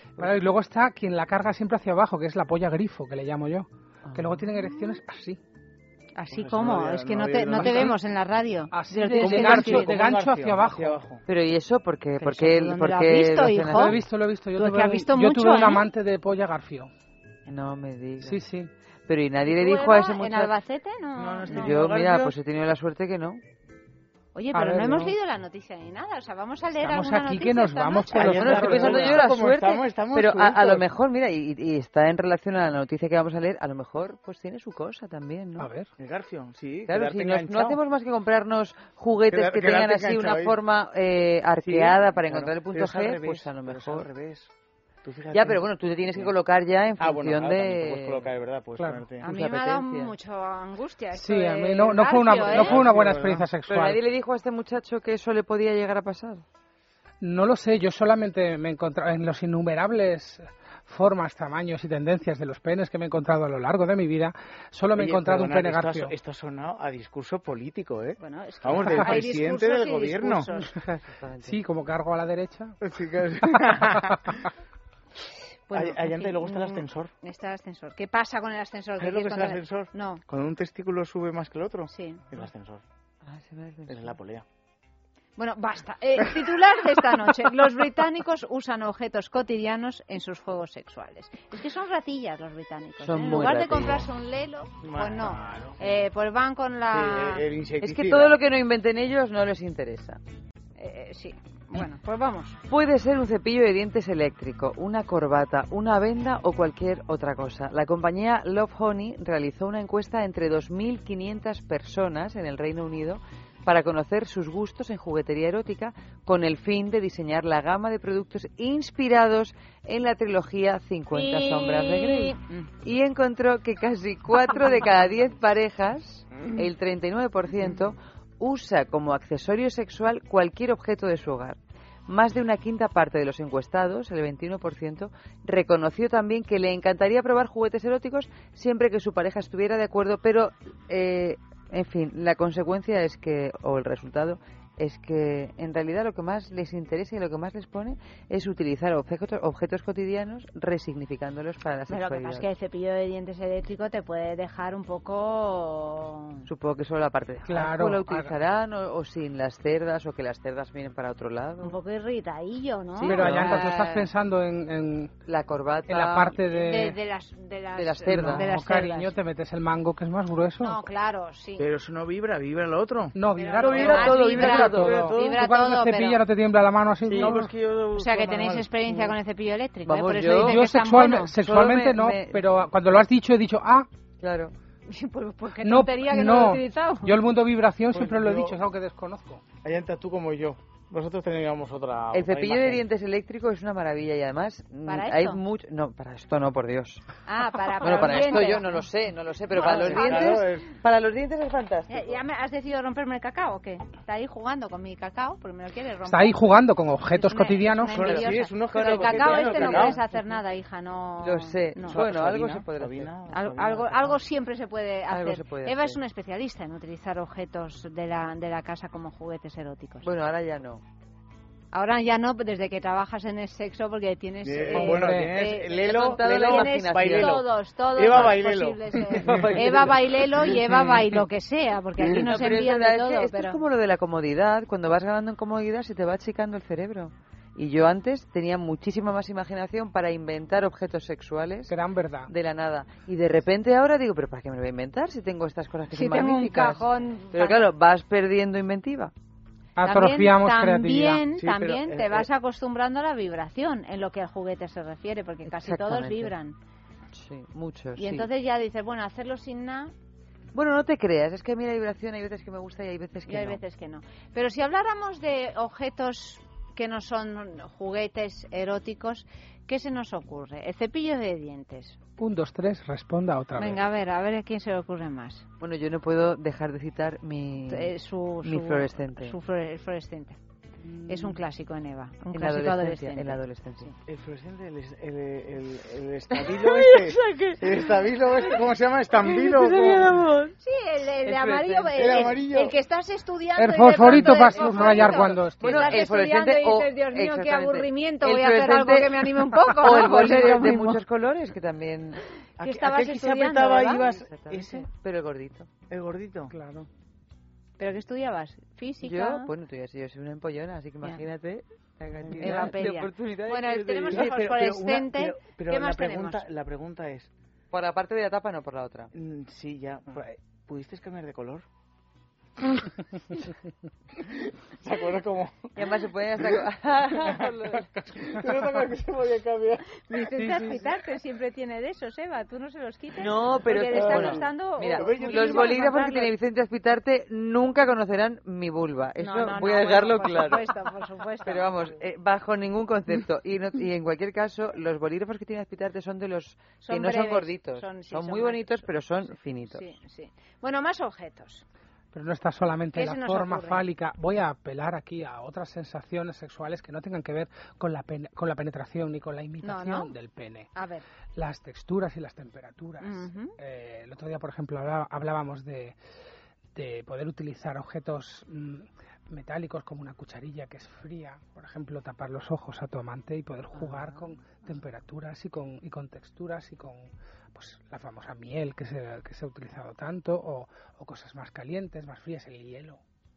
Speaker 20: Bueno, y luego está quien la carga siempre hacia abajo, que es la polla grifo, que le llamo yo. Que luego tienen erecciones así.
Speaker 2: ¿Así como? Es que no te vemos en la radio.
Speaker 20: Así de gancho hacia abajo.
Speaker 5: Pero ¿y eso por qué?
Speaker 2: ¿Lo has visto, hijo?
Speaker 20: Lo he visto. Yo tuve un amante de polla garfio.
Speaker 5: No me digas.
Speaker 20: Sí.
Speaker 5: Pero ¿y nadie le dijo a ese muchacho?
Speaker 2: ¿En Albacete? No.
Speaker 5: Yo, mira, pues he tenido la suerte que no.
Speaker 2: Oye, pero no hemos leído la noticia ni nada, o sea, vamos a leer
Speaker 20: alguna
Speaker 2: noticia.
Speaker 20: Estamos aquí que nos vamos por los...
Speaker 5: Bueno, estoy pensando yo la suerte, pero a lo
Speaker 21: sueltos.
Speaker 5: mejor, mira, y está en relación a la noticia que vamos a leer, a lo mejor pues tiene su cosa también, ¿no?
Speaker 20: A ver.
Speaker 21: El garfio, sí.
Speaker 5: Claro, si no hacemos más que comprarnos juguetes que tengan así una forma arqueada para encontrar el punto G, pues a lo mejor...
Speaker 21: Al revés.
Speaker 5: Ya, pero bueno, tú te tienes que colocar ya en función de...
Speaker 21: Puedes colocar, es verdad, ponerte.
Speaker 2: A mí me ha dado mucha angustia.
Speaker 20: Sí, a mí no fue una buena experiencia sexual.
Speaker 5: ¿Pero nadie le dijo a este muchacho que eso le podía llegar a pasar?
Speaker 20: No lo sé, yo solamente me he encontrado en los innumerables formas, tamaños y tendencias de los penes que me he encontrado a lo largo de mi vida, solo me he encontrado un pene garfio.
Speaker 21: Esto ha sonado a discurso político, ¿eh?
Speaker 2: Bueno, es que
Speaker 21: vamos, del presidente del gobierno.
Speaker 20: Sí, como cargo a la derecha.
Speaker 21: Sí, claro. Bueno, y luego está el ascensor.
Speaker 2: Está el ascensor. ¿Qué pasa con el ascensor?
Speaker 21: ¿Sabes lo que es el ascensor?
Speaker 2: No.
Speaker 21: Cuando un testículo sube más que el otro.
Speaker 2: Sí.
Speaker 21: El ascensor.
Speaker 5: Es
Speaker 21: la polea.
Speaker 2: Bueno, basta. Titular de esta noche. Los británicos usan objetos cotidianos en sus juegos sexuales. Es que son ratillas los británicos. En lugar de comprarse un lelo, pues no. Pues van con la...
Speaker 5: Es que todo lo que no inventen ellos no les interesa.
Speaker 2: Sí. Bueno, pues vamos.
Speaker 5: Puede ser un cepillo de dientes eléctrico, una corbata, una venda o cualquier otra cosa. La compañía Love Honey realizó una encuesta entre 2.500 personas en el Reino Unido para conocer sus gustos en juguetería erótica con el fin de diseñar la gama de productos inspirados en la trilogía 50 sombras de Grey. Y encontró que casi 4 de cada 10 parejas, el 39%, usa como accesorio sexual cualquier objeto de su hogar. Más de una quinta parte de los encuestados, el 21%, reconoció también que le encantaría probar juguetes eróticos siempre que su pareja estuviera de acuerdo, pero, en fin, la consecuencia es que, o el resultado, es que en realidad lo que más les interesa y lo que más les pone es utilizar objetos cotidianos resignificándolos para la sexualidad.
Speaker 2: Pero lo que pasa es que el cepillo de dientes eléctrico te puede dejar un poco...
Speaker 5: Supongo que solo la parte de
Speaker 20: claro,
Speaker 5: la utilizarán o sin las cerdas, o que las cerdas vienen para otro lado.
Speaker 2: Un poco irritadillo, ¿no?
Speaker 20: Sí, pero Ayanta, tú estás pensando en
Speaker 5: la corbata,
Speaker 20: en la parte de
Speaker 5: las cerdas.
Speaker 20: No, cariño, te metes el mango que es más grueso.
Speaker 2: No, claro, sí.
Speaker 21: Pero eso no vibra el otro.
Speaker 20: No, vibra
Speaker 5: todo.
Speaker 2: Vibra todo.
Speaker 20: Tú cuando te cepilla no te tiembla la mano así.
Speaker 21: Sí,
Speaker 20: ¿no?
Speaker 21: Pues que yo,
Speaker 2: o sea que tenéis experiencia con el cepillo eléctrico.
Speaker 5: Vamos,
Speaker 2: por eso
Speaker 20: yo sexualmente no, pero cuando lo has dicho he dicho,
Speaker 5: claro.
Speaker 2: Pues qué tontería que no lo he utilizado.
Speaker 20: Yo el mundo vibración siempre lo he dicho, es algo que desconozco.
Speaker 21: Ayanta, tú como yo. Nosotros teníamos otra.
Speaker 5: El cepillo de dientes eléctrico es una maravilla y además
Speaker 2: hay
Speaker 5: mucho. No, para esto no, por Dios.
Speaker 2: Para
Speaker 5: esto yo no lo sé, pero para los dientes, para los dientes es fantástico.
Speaker 2: ¿Ya me has decidido romperme el cacao o qué? Está ahí jugando con mi cacao porque me lo quieres romper.
Speaker 20: Está ahí jugando con objetos cotidianos.
Speaker 2: Con el cacao no puedes hacer nada, hija, no.
Speaker 5: Lo sé.
Speaker 2: No.
Speaker 5: Bueno, algo se podrá hacer.
Speaker 2: Algo siempre se puede hacer. Eva
Speaker 5: hacer.
Speaker 2: Es una especialista en utilizar objetos de la casa como juguetes eróticos.
Speaker 5: Bueno, ahora ya no.
Speaker 2: Ahora ya no, desde que trabajas en el sexo, porque tienes...
Speaker 21: tienes Lelo,
Speaker 2: tienes
Speaker 21: Bailelo.
Speaker 2: Todos
Speaker 21: Eva
Speaker 2: los
Speaker 21: Bailelo.
Speaker 2: posibles. Eva Bailelo y Eva Bailo, que sea, porque aquí nos envían de todo.
Speaker 5: Esto es como lo de la comodidad. Cuando vas ganando en comodidad se te va achicando el cerebro. Y yo antes tenía muchísima más imaginación para inventar objetos sexuales.
Speaker 20: Que eran verdad.
Speaker 5: De la nada. Y de repente ahora digo, ¿pero para qué me lo voy a inventar si tengo estas cosas que son magníficas?
Speaker 2: Si tengo un cajón...
Speaker 5: Pero claro, vas perdiendo inventiva.
Speaker 20: Atrofiamos creatividad.
Speaker 2: También te vas acostumbrando a la vibración en lo que al juguete se refiere, porque casi todos vibran.
Speaker 5: Sí, muchos.
Speaker 2: Y entonces ya dices, bueno, hacerlo sin nada.
Speaker 5: Bueno, no te creas, es que a mí la vibración hay veces que me gusta y hay veces que no.
Speaker 2: Hay veces que no. Pero si habláramos de objetos que no son juguetes eróticos, ¿qué se nos ocurre? El cepillo de dientes.
Speaker 20: 1, 2, 3, responda otra vez.
Speaker 2: Venga, a ver a quién se le ocurre más.
Speaker 5: Bueno, yo no puedo dejar de citar mi fluorescente.
Speaker 2: Su fluorescente. Es un clásico en Eva, un
Speaker 5: En
Speaker 2: clásico
Speaker 5: la
Speaker 2: adolescente.
Speaker 5: En la adolescencia.
Speaker 21: El fluorescente, el estabilo este. El estabilo este, ¿cómo se llama? Estambilo.
Speaker 2: Sí, el de amarillo,
Speaker 21: el amarillo.
Speaker 2: El que estás estudiando.
Speaker 20: El fosforito para subrayar cuando
Speaker 2: Bueno, estás estudiando y dices, Dios mío, qué aburrimiento, voy a hacer algo que me anime un poco.
Speaker 5: O el
Speaker 2: Pues es lo
Speaker 5: bolígrafo de
Speaker 2: mismo.
Speaker 5: muchos colores, que también...
Speaker 2: Que estabas
Speaker 21: se
Speaker 2: estudiando,
Speaker 21: apretaba
Speaker 2: ¿verdad?
Speaker 21: ibas ese.
Speaker 5: Pero el gordito.
Speaker 21: El gordito.
Speaker 20: Claro.
Speaker 2: ¿Pero qué estudiabas? ¿Física?
Speaker 5: Yo, bueno, yo soy una empollona, así que imagínate la cantidad de oportunidades.
Speaker 2: Bueno,
Speaker 5: que
Speaker 2: tenemos
Speaker 5: tenía.
Speaker 2: el fosforescente.
Speaker 21: Pero
Speaker 2: ¿Qué más tenemos?
Speaker 21: La pregunta es...
Speaker 5: Por la parte de la tapa, no por la otra.
Speaker 21: Sí, ya. ¿Pudiste cambiar de color? ¿Se acuerda cómo?
Speaker 5: Y además se pueden hasta...
Speaker 21: ¿Tú no te acuerdas que se podía cambiar?
Speaker 2: Licencias quitarte, siempre tiene de esos, Eva. ¿Tú no se los quitas?
Speaker 5: No, pero...
Speaker 2: Porque le está
Speaker 5: bueno,
Speaker 2: costando...
Speaker 5: mira,
Speaker 2: muchísimo
Speaker 5: los bolígrafos que
Speaker 2: comprarlos.
Speaker 5: tiene Vicente Aspitarte nunca conocerán mi vulva. Eso voy a dejarlo claro.
Speaker 2: Por supuesto.
Speaker 5: Pero vamos, bajo ningún concepto. Y en cualquier caso, los bolígrafos que tiene Aspitarte son de los
Speaker 2: Son
Speaker 5: que no son
Speaker 2: breves,
Speaker 5: gorditos.
Speaker 2: son
Speaker 5: Muy
Speaker 2: más-
Speaker 5: bonitos, pero son finitos.
Speaker 2: Sí, sí. Bueno, más objetos.
Speaker 20: Pero no está solamente
Speaker 2: ¿Qué
Speaker 20: la
Speaker 2: se nos
Speaker 20: forma
Speaker 2: ocurre?
Speaker 20: fálica. Voy a apelar aquí a otras sensaciones sexuales que no tengan que ver con la penetración ni con la imitación
Speaker 2: ¿no?
Speaker 20: del pene.
Speaker 2: A ver.
Speaker 20: Las texturas y las temperaturas.
Speaker 2: Ujú.
Speaker 20: El otro día, por ejemplo, hablábamos de poder utilizar objetos metálicos como una cucharilla que es fría, por ejemplo, tapar los ojos a tu amante y poder jugar con temperaturas y con texturas y con pues la famosa miel que se ha utilizado tanto o cosas más calientes, más frías, el hielo.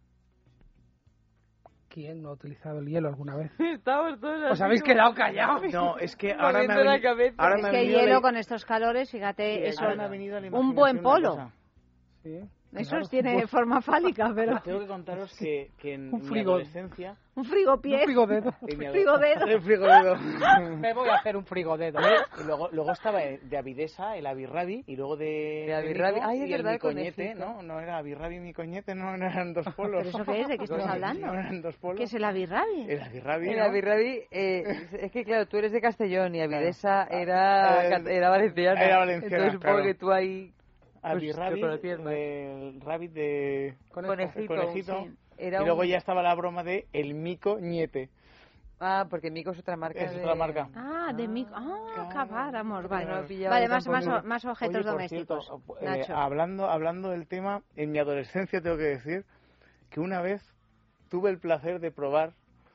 Speaker 20: ¿Quién no ha utilizado el hielo alguna vez?
Speaker 5: Estamos todos
Speaker 20: ¿Os habéis quedado callados?
Speaker 21: No, es que ahora me ha
Speaker 5: moviendo la
Speaker 21: venido...
Speaker 5: cabeza.
Speaker 21: Ahora
Speaker 2: Es
Speaker 21: me ha
Speaker 2: que el
Speaker 21: venido
Speaker 2: hielo
Speaker 21: la-
Speaker 2: con estos calores, fíjate,
Speaker 21: Sí,
Speaker 2: eso,
Speaker 21: ahora me ha venido a la
Speaker 2: un buen
Speaker 21: imaginación
Speaker 2: polo.
Speaker 21: una cosa.
Speaker 20: Sí.
Speaker 2: Eso
Speaker 20: Claro,
Speaker 2: tiene
Speaker 20: pues-
Speaker 2: forma fálica, pero...
Speaker 21: Tengo que contaros que en
Speaker 20: Un
Speaker 21: mi
Speaker 20: frigo.
Speaker 21: adolescencia...
Speaker 2: Un frigopié.
Speaker 20: Un frigodedo.
Speaker 21: en mi
Speaker 2: frigodedo.
Speaker 21: El frigodedo.
Speaker 20: Me voy a hacer un frigodedo.
Speaker 21: Y luego estaba de Avidesa, el Avirrabi, y luego de
Speaker 5: Avirrabi.
Speaker 21: Nico,
Speaker 5: Ay, es
Speaker 21: y el
Speaker 5: verdad, el
Speaker 21: Micoñete,
Speaker 5: conejito.
Speaker 21: ¿no? No era Avirrabi y Micoñete, no eran dos polos.
Speaker 2: ¿Pero eso qué es? ¿De qué estás hablando?
Speaker 21: No eran dos polos.
Speaker 2: ¿Qué es el Avirrabi?
Speaker 21: El Avirrabi,
Speaker 5: En
Speaker 21: ¿no?
Speaker 5: Avirrabi, es que claro, tú eres de Castellón y Avidesa era valenciana.
Speaker 21: Era valenciana,
Speaker 5: Entonces supongo
Speaker 21: claro.
Speaker 5: que tú ahí...
Speaker 21: Avirrabi,
Speaker 5: lo conocías más.
Speaker 21: del rabbit de...
Speaker 5: Conejito. Sí. Era
Speaker 21: Y luego
Speaker 5: un-
Speaker 21: ya estaba la broma de el Micoñete.
Speaker 5: Ah, porque Mico es otra marca.
Speaker 21: Es otra marca.
Speaker 2: Ah, de mi... Ah, acabáramos. Vale,
Speaker 5: no lo pillaba
Speaker 2: vale
Speaker 5: yo tampoco.
Speaker 2: más objetos
Speaker 21: Oye, por
Speaker 2: domésticos.
Speaker 21: cierto,
Speaker 2: Nacho.
Speaker 21: hablando del tema, en mi adolescencia tengo que decir que una vez tuve el placer de probar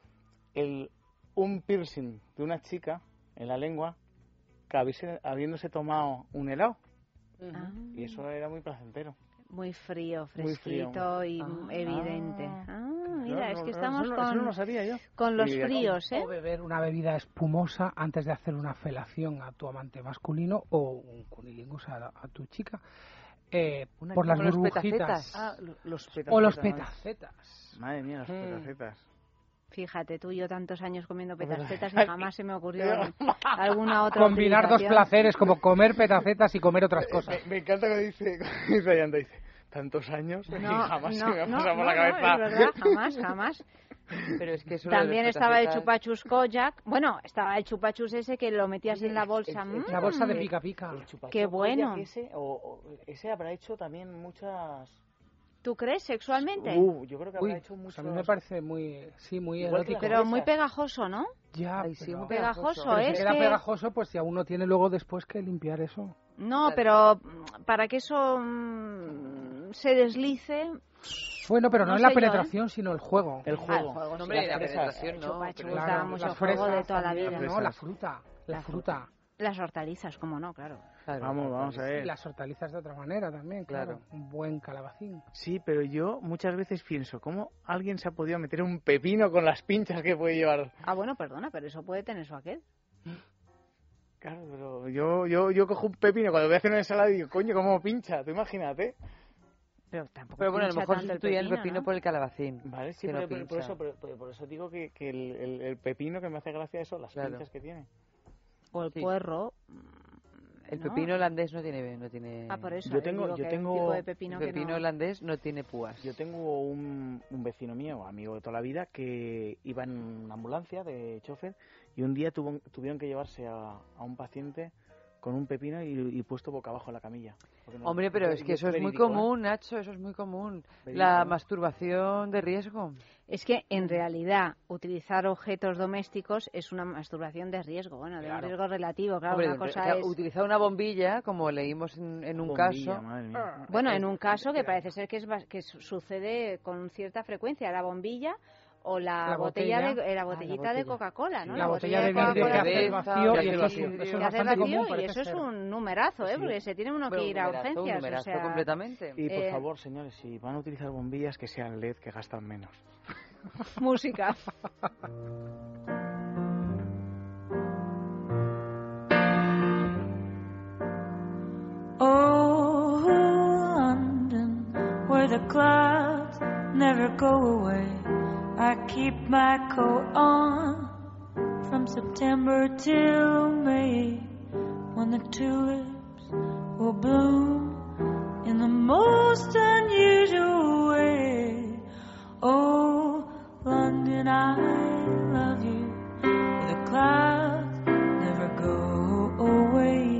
Speaker 21: un piercing de una chica en la lengua que habiéndose tomado un helado.
Speaker 2: Ah,
Speaker 21: Y eso era muy placentero.
Speaker 2: muy frío,
Speaker 21: Muy frío.
Speaker 2: fresquito y evidente. Ah, mira, es que estamos
Speaker 21: eso
Speaker 2: con,
Speaker 21: no lo sabía yo.
Speaker 2: con los
Speaker 21: Y-
Speaker 2: fríos, ¿eh?
Speaker 20: O beber una bebida espumosa antes de hacer una felación a tu amante masculino o un cunilingus a tu chica. Por las
Speaker 5: como los
Speaker 20: burbujitas.
Speaker 5: petacetas.
Speaker 21: Ah, los petacetas.
Speaker 20: O los
Speaker 21: madre.
Speaker 20: petacetas.
Speaker 21: Madre mía, los petacetas.
Speaker 2: Fíjate, tú y yo tantos años comiendo
Speaker 21: verdad.
Speaker 2: petacetas y jamás se me ocurrió alguna otra
Speaker 20: Combinar dos
Speaker 2: utilización.
Speaker 20: placeres como comer petacetas y comer otras cosas.
Speaker 21: Me encanta que dice Ayanta, dice, tantos años y jamás se me ha pasado por la
Speaker 2: no,
Speaker 21: cabeza.
Speaker 2: es verdad, jamás.
Speaker 5: Pero es que eso
Speaker 2: También
Speaker 5: de los
Speaker 2: estaba el
Speaker 5: petacetas-
Speaker 2: chupachus Kojak. Bueno, estaba el chupachus ese que lo metías en la bolsa.
Speaker 20: La bolsa de pica pica.
Speaker 2: Qué bueno.
Speaker 21: Ese habrá hecho también muchas...
Speaker 2: ¿Tú crees sexualmente?
Speaker 21: Yo creo que
Speaker 20: Uy,
Speaker 21: habrá hecho
Speaker 20: pues
Speaker 21: muchos...
Speaker 20: a mí me parece muy
Speaker 21: Igual que
Speaker 20: erótico.
Speaker 2: Pero muy pegajoso, ¿no?
Speaker 20: Ya,
Speaker 5: Ay, sí,
Speaker 20: pero-
Speaker 5: muy
Speaker 2: Pegajoso,
Speaker 20: pero
Speaker 2: es
Speaker 20: si queda
Speaker 2: que...
Speaker 20: pegajoso, pues si aún no tiene luego después que limpiar eso.
Speaker 2: No, pero para que eso se deslice...
Speaker 20: Bueno, pero no,
Speaker 2: No
Speaker 20: en la
Speaker 2: sé yo,
Speaker 20: penetración, sino el juego.
Speaker 21: El juego.
Speaker 2: juego,
Speaker 5: Hombre,
Speaker 2: sí,
Speaker 5: la
Speaker 2: las
Speaker 5: penetración
Speaker 2: fresas,
Speaker 5: no,
Speaker 2: chupachus,
Speaker 5: pero-
Speaker 2: da
Speaker 20: Claro,
Speaker 2: mucho
Speaker 20: las
Speaker 2: juego de
Speaker 20: fresas
Speaker 2: toda la
Speaker 20: también,
Speaker 2: vida.
Speaker 20: ¿no? La fruta. La fruta.
Speaker 2: Las hortalizas, cómo no, claro.
Speaker 5: Claro,
Speaker 21: Vamos a
Speaker 20: Y
Speaker 21: ver.
Speaker 20: las hortalizas de otra manera también, claro.
Speaker 5: Claro.
Speaker 20: Un buen calabacín.
Speaker 21: Sí, pero yo muchas veces pienso, ¿cómo alguien se ha podido meter un pepino con las pinchas que puede llevar?
Speaker 2: Ah, bueno, perdona, pero eso puede tener su aquel.
Speaker 21: Claro, pero yo cojo un pepino cuando voy a hacer una ensalada y digo, coño, ¿cómo pincha? Tú imagínate.
Speaker 2: Pero tampoco
Speaker 5: Pero bueno, a lo
Speaker 2: pincha
Speaker 5: mejor
Speaker 2: tanto
Speaker 5: sustituyen el pepino
Speaker 2: ¿no?
Speaker 5: por el calabacín.
Speaker 21: Vale, sí,
Speaker 5: que no
Speaker 21: pero
Speaker 5: pincha.
Speaker 21: por eso digo que el pepino que me hace gracia eso, las
Speaker 5: Claro.
Speaker 21: pinchas que tiene.
Speaker 2: O el
Speaker 5: Sí.
Speaker 2: puerro.
Speaker 5: El
Speaker 2: ¿no?
Speaker 5: pepino holandés no tiene...
Speaker 2: Ah, por eso.
Speaker 21: Yo tengo-
Speaker 2: digo
Speaker 21: yo
Speaker 2: que hay un
Speaker 21: tengo-
Speaker 2: tipo de pepino
Speaker 5: el
Speaker 2: que
Speaker 5: pepino
Speaker 2: no...
Speaker 5: holandés no tiene púas.
Speaker 21: Yo tengo un vecino mío, amigo de toda la vida, que iba en una ambulancia de chofer y un día tuvieron que llevarse a un paciente con un pepino y puesto boca abajo en la camilla.
Speaker 5: Hombre, pero es que eso es muy común, Nacho, eso es muy común. La masturbación de riesgo.
Speaker 2: Es que, en realidad, utilizar objetos domésticos es una masturbación de riesgo, bueno, de un riesgo relativo. Claro,
Speaker 5: hombre,
Speaker 2: una cosa es...
Speaker 5: Utilizar una bombilla, como leímos en un caso...
Speaker 2: Bueno, en un caso que parece ser que sucede con cierta frecuencia, la bombilla... O la botellita de Coca-Cola, ¿no?
Speaker 20: La botella de Coca-Cola que hace vacío y eso es bastante común.
Speaker 2: Y eso es un numerazo, porque se tiene uno que ir a urgencias.
Speaker 5: Un numerazo completamente.
Speaker 21: Y por favor, señores, si van a utilizar bombillas, que sean LED, que gastan menos.
Speaker 2: Música.
Speaker 10: Oh, London, where the clouds never go away. I keep my coat on from September till May, when the tulips will bloom in the most unusual way. Oh, London, I love you, where the clouds never go away.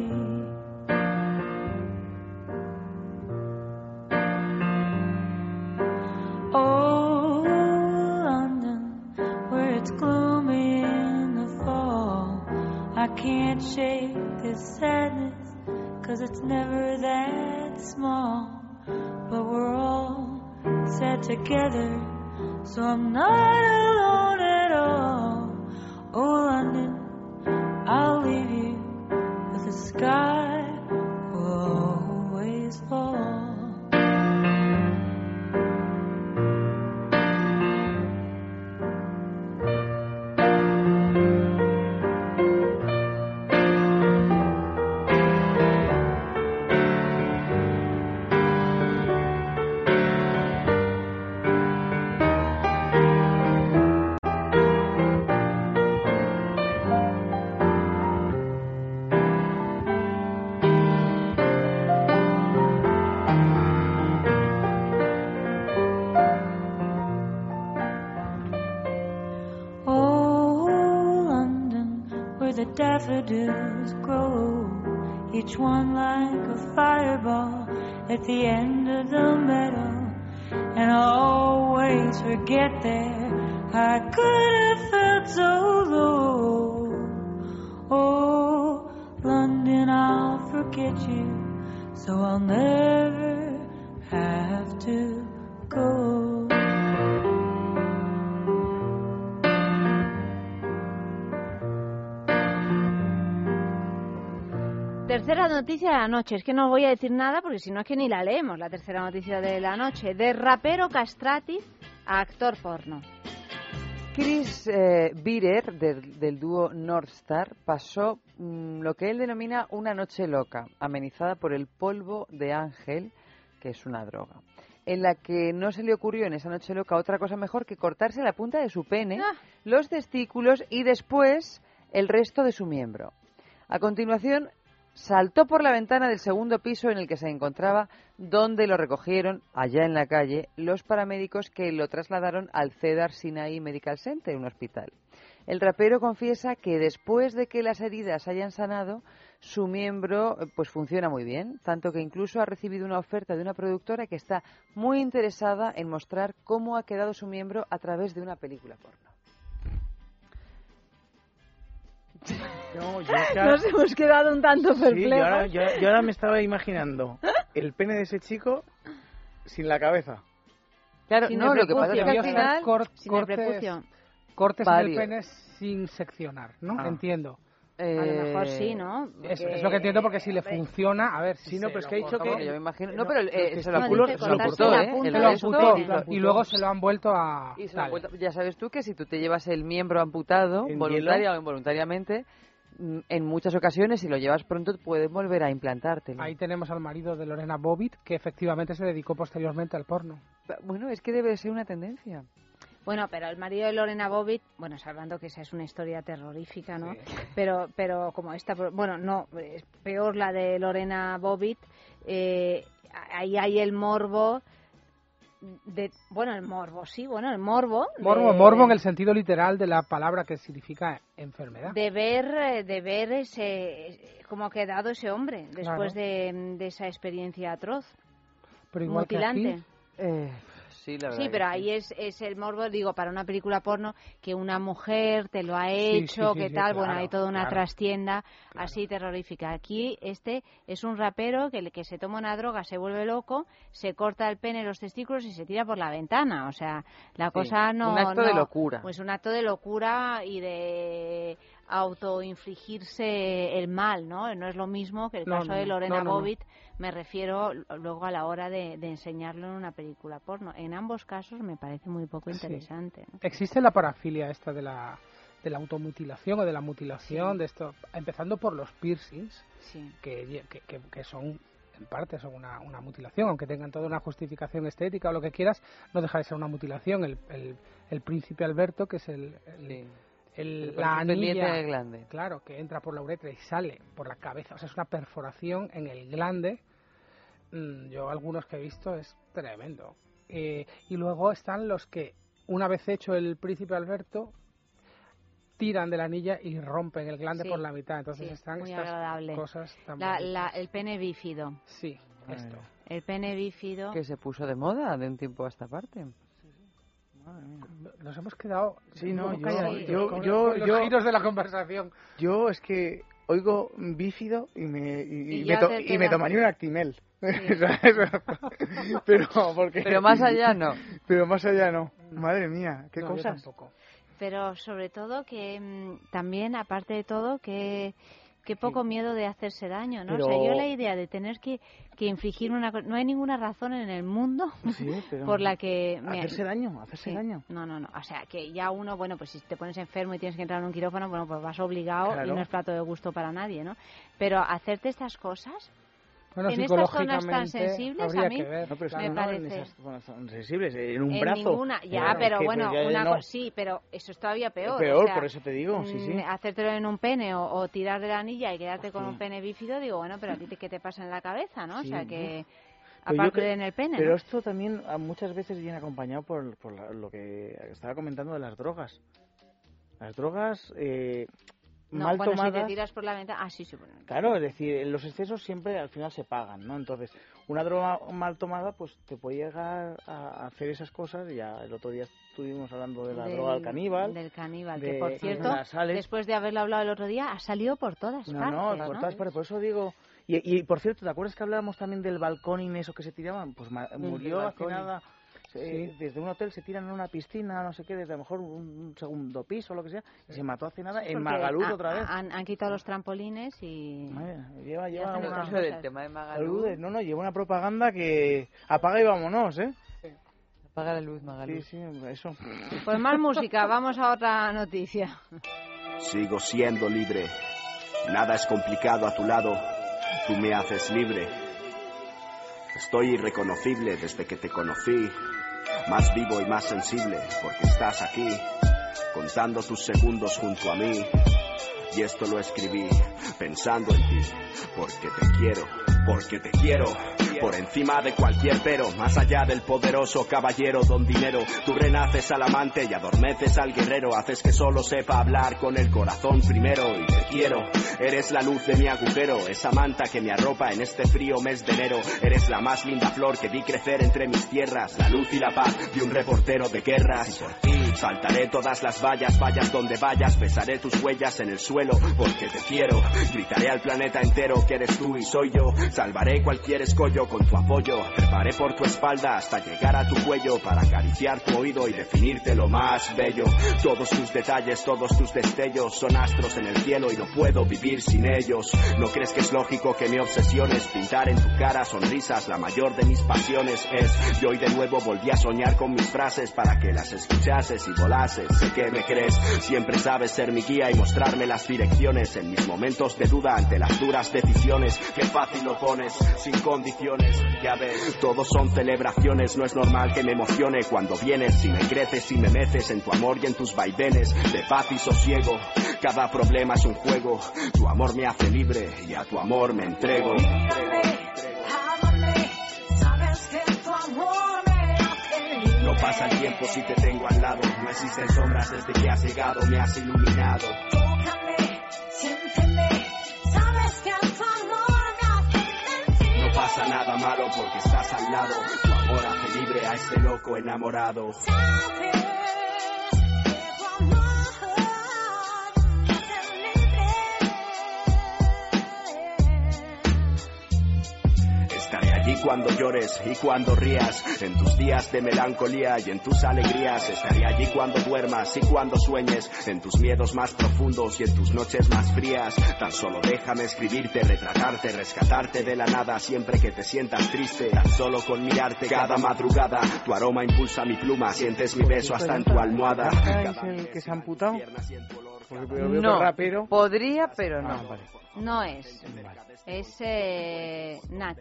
Speaker 10: Oh, it's gloomy in the fall. I can't shake this sadness, 'cause it's never that small. But we're all sad together, so I'm not alone at all. Oh, London, I'll leave you, but the sky will always fall. Daffodils grow, each one like a fireball at the end of the meadow, and I always forget there I could have felt so low. Oh, London, I'll forget you, so I'll never have to go.
Speaker 2: Tercera noticia de la noche. Es que no voy a decir nada porque si no es que ni la leemos. La tercera noticia de la noche. De rapero castrati a actor porno.
Speaker 5: Chris Birer, del dúo Northstar, pasó lo que él denomina una noche loca, amenizada por el polvo de ángel, que es una droga, en la que no se le ocurrió en esa noche loca otra cosa mejor que cortarse la punta de su pene, los testículos y después el resto de su miembro. A continuación, saltó por la ventana del segundo piso en el que se encontraba, donde lo recogieron, allá en la calle, los paramédicos que lo trasladaron al Cedar Sinai Medical Center, un hospital. El rapero confiesa que después de que las heridas hayan sanado, su miembro pues funciona muy bien, tanto que incluso ha recibido una oferta de una productora que está muy interesada en mostrar cómo ha quedado su miembro a través de una película porno.
Speaker 21: No,
Speaker 2: nos hemos quedado un tanto perplejos.
Speaker 21: Sí, yo ahora me estaba imaginando el pene de ese chico sin la cabeza.
Speaker 5: Claro, no, lo que pasa es que al final
Speaker 20: cortes en el pene sin seccionar, ¿no? Entiendo.
Speaker 2: A lo mejor sí, ¿no?
Speaker 20: Es lo que entiendo, porque si le funciona, a ver,
Speaker 21: si no, pero es que ha dicho que
Speaker 5: yo me imagino, no, pero se lo
Speaker 20: amputó, y luego se lo han vuelto a
Speaker 5: ya sabes tú que si tú te llevas el miembro amputado, voluntaria o involuntariamente, en muchas ocasiones, si lo llevas pronto, puedes volver a implantártelo.
Speaker 20: Ahí tenemos al marido de Lorena Bobbitt, que efectivamente se dedicó posteriormente al porno.
Speaker 5: Bueno, es que debe ser una tendencia.
Speaker 2: Bueno, pero el marido de Lorena Bobbitt, bueno, salvando que esa es una historia terrorífica, ¿no? Sí. Pero como esta, bueno, no, es peor la de Lorena Bobbitt, ahí hay el morbo el morbo, sí, el morbo.
Speaker 20: Morbo en el sentido literal de la palabra, que significa enfermedad.
Speaker 2: De ver cómo ha quedado ese hombre después de esa experiencia atroz,
Speaker 20: pero igual
Speaker 2: mutilante.
Speaker 5: Que aquí,
Speaker 2: sí, pero ahí es el morbo, digo, para una película porno, que una mujer te lo ha hecho, tal,
Speaker 20: claro,
Speaker 2: bueno, hay toda una trastienda así terrorífica. Aquí es un rapero que se toma una droga, se vuelve loco, se corta el pene, los testículos y se tira por la ventana. O sea, la cosa no...
Speaker 5: Un acto de locura.
Speaker 2: Pues un acto de locura y de autoinfligirse el mal, ¿no? No es lo mismo que el caso de Lorena Bobbitt. Me refiero luego a la hora de enseñarlo en una película porno. En ambos casos me parece muy poco interesante, ¿no?
Speaker 20: Existe la parafilia esta de la automutilación o de la mutilación, de esto, empezando por los piercings, que son, en parte, son una mutilación, aunque tengan toda una justificación estética o lo que quieras, no deja de ser una mutilación. El príncipe Alberto, que es la anilla
Speaker 5: del glande,
Speaker 20: claro, que entra por la uretra y sale por la cabeza, o sea, es una perforación en el glande. Yo algunos que he visto es tremendo. Y luego están los que, una vez hecho el príncipe Alberto, tiran de la anilla y rompen el glande por la mitad. Entonces están
Speaker 2: muy
Speaker 20: estas
Speaker 2: agradable.
Speaker 20: Cosas tan
Speaker 2: el pene bífido.
Speaker 20: Sí, esto.
Speaker 2: El pene bífido.
Speaker 5: Que se puso de moda de un tiempo a esta parte.
Speaker 20: Nos hemos quedado
Speaker 21: los
Speaker 20: giros de la conversación.
Speaker 21: Yo es que oigo bífido y me tomaría un Actimel. Sí.
Speaker 5: pero más allá no.
Speaker 21: Pero más allá no. Madre mía, qué cosas.
Speaker 2: Pero sobre todo que también, aparte de todo, que poco miedo de hacerse daño, ¿no? Pero... O sea, yo la idea de tener que infligir una cosa... No hay ninguna razón en el mundo por la que...
Speaker 21: ¿Hacerse daño?
Speaker 2: No. O sea, que ya uno, bueno, pues si te pones enfermo y tienes que entrar en un quirófano, bueno, pues vas obligado y no es plato de gusto para nadie, ¿no? Pero hacerte estas cosas...
Speaker 20: Bueno,
Speaker 2: en estas zonas tan sensibles a mí
Speaker 21: me parece
Speaker 2: en
Speaker 21: esas zonas tan sensibles, en un
Speaker 2: en
Speaker 21: brazo
Speaker 2: ninguna, pero bueno, sí, pero eso es todavía peor, o sea,
Speaker 21: por eso te digo,
Speaker 2: hacértelo en un pene o tirar de la anilla y quedarte con un pene bífido, digo, bueno, pero a ti ¿qué te pasa en la cabeza, no? O sea, que aparte en el pene,
Speaker 21: pero
Speaker 2: ¿no?
Speaker 21: Esto también muchas veces viene acompañado por lo que estaba comentando de las drogas. Las drogas mal tomadas.
Speaker 2: Si te tiras por la ventana... sí. Bueno.
Speaker 21: Claro, es decir, los excesos siempre al final se pagan, ¿no? Entonces, una droga mal tomada, pues te puede llegar a hacer esas cosas. Ya el otro día estuvimos hablando de la droga del caníbal.
Speaker 2: Del caníbal, que por cierto, después de haberlo hablado el otro día, ha salido por todas partes.
Speaker 21: No, por todas partes, por eso digo... Y por cierto, ¿te acuerdas que hablábamos también del balconing, eso que se tiraban? Pues murió hace nada... desde un hotel se tiran en una piscina, no sé qué, desde a lo mejor un segundo piso o lo que sea, y se mató hace nada en Magalud otra vez.
Speaker 2: Han quitado los trampolines y...
Speaker 21: Lleva
Speaker 5: del tema de Magalud.
Speaker 21: Lleva una propaganda que apaga y vámonos, ¿eh?
Speaker 5: Sí. Apaga la luz, Magalud.
Speaker 21: Sí, eso.
Speaker 2: Pues más música, vamos a otra noticia.
Speaker 1: Sigo siendo libre, nada es complicado a tu lado, tú me haces libre. Estoy irreconocible desde que te conocí, más vivo y más sensible porque estás aquí, contando tus segundos junto a mí. Y esto lo escribí pensando en ti, porque te quiero, por encima de cualquier pero, más allá del poderoso caballero don dinero. Tú renaces al amante y adormeces al guerrero, haces que solo sepa hablar con el corazón primero. Y te quiero, eres la luz de mi agujero, esa manta que me arropa en este frío mes de enero. Eres la más linda flor que vi crecer entre mis tierras, la luz y la paz de un reportero de guerras. Y por ti saltaré todas las vallas, vayas donde vayas, besaré tus huellas en el suelo, porque te quiero. Gritaré al planeta entero que eres tú y soy yo, salvaré cualquier escollo con tu apoyo, treparé por tu espalda hasta llegar a tu cuello para acariciar tu oído y definirte lo más bello. Todos tus detalles, todos tus destellos son astros en el cielo y no puedo vivir sin ellos. ¿No crees que es lógico que mi obsesión es pintar en tu cara sonrisas? La mayor de mis pasiones es, yo hoy de nuevo volví a soñar con mis frases para que las escuchases y volases. Sé que me crees, siempre sabes ser mi guía y mostrarme las direcciones en mis momentos de duda ante las duras decisiones. Qué fácil lo pones, sin condiciones. Ya ves, todos son celebraciones, no es normal que me emocione cuando vienes y me creces y me meces en tu amor y en tus vaivenes de paz y sosiego. Cada problema es un juego, tu amor me hace libre y a tu amor me entrego.
Speaker 10: Ámame, sabes que tu amor me hace
Speaker 1: pasa el tiempo si te tengo al lado. No existen sombras desde que has llegado, me has iluminado.
Speaker 10: Tócame, siénteme, sabes que tu amor me hace.
Speaker 1: No pasa nada malo porque estás al lado. Tu amor hace libre a este loco enamorado.
Speaker 10: Sabes que tu amor me hace libre.
Speaker 1: Estaré allí cuando llores y cuando rías, en tus días de melancolía y en tus alegrías. Estaré allí cuando duermas y cuando sueñes, en tus miedos más profundos y en tus noches más frías. Tan solo déjame escribirte, retratarte, rescatarte de la nada siempre que te sientas triste. Tan solo con mirarte cada madrugada, tu aroma impulsa mi pluma, sientes mi beso hasta en tu almohada.
Speaker 21: ¿Es el que se ha amputado?
Speaker 2: No,
Speaker 5: podría, pero no.
Speaker 21: Vale.
Speaker 2: No es. Es Nach.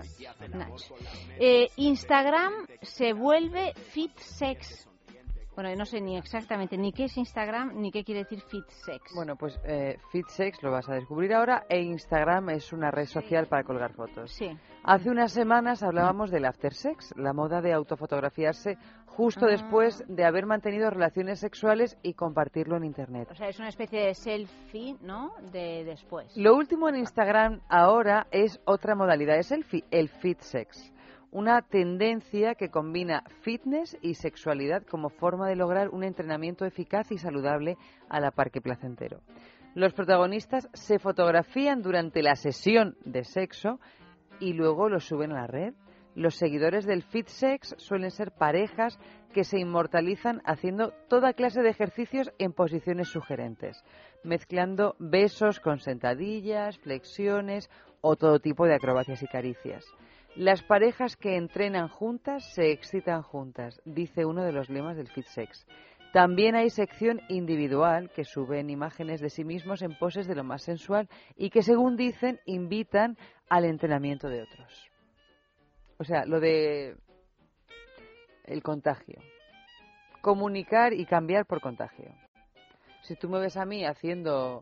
Speaker 2: Instagram se vuelve fit sex. Bueno, no sé ni exactamente ni qué es Instagram ni qué quiere decir fit sex.
Speaker 5: Bueno, pues fit sex lo vas a descubrir ahora, e Instagram es una red social para colgar fotos.
Speaker 2: Sí.
Speaker 5: Hace unas semanas hablábamos del after sex, la moda de autofotografiarse justo después de haber mantenido relaciones sexuales y compartirlo en internet.
Speaker 2: O sea, es una especie de selfie, ¿no? De después.
Speaker 5: Lo último en Instagram ahora es otra modalidad de selfie, el fit sex. Una tendencia que combina fitness y sexualidad como forma de lograr un entrenamiento eficaz y saludable a la par que placentero. Los protagonistas se fotografían durante la sesión de sexo y luego lo suben a la red. Los seguidores del fit sex suelen ser parejas que se inmortalizan haciendo toda clase de ejercicios en posiciones sugerentes, mezclando besos con sentadillas, flexiones o todo tipo de acrobacias y caricias. Las parejas que entrenan juntas se excitan juntas, dice uno de los lemas del fit sex. También hay sección individual que suben imágenes de sí mismos en poses de lo más sensual y que, según dicen, invitan al entrenamiento de otros. O sea, lo de el contagio. Comunicar y cambiar por contagio. Si tú me ves a mí haciendo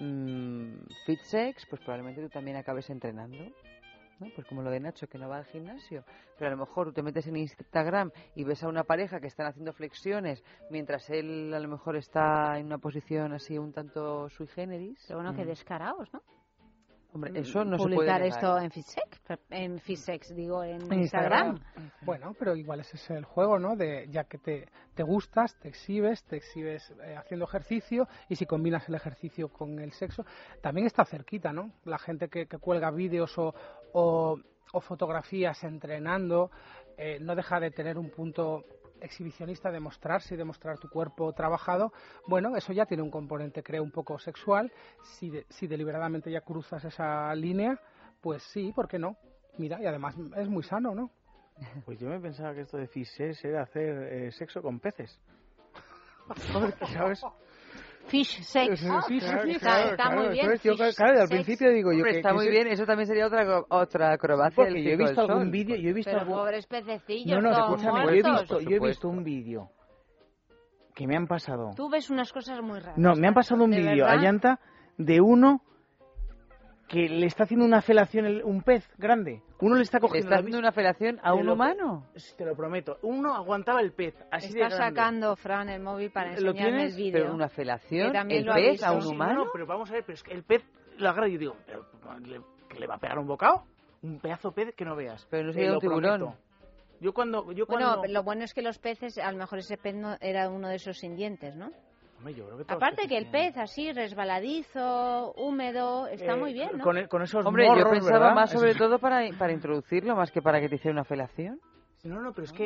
Speaker 5: fit sex, pues probablemente tú también acabes entrenando, ¿no? Pues como lo de Nacho, que no va al gimnasio, pero a lo mejor tú te metes en Instagram y ves a una pareja que están haciendo flexiones mientras él a lo mejor está en una posición así un tanto sui generis.
Speaker 2: Pero bueno, que descaraos, ¿no?
Speaker 5: Hombre, eso no se puede
Speaker 2: publicar
Speaker 5: negar.
Speaker 2: esto en Fitsex, digo, en Instagram.
Speaker 20: Bueno, pero igual ese es el juego, ¿no? De ya que te gustas, te exhibes haciendo ejercicio, y si combinas el ejercicio con el sexo, también está cerquita, ¿no? La gente que cuelga vídeos o fotografías entrenando no deja de tener un punto exhibicionista de mostrarse y de mostrar tu cuerpo trabajado. Bueno, eso ya tiene un componente, creo, un poco sexual. Si deliberadamente ya cruzas esa línea, pues sí, ¿por qué no? Mira, y además es muy sano, ¿no?
Speaker 21: Pues yo me pensaba que esto de fish era hacer sexo con peces. ¿Sabes?
Speaker 2: Fish sex. Está muy bien.
Speaker 21: Entonces, yo, claro, al principio digo yo que
Speaker 5: está muy bien, eso también sería otra acrobacia.
Speaker 21: Porque yo he visto algún vídeo,
Speaker 2: Pero pobres pececillos,
Speaker 21: no,
Speaker 2: todos
Speaker 21: escúchame,
Speaker 2: muertos.
Speaker 21: yo he visto un vídeo que me han pasado.
Speaker 2: Tú ves unas cosas muy raras.
Speaker 21: No, me han pasado un vídeo a Llanta de uno que le está haciendo una felación un pez grande. Uno le está cogiendo.
Speaker 5: ¿Le está haciendo una felación a un humano?
Speaker 21: Te lo prometo. Uno aguantaba el pez así de grande.
Speaker 2: Está sacando, Fran, el móvil para enseñarme el vídeo.
Speaker 5: ¿Pero una felación?
Speaker 2: ¿El
Speaker 5: pez a un humano?
Speaker 21: No, pero vamos a ver, pero es que el pez lo agarra y yo digo, ¿que le va a pegar un bocado? Un pedazo de pez que no veas.
Speaker 5: Pero no sería un tiburón.
Speaker 21: Prometo. Yo cuando...
Speaker 2: Bueno, lo bueno es que los peces, a lo mejor ese pez no era uno de esos sin dientes, ¿no?
Speaker 21: Yo creo que
Speaker 2: aparte que el pez así resbaladizo, húmedo, está muy bien, ¿no?
Speaker 21: Con esos
Speaker 5: Hombre,
Speaker 21: morros,
Speaker 5: yo pensaba
Speaker 21: ¿verdad?
Speaker 5: más sobre todo para introducirlo, más que para que te hiciera una felación.
Speaker 21: No, pero es que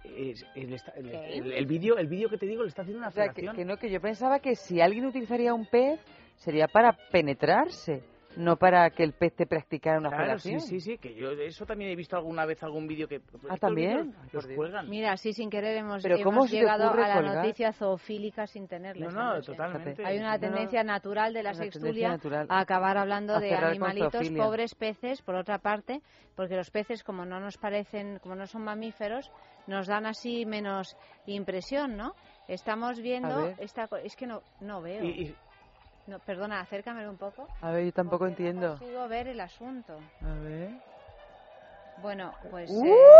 Speaker 21: el vídeo que te digo le está haciendo una felación.
Speaker 5: Que yo pensaba que si alguien utilizaría un pez sería para penetrarse, no para que el pez te practicara una felación.
Speaker 21: Sí, que yo eso también he visto alguna vez algún vídeo que...
Speaker 5: ¿también?
Speaker 21: Los cuelgan.
Speaker 2: Mira, así sin querer hemos
Speaker 5: llegado
Speaker 2: a la
Speaker 5: colgar?
Speaker 2: noticia zoofílica sin tenerla.
Speaker 21: No, totalmente.
Speaker 2: Hay una tendencia natural de la sextulia a acabar hablando de animalitos, pobres peces, por otra parte, porque los peces, como no nos parecen, como no son mamíferos, nos dan así menos impresión, ¿no? Estamos viendo... Es que no veo. No, perdona, acércamelo un poco.
Speaker 5: A ver, yo tampoco entiendo.
Speaker 2: No consigo ver el asunto.
Speaker 5: A ver.
Speaker 2: Bueno, pues...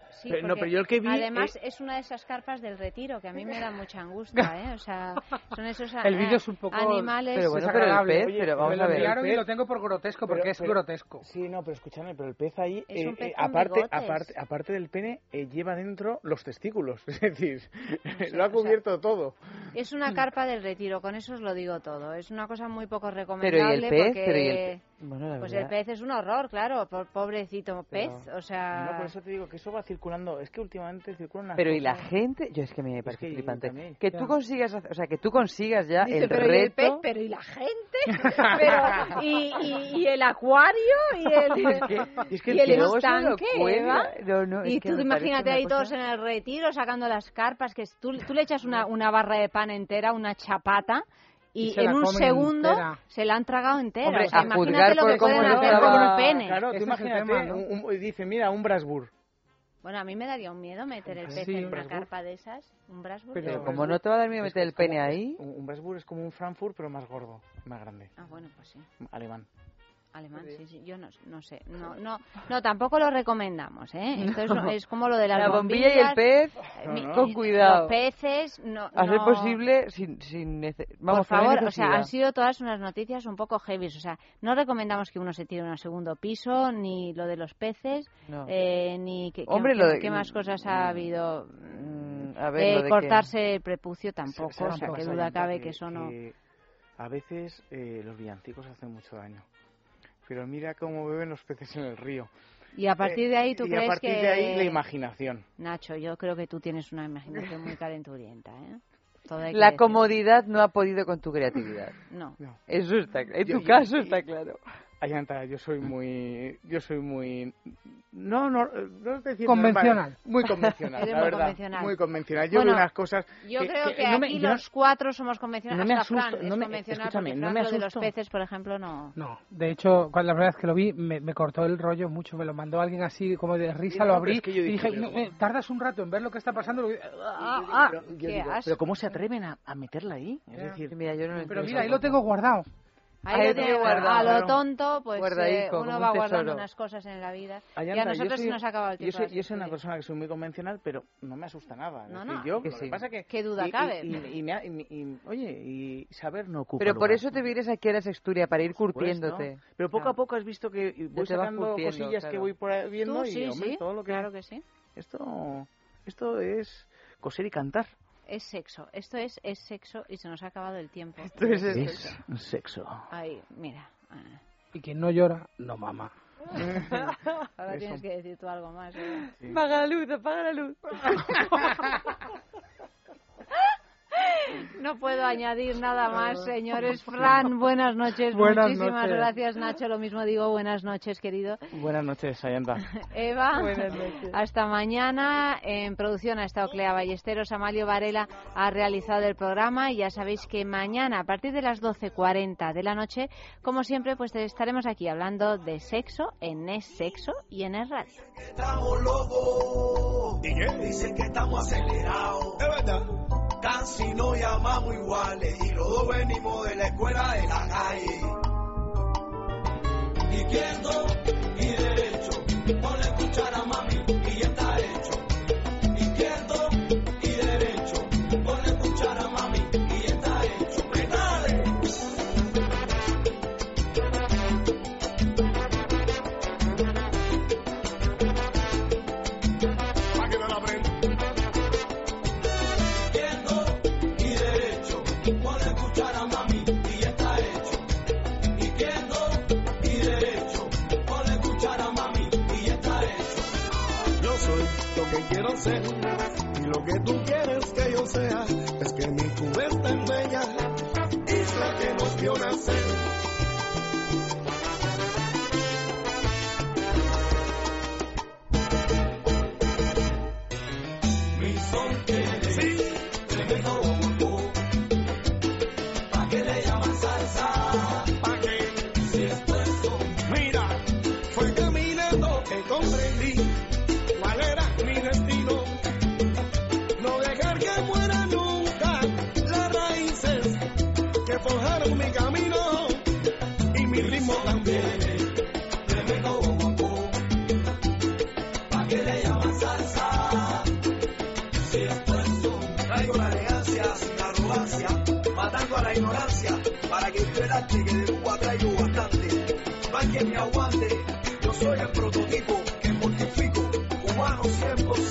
Speaker 2: Sí,
Speaker 21: pero yo el que vi...
Speaker 2: Además, es una de esas carpas del Retiro, que a mí me da mucha angustia, ¿eh? O sea, son esos
Speaker 20: el vídeo es un poco
Speaker 2: animales...
Speaker 5: Pero bueno, pero el pez,
Speaker 21: Oye,
Speaker 5: pero vamos a ver.
Speaker 20: Enviaron y lo tengo por grotesco, porque es grotesco.
Speaker 21: Sí, no, pero escúchame, pero el pez ahí,
Speaker 2: es un pez
Speaker 21: aparte del pene, lleva dentro los testículos, es decir, lo ha cubierto todo.
Speaker 2: Es una carpa del Retiro, con eso os lo digo todo. Es una cosa muy poco recomendable.
Speaker 5: Pero ¿y el pez?
Speaker 2: Porque...
Speaker 5: Bueno,
Speaker 2: pues
Speaker 5: verdad.
Speaker 2: el pez es un horror, claro, pobrecito pez, o sea...
Speaker 21: No, por eso te digo que eso va circulando, es que últimamente circulan unas
Speaker 5: Pero
Speaker 21: cosas...
Speaker 5: y la gente, yo es que me parece flipante,
Speaker 21: también,
Speaker 5: que tú consigas, o sea, que tú consigas ya
Speaker 2: Dice,
Speaker 5: el
Speaker 2: pero
Speaker 5: reto...
Speaker 2: ¿y el pez? ¿Pero y la gente? Pero, ¿y el acuario? ¿Y el estanque, Eva? Y tú imagínate ahí todos en el Retiro sacando las carpas, que tú le echas una barra de pan entera, una chapata... Y en un segundo se la han tragado entera.
Speaker 5: Hombre,
Speaker 2: o sea, imagínate lo que pueden hacer
Speaker 21: no,
Speaker 2: con un pene.
Speaker 21: Claro, tú imagínate, dice, mira, un Brasburg.
Speaker 2: Bueno, a mí me daría un miedo meter el pez en una carpa de esas. Un Brasburg.
Speaker 5: Pero como no te va a dar miedo meter el pene ahí...
Speaker 21: Un Brasburg es como un Frankfurt, pero más gordo, más grande.
Speaker 2: Ah, bueno, pues sí.
Speaker 21: Alemán.
Speaker 2: Sí, yo no sé, no, tampoco lo recomendamos, ¿eh? Esto es como lo de las bombillas
Speaker 5: y el pez, con cuidado.
Speaker 2: Los peces,
Speaker 5: a ser posible, sin
Speaker 2: vamos, por favor, o sea, han sido todas unas noticias un poco heavy, o sea, no recomendamos que uno se tire a un segundo piso, ni lo de los peces, ni qué más cosas ha habido,
Speaker 21: a ver,
Speaker 2: cortarse el prepucio tampoco, o sea, qué duda cabe que eso no...
Speaker 21: A veces los villancicos hacen mucho daño. Pero mira cómo beben los peces en el río.
Speaker 2: Y a partir de ahí tú crees que...
Speaker 21: Y a partir de ahí la imaginación.
Speaker 2: Nacho, yo creo que tú tienes una imaginación muy calenturienta, ¿eh?
Speaker 5: La comodidad no ha podido con tu creatividad.
Speaker 2: No.
Speaker 5: Eso está claro. En tu caso está claro.
Speaker 21: Ayanta, yo soy muy no es decir
Speaker 20: convencional,
Speaker 21: muy convencional,
Speaker 2: Eres
Speaker 21: la
Speaker 2: muy
Speaker 21: verdad,
Speaker 2: convencional.
Speaker 21: muy convencional. Yo veo unas cosas
Speaker 2: yo creo que aquí los cuatro somos convencionales.
Speaker 21: No me
Speaker 2: asusto,
Speaker 21: Fran es
Speaker 2: convencional,
Speaker 21: escúchame,
Speaker 2: porque
Speaker 21: no me asusto.
Speaker 2: De los peces, por ejemplo, no.
Speaker 20: No, de hecho, la primera vez que lo vi me cortó el rollo mucho, me lo mandó alguien así como de risa, lo abrí y dije, tardas un rato en ver lo que está pasando.
Speaker 21: Pero ¿cómo se atreven a meterla ahí? Es decir,
Speaker 5: mira, yo no
Speaker 20: pero mira, ahí lo tengo guardado.
Speaker 2: Ahí lo tiene guardado. A lo tonto, pues uno va guardando
Speaker 5: tesoro.
Speaker 2: Unas cosas en la vida.
Speaker 21: Ayanta,
Speaker 2: y a nosotros se nos acaba el tiempo.
Speaker 21: Yo soy una persona que soy muy convencional, pero no me asusta nada.
Speaker 2: No,
Speaker 21: decir, yo,
Speaker 2: que
Speaker 21: lo que pasa que
Speaker 2: ¿qué duda cabe?
Speaker 21: Y saber no ocupa
Speaker 5: Pero
Speaker 21: lugar.
Speaker 5: por eso te vienes aquí a la Sexturia, para ir curtiéndote.
Speaker 21: ¿No? Pero poco a poco has visto que voy sacando cosillas que voy viendo y, hombre, todo lo que...
Speaker 2: Claro que sí.
Speaker 21: Esto es coser y cantar.
Speaker 2: Es sexo. Esto es sexo y se nos ha acabado el tiempo.
Speaker 21: Esto es sexo.
Speaker 2: Ahí, mira.
Speaker 20: Y quien no llora, no mama.
Speaker 2: Ahora tienes que decir tú algo más.
Speaker 5: Sí. Apaga la luz.
Speaker 2: No puedo añadir nada más, señores. Fran, buenas noches. Muchísimas gracias, Nacho. Lo mismo digo, buenas noches, querido.
Speaker 21: Buenas noches, Ayanta.
Speaker 2: Eva,
Speaker 5: buenas noches.
Speaker 2: Hasta mañana. En producción ha estado Clea Ballesteros, Amalio Varela ha realizado el programa y ya sabéis que mañana, a partir de las 12:40 de la noche, como siempre, pues estaremos aquí hablando de sexo en Es Sexo y en Es Radio.
Speaker 6: Estamos locos, dicen que estamos acelerados, es verdad. Casi no llamamos iguales y los dos venimos de la escuela de la calle. Izquierdo y derecho, ponle a escuchar a mami y ya está hecho. Izquierdo y derecho, ponle a escuchar a mami y ya está hecho. ¡Metale! Pa' que me la aprenda. Ponle a escuchar a mami y ya está hecho. Izquierdo y derecho. Ponle a escuchar a mami y ya está hecho. Yo soy lo que quiero ser y lo que tú quieres que yo sea. Es que mi juventud tan bella, isla que nos vio nacer. Mi son quiere, sí, tremendo. Comprendí cuál era mi destino, no dejar que muera nunca las raíces que forjaron mi camino y mi ritmo también. Tremendo bombo, pa' que le llaman salsa. tiempo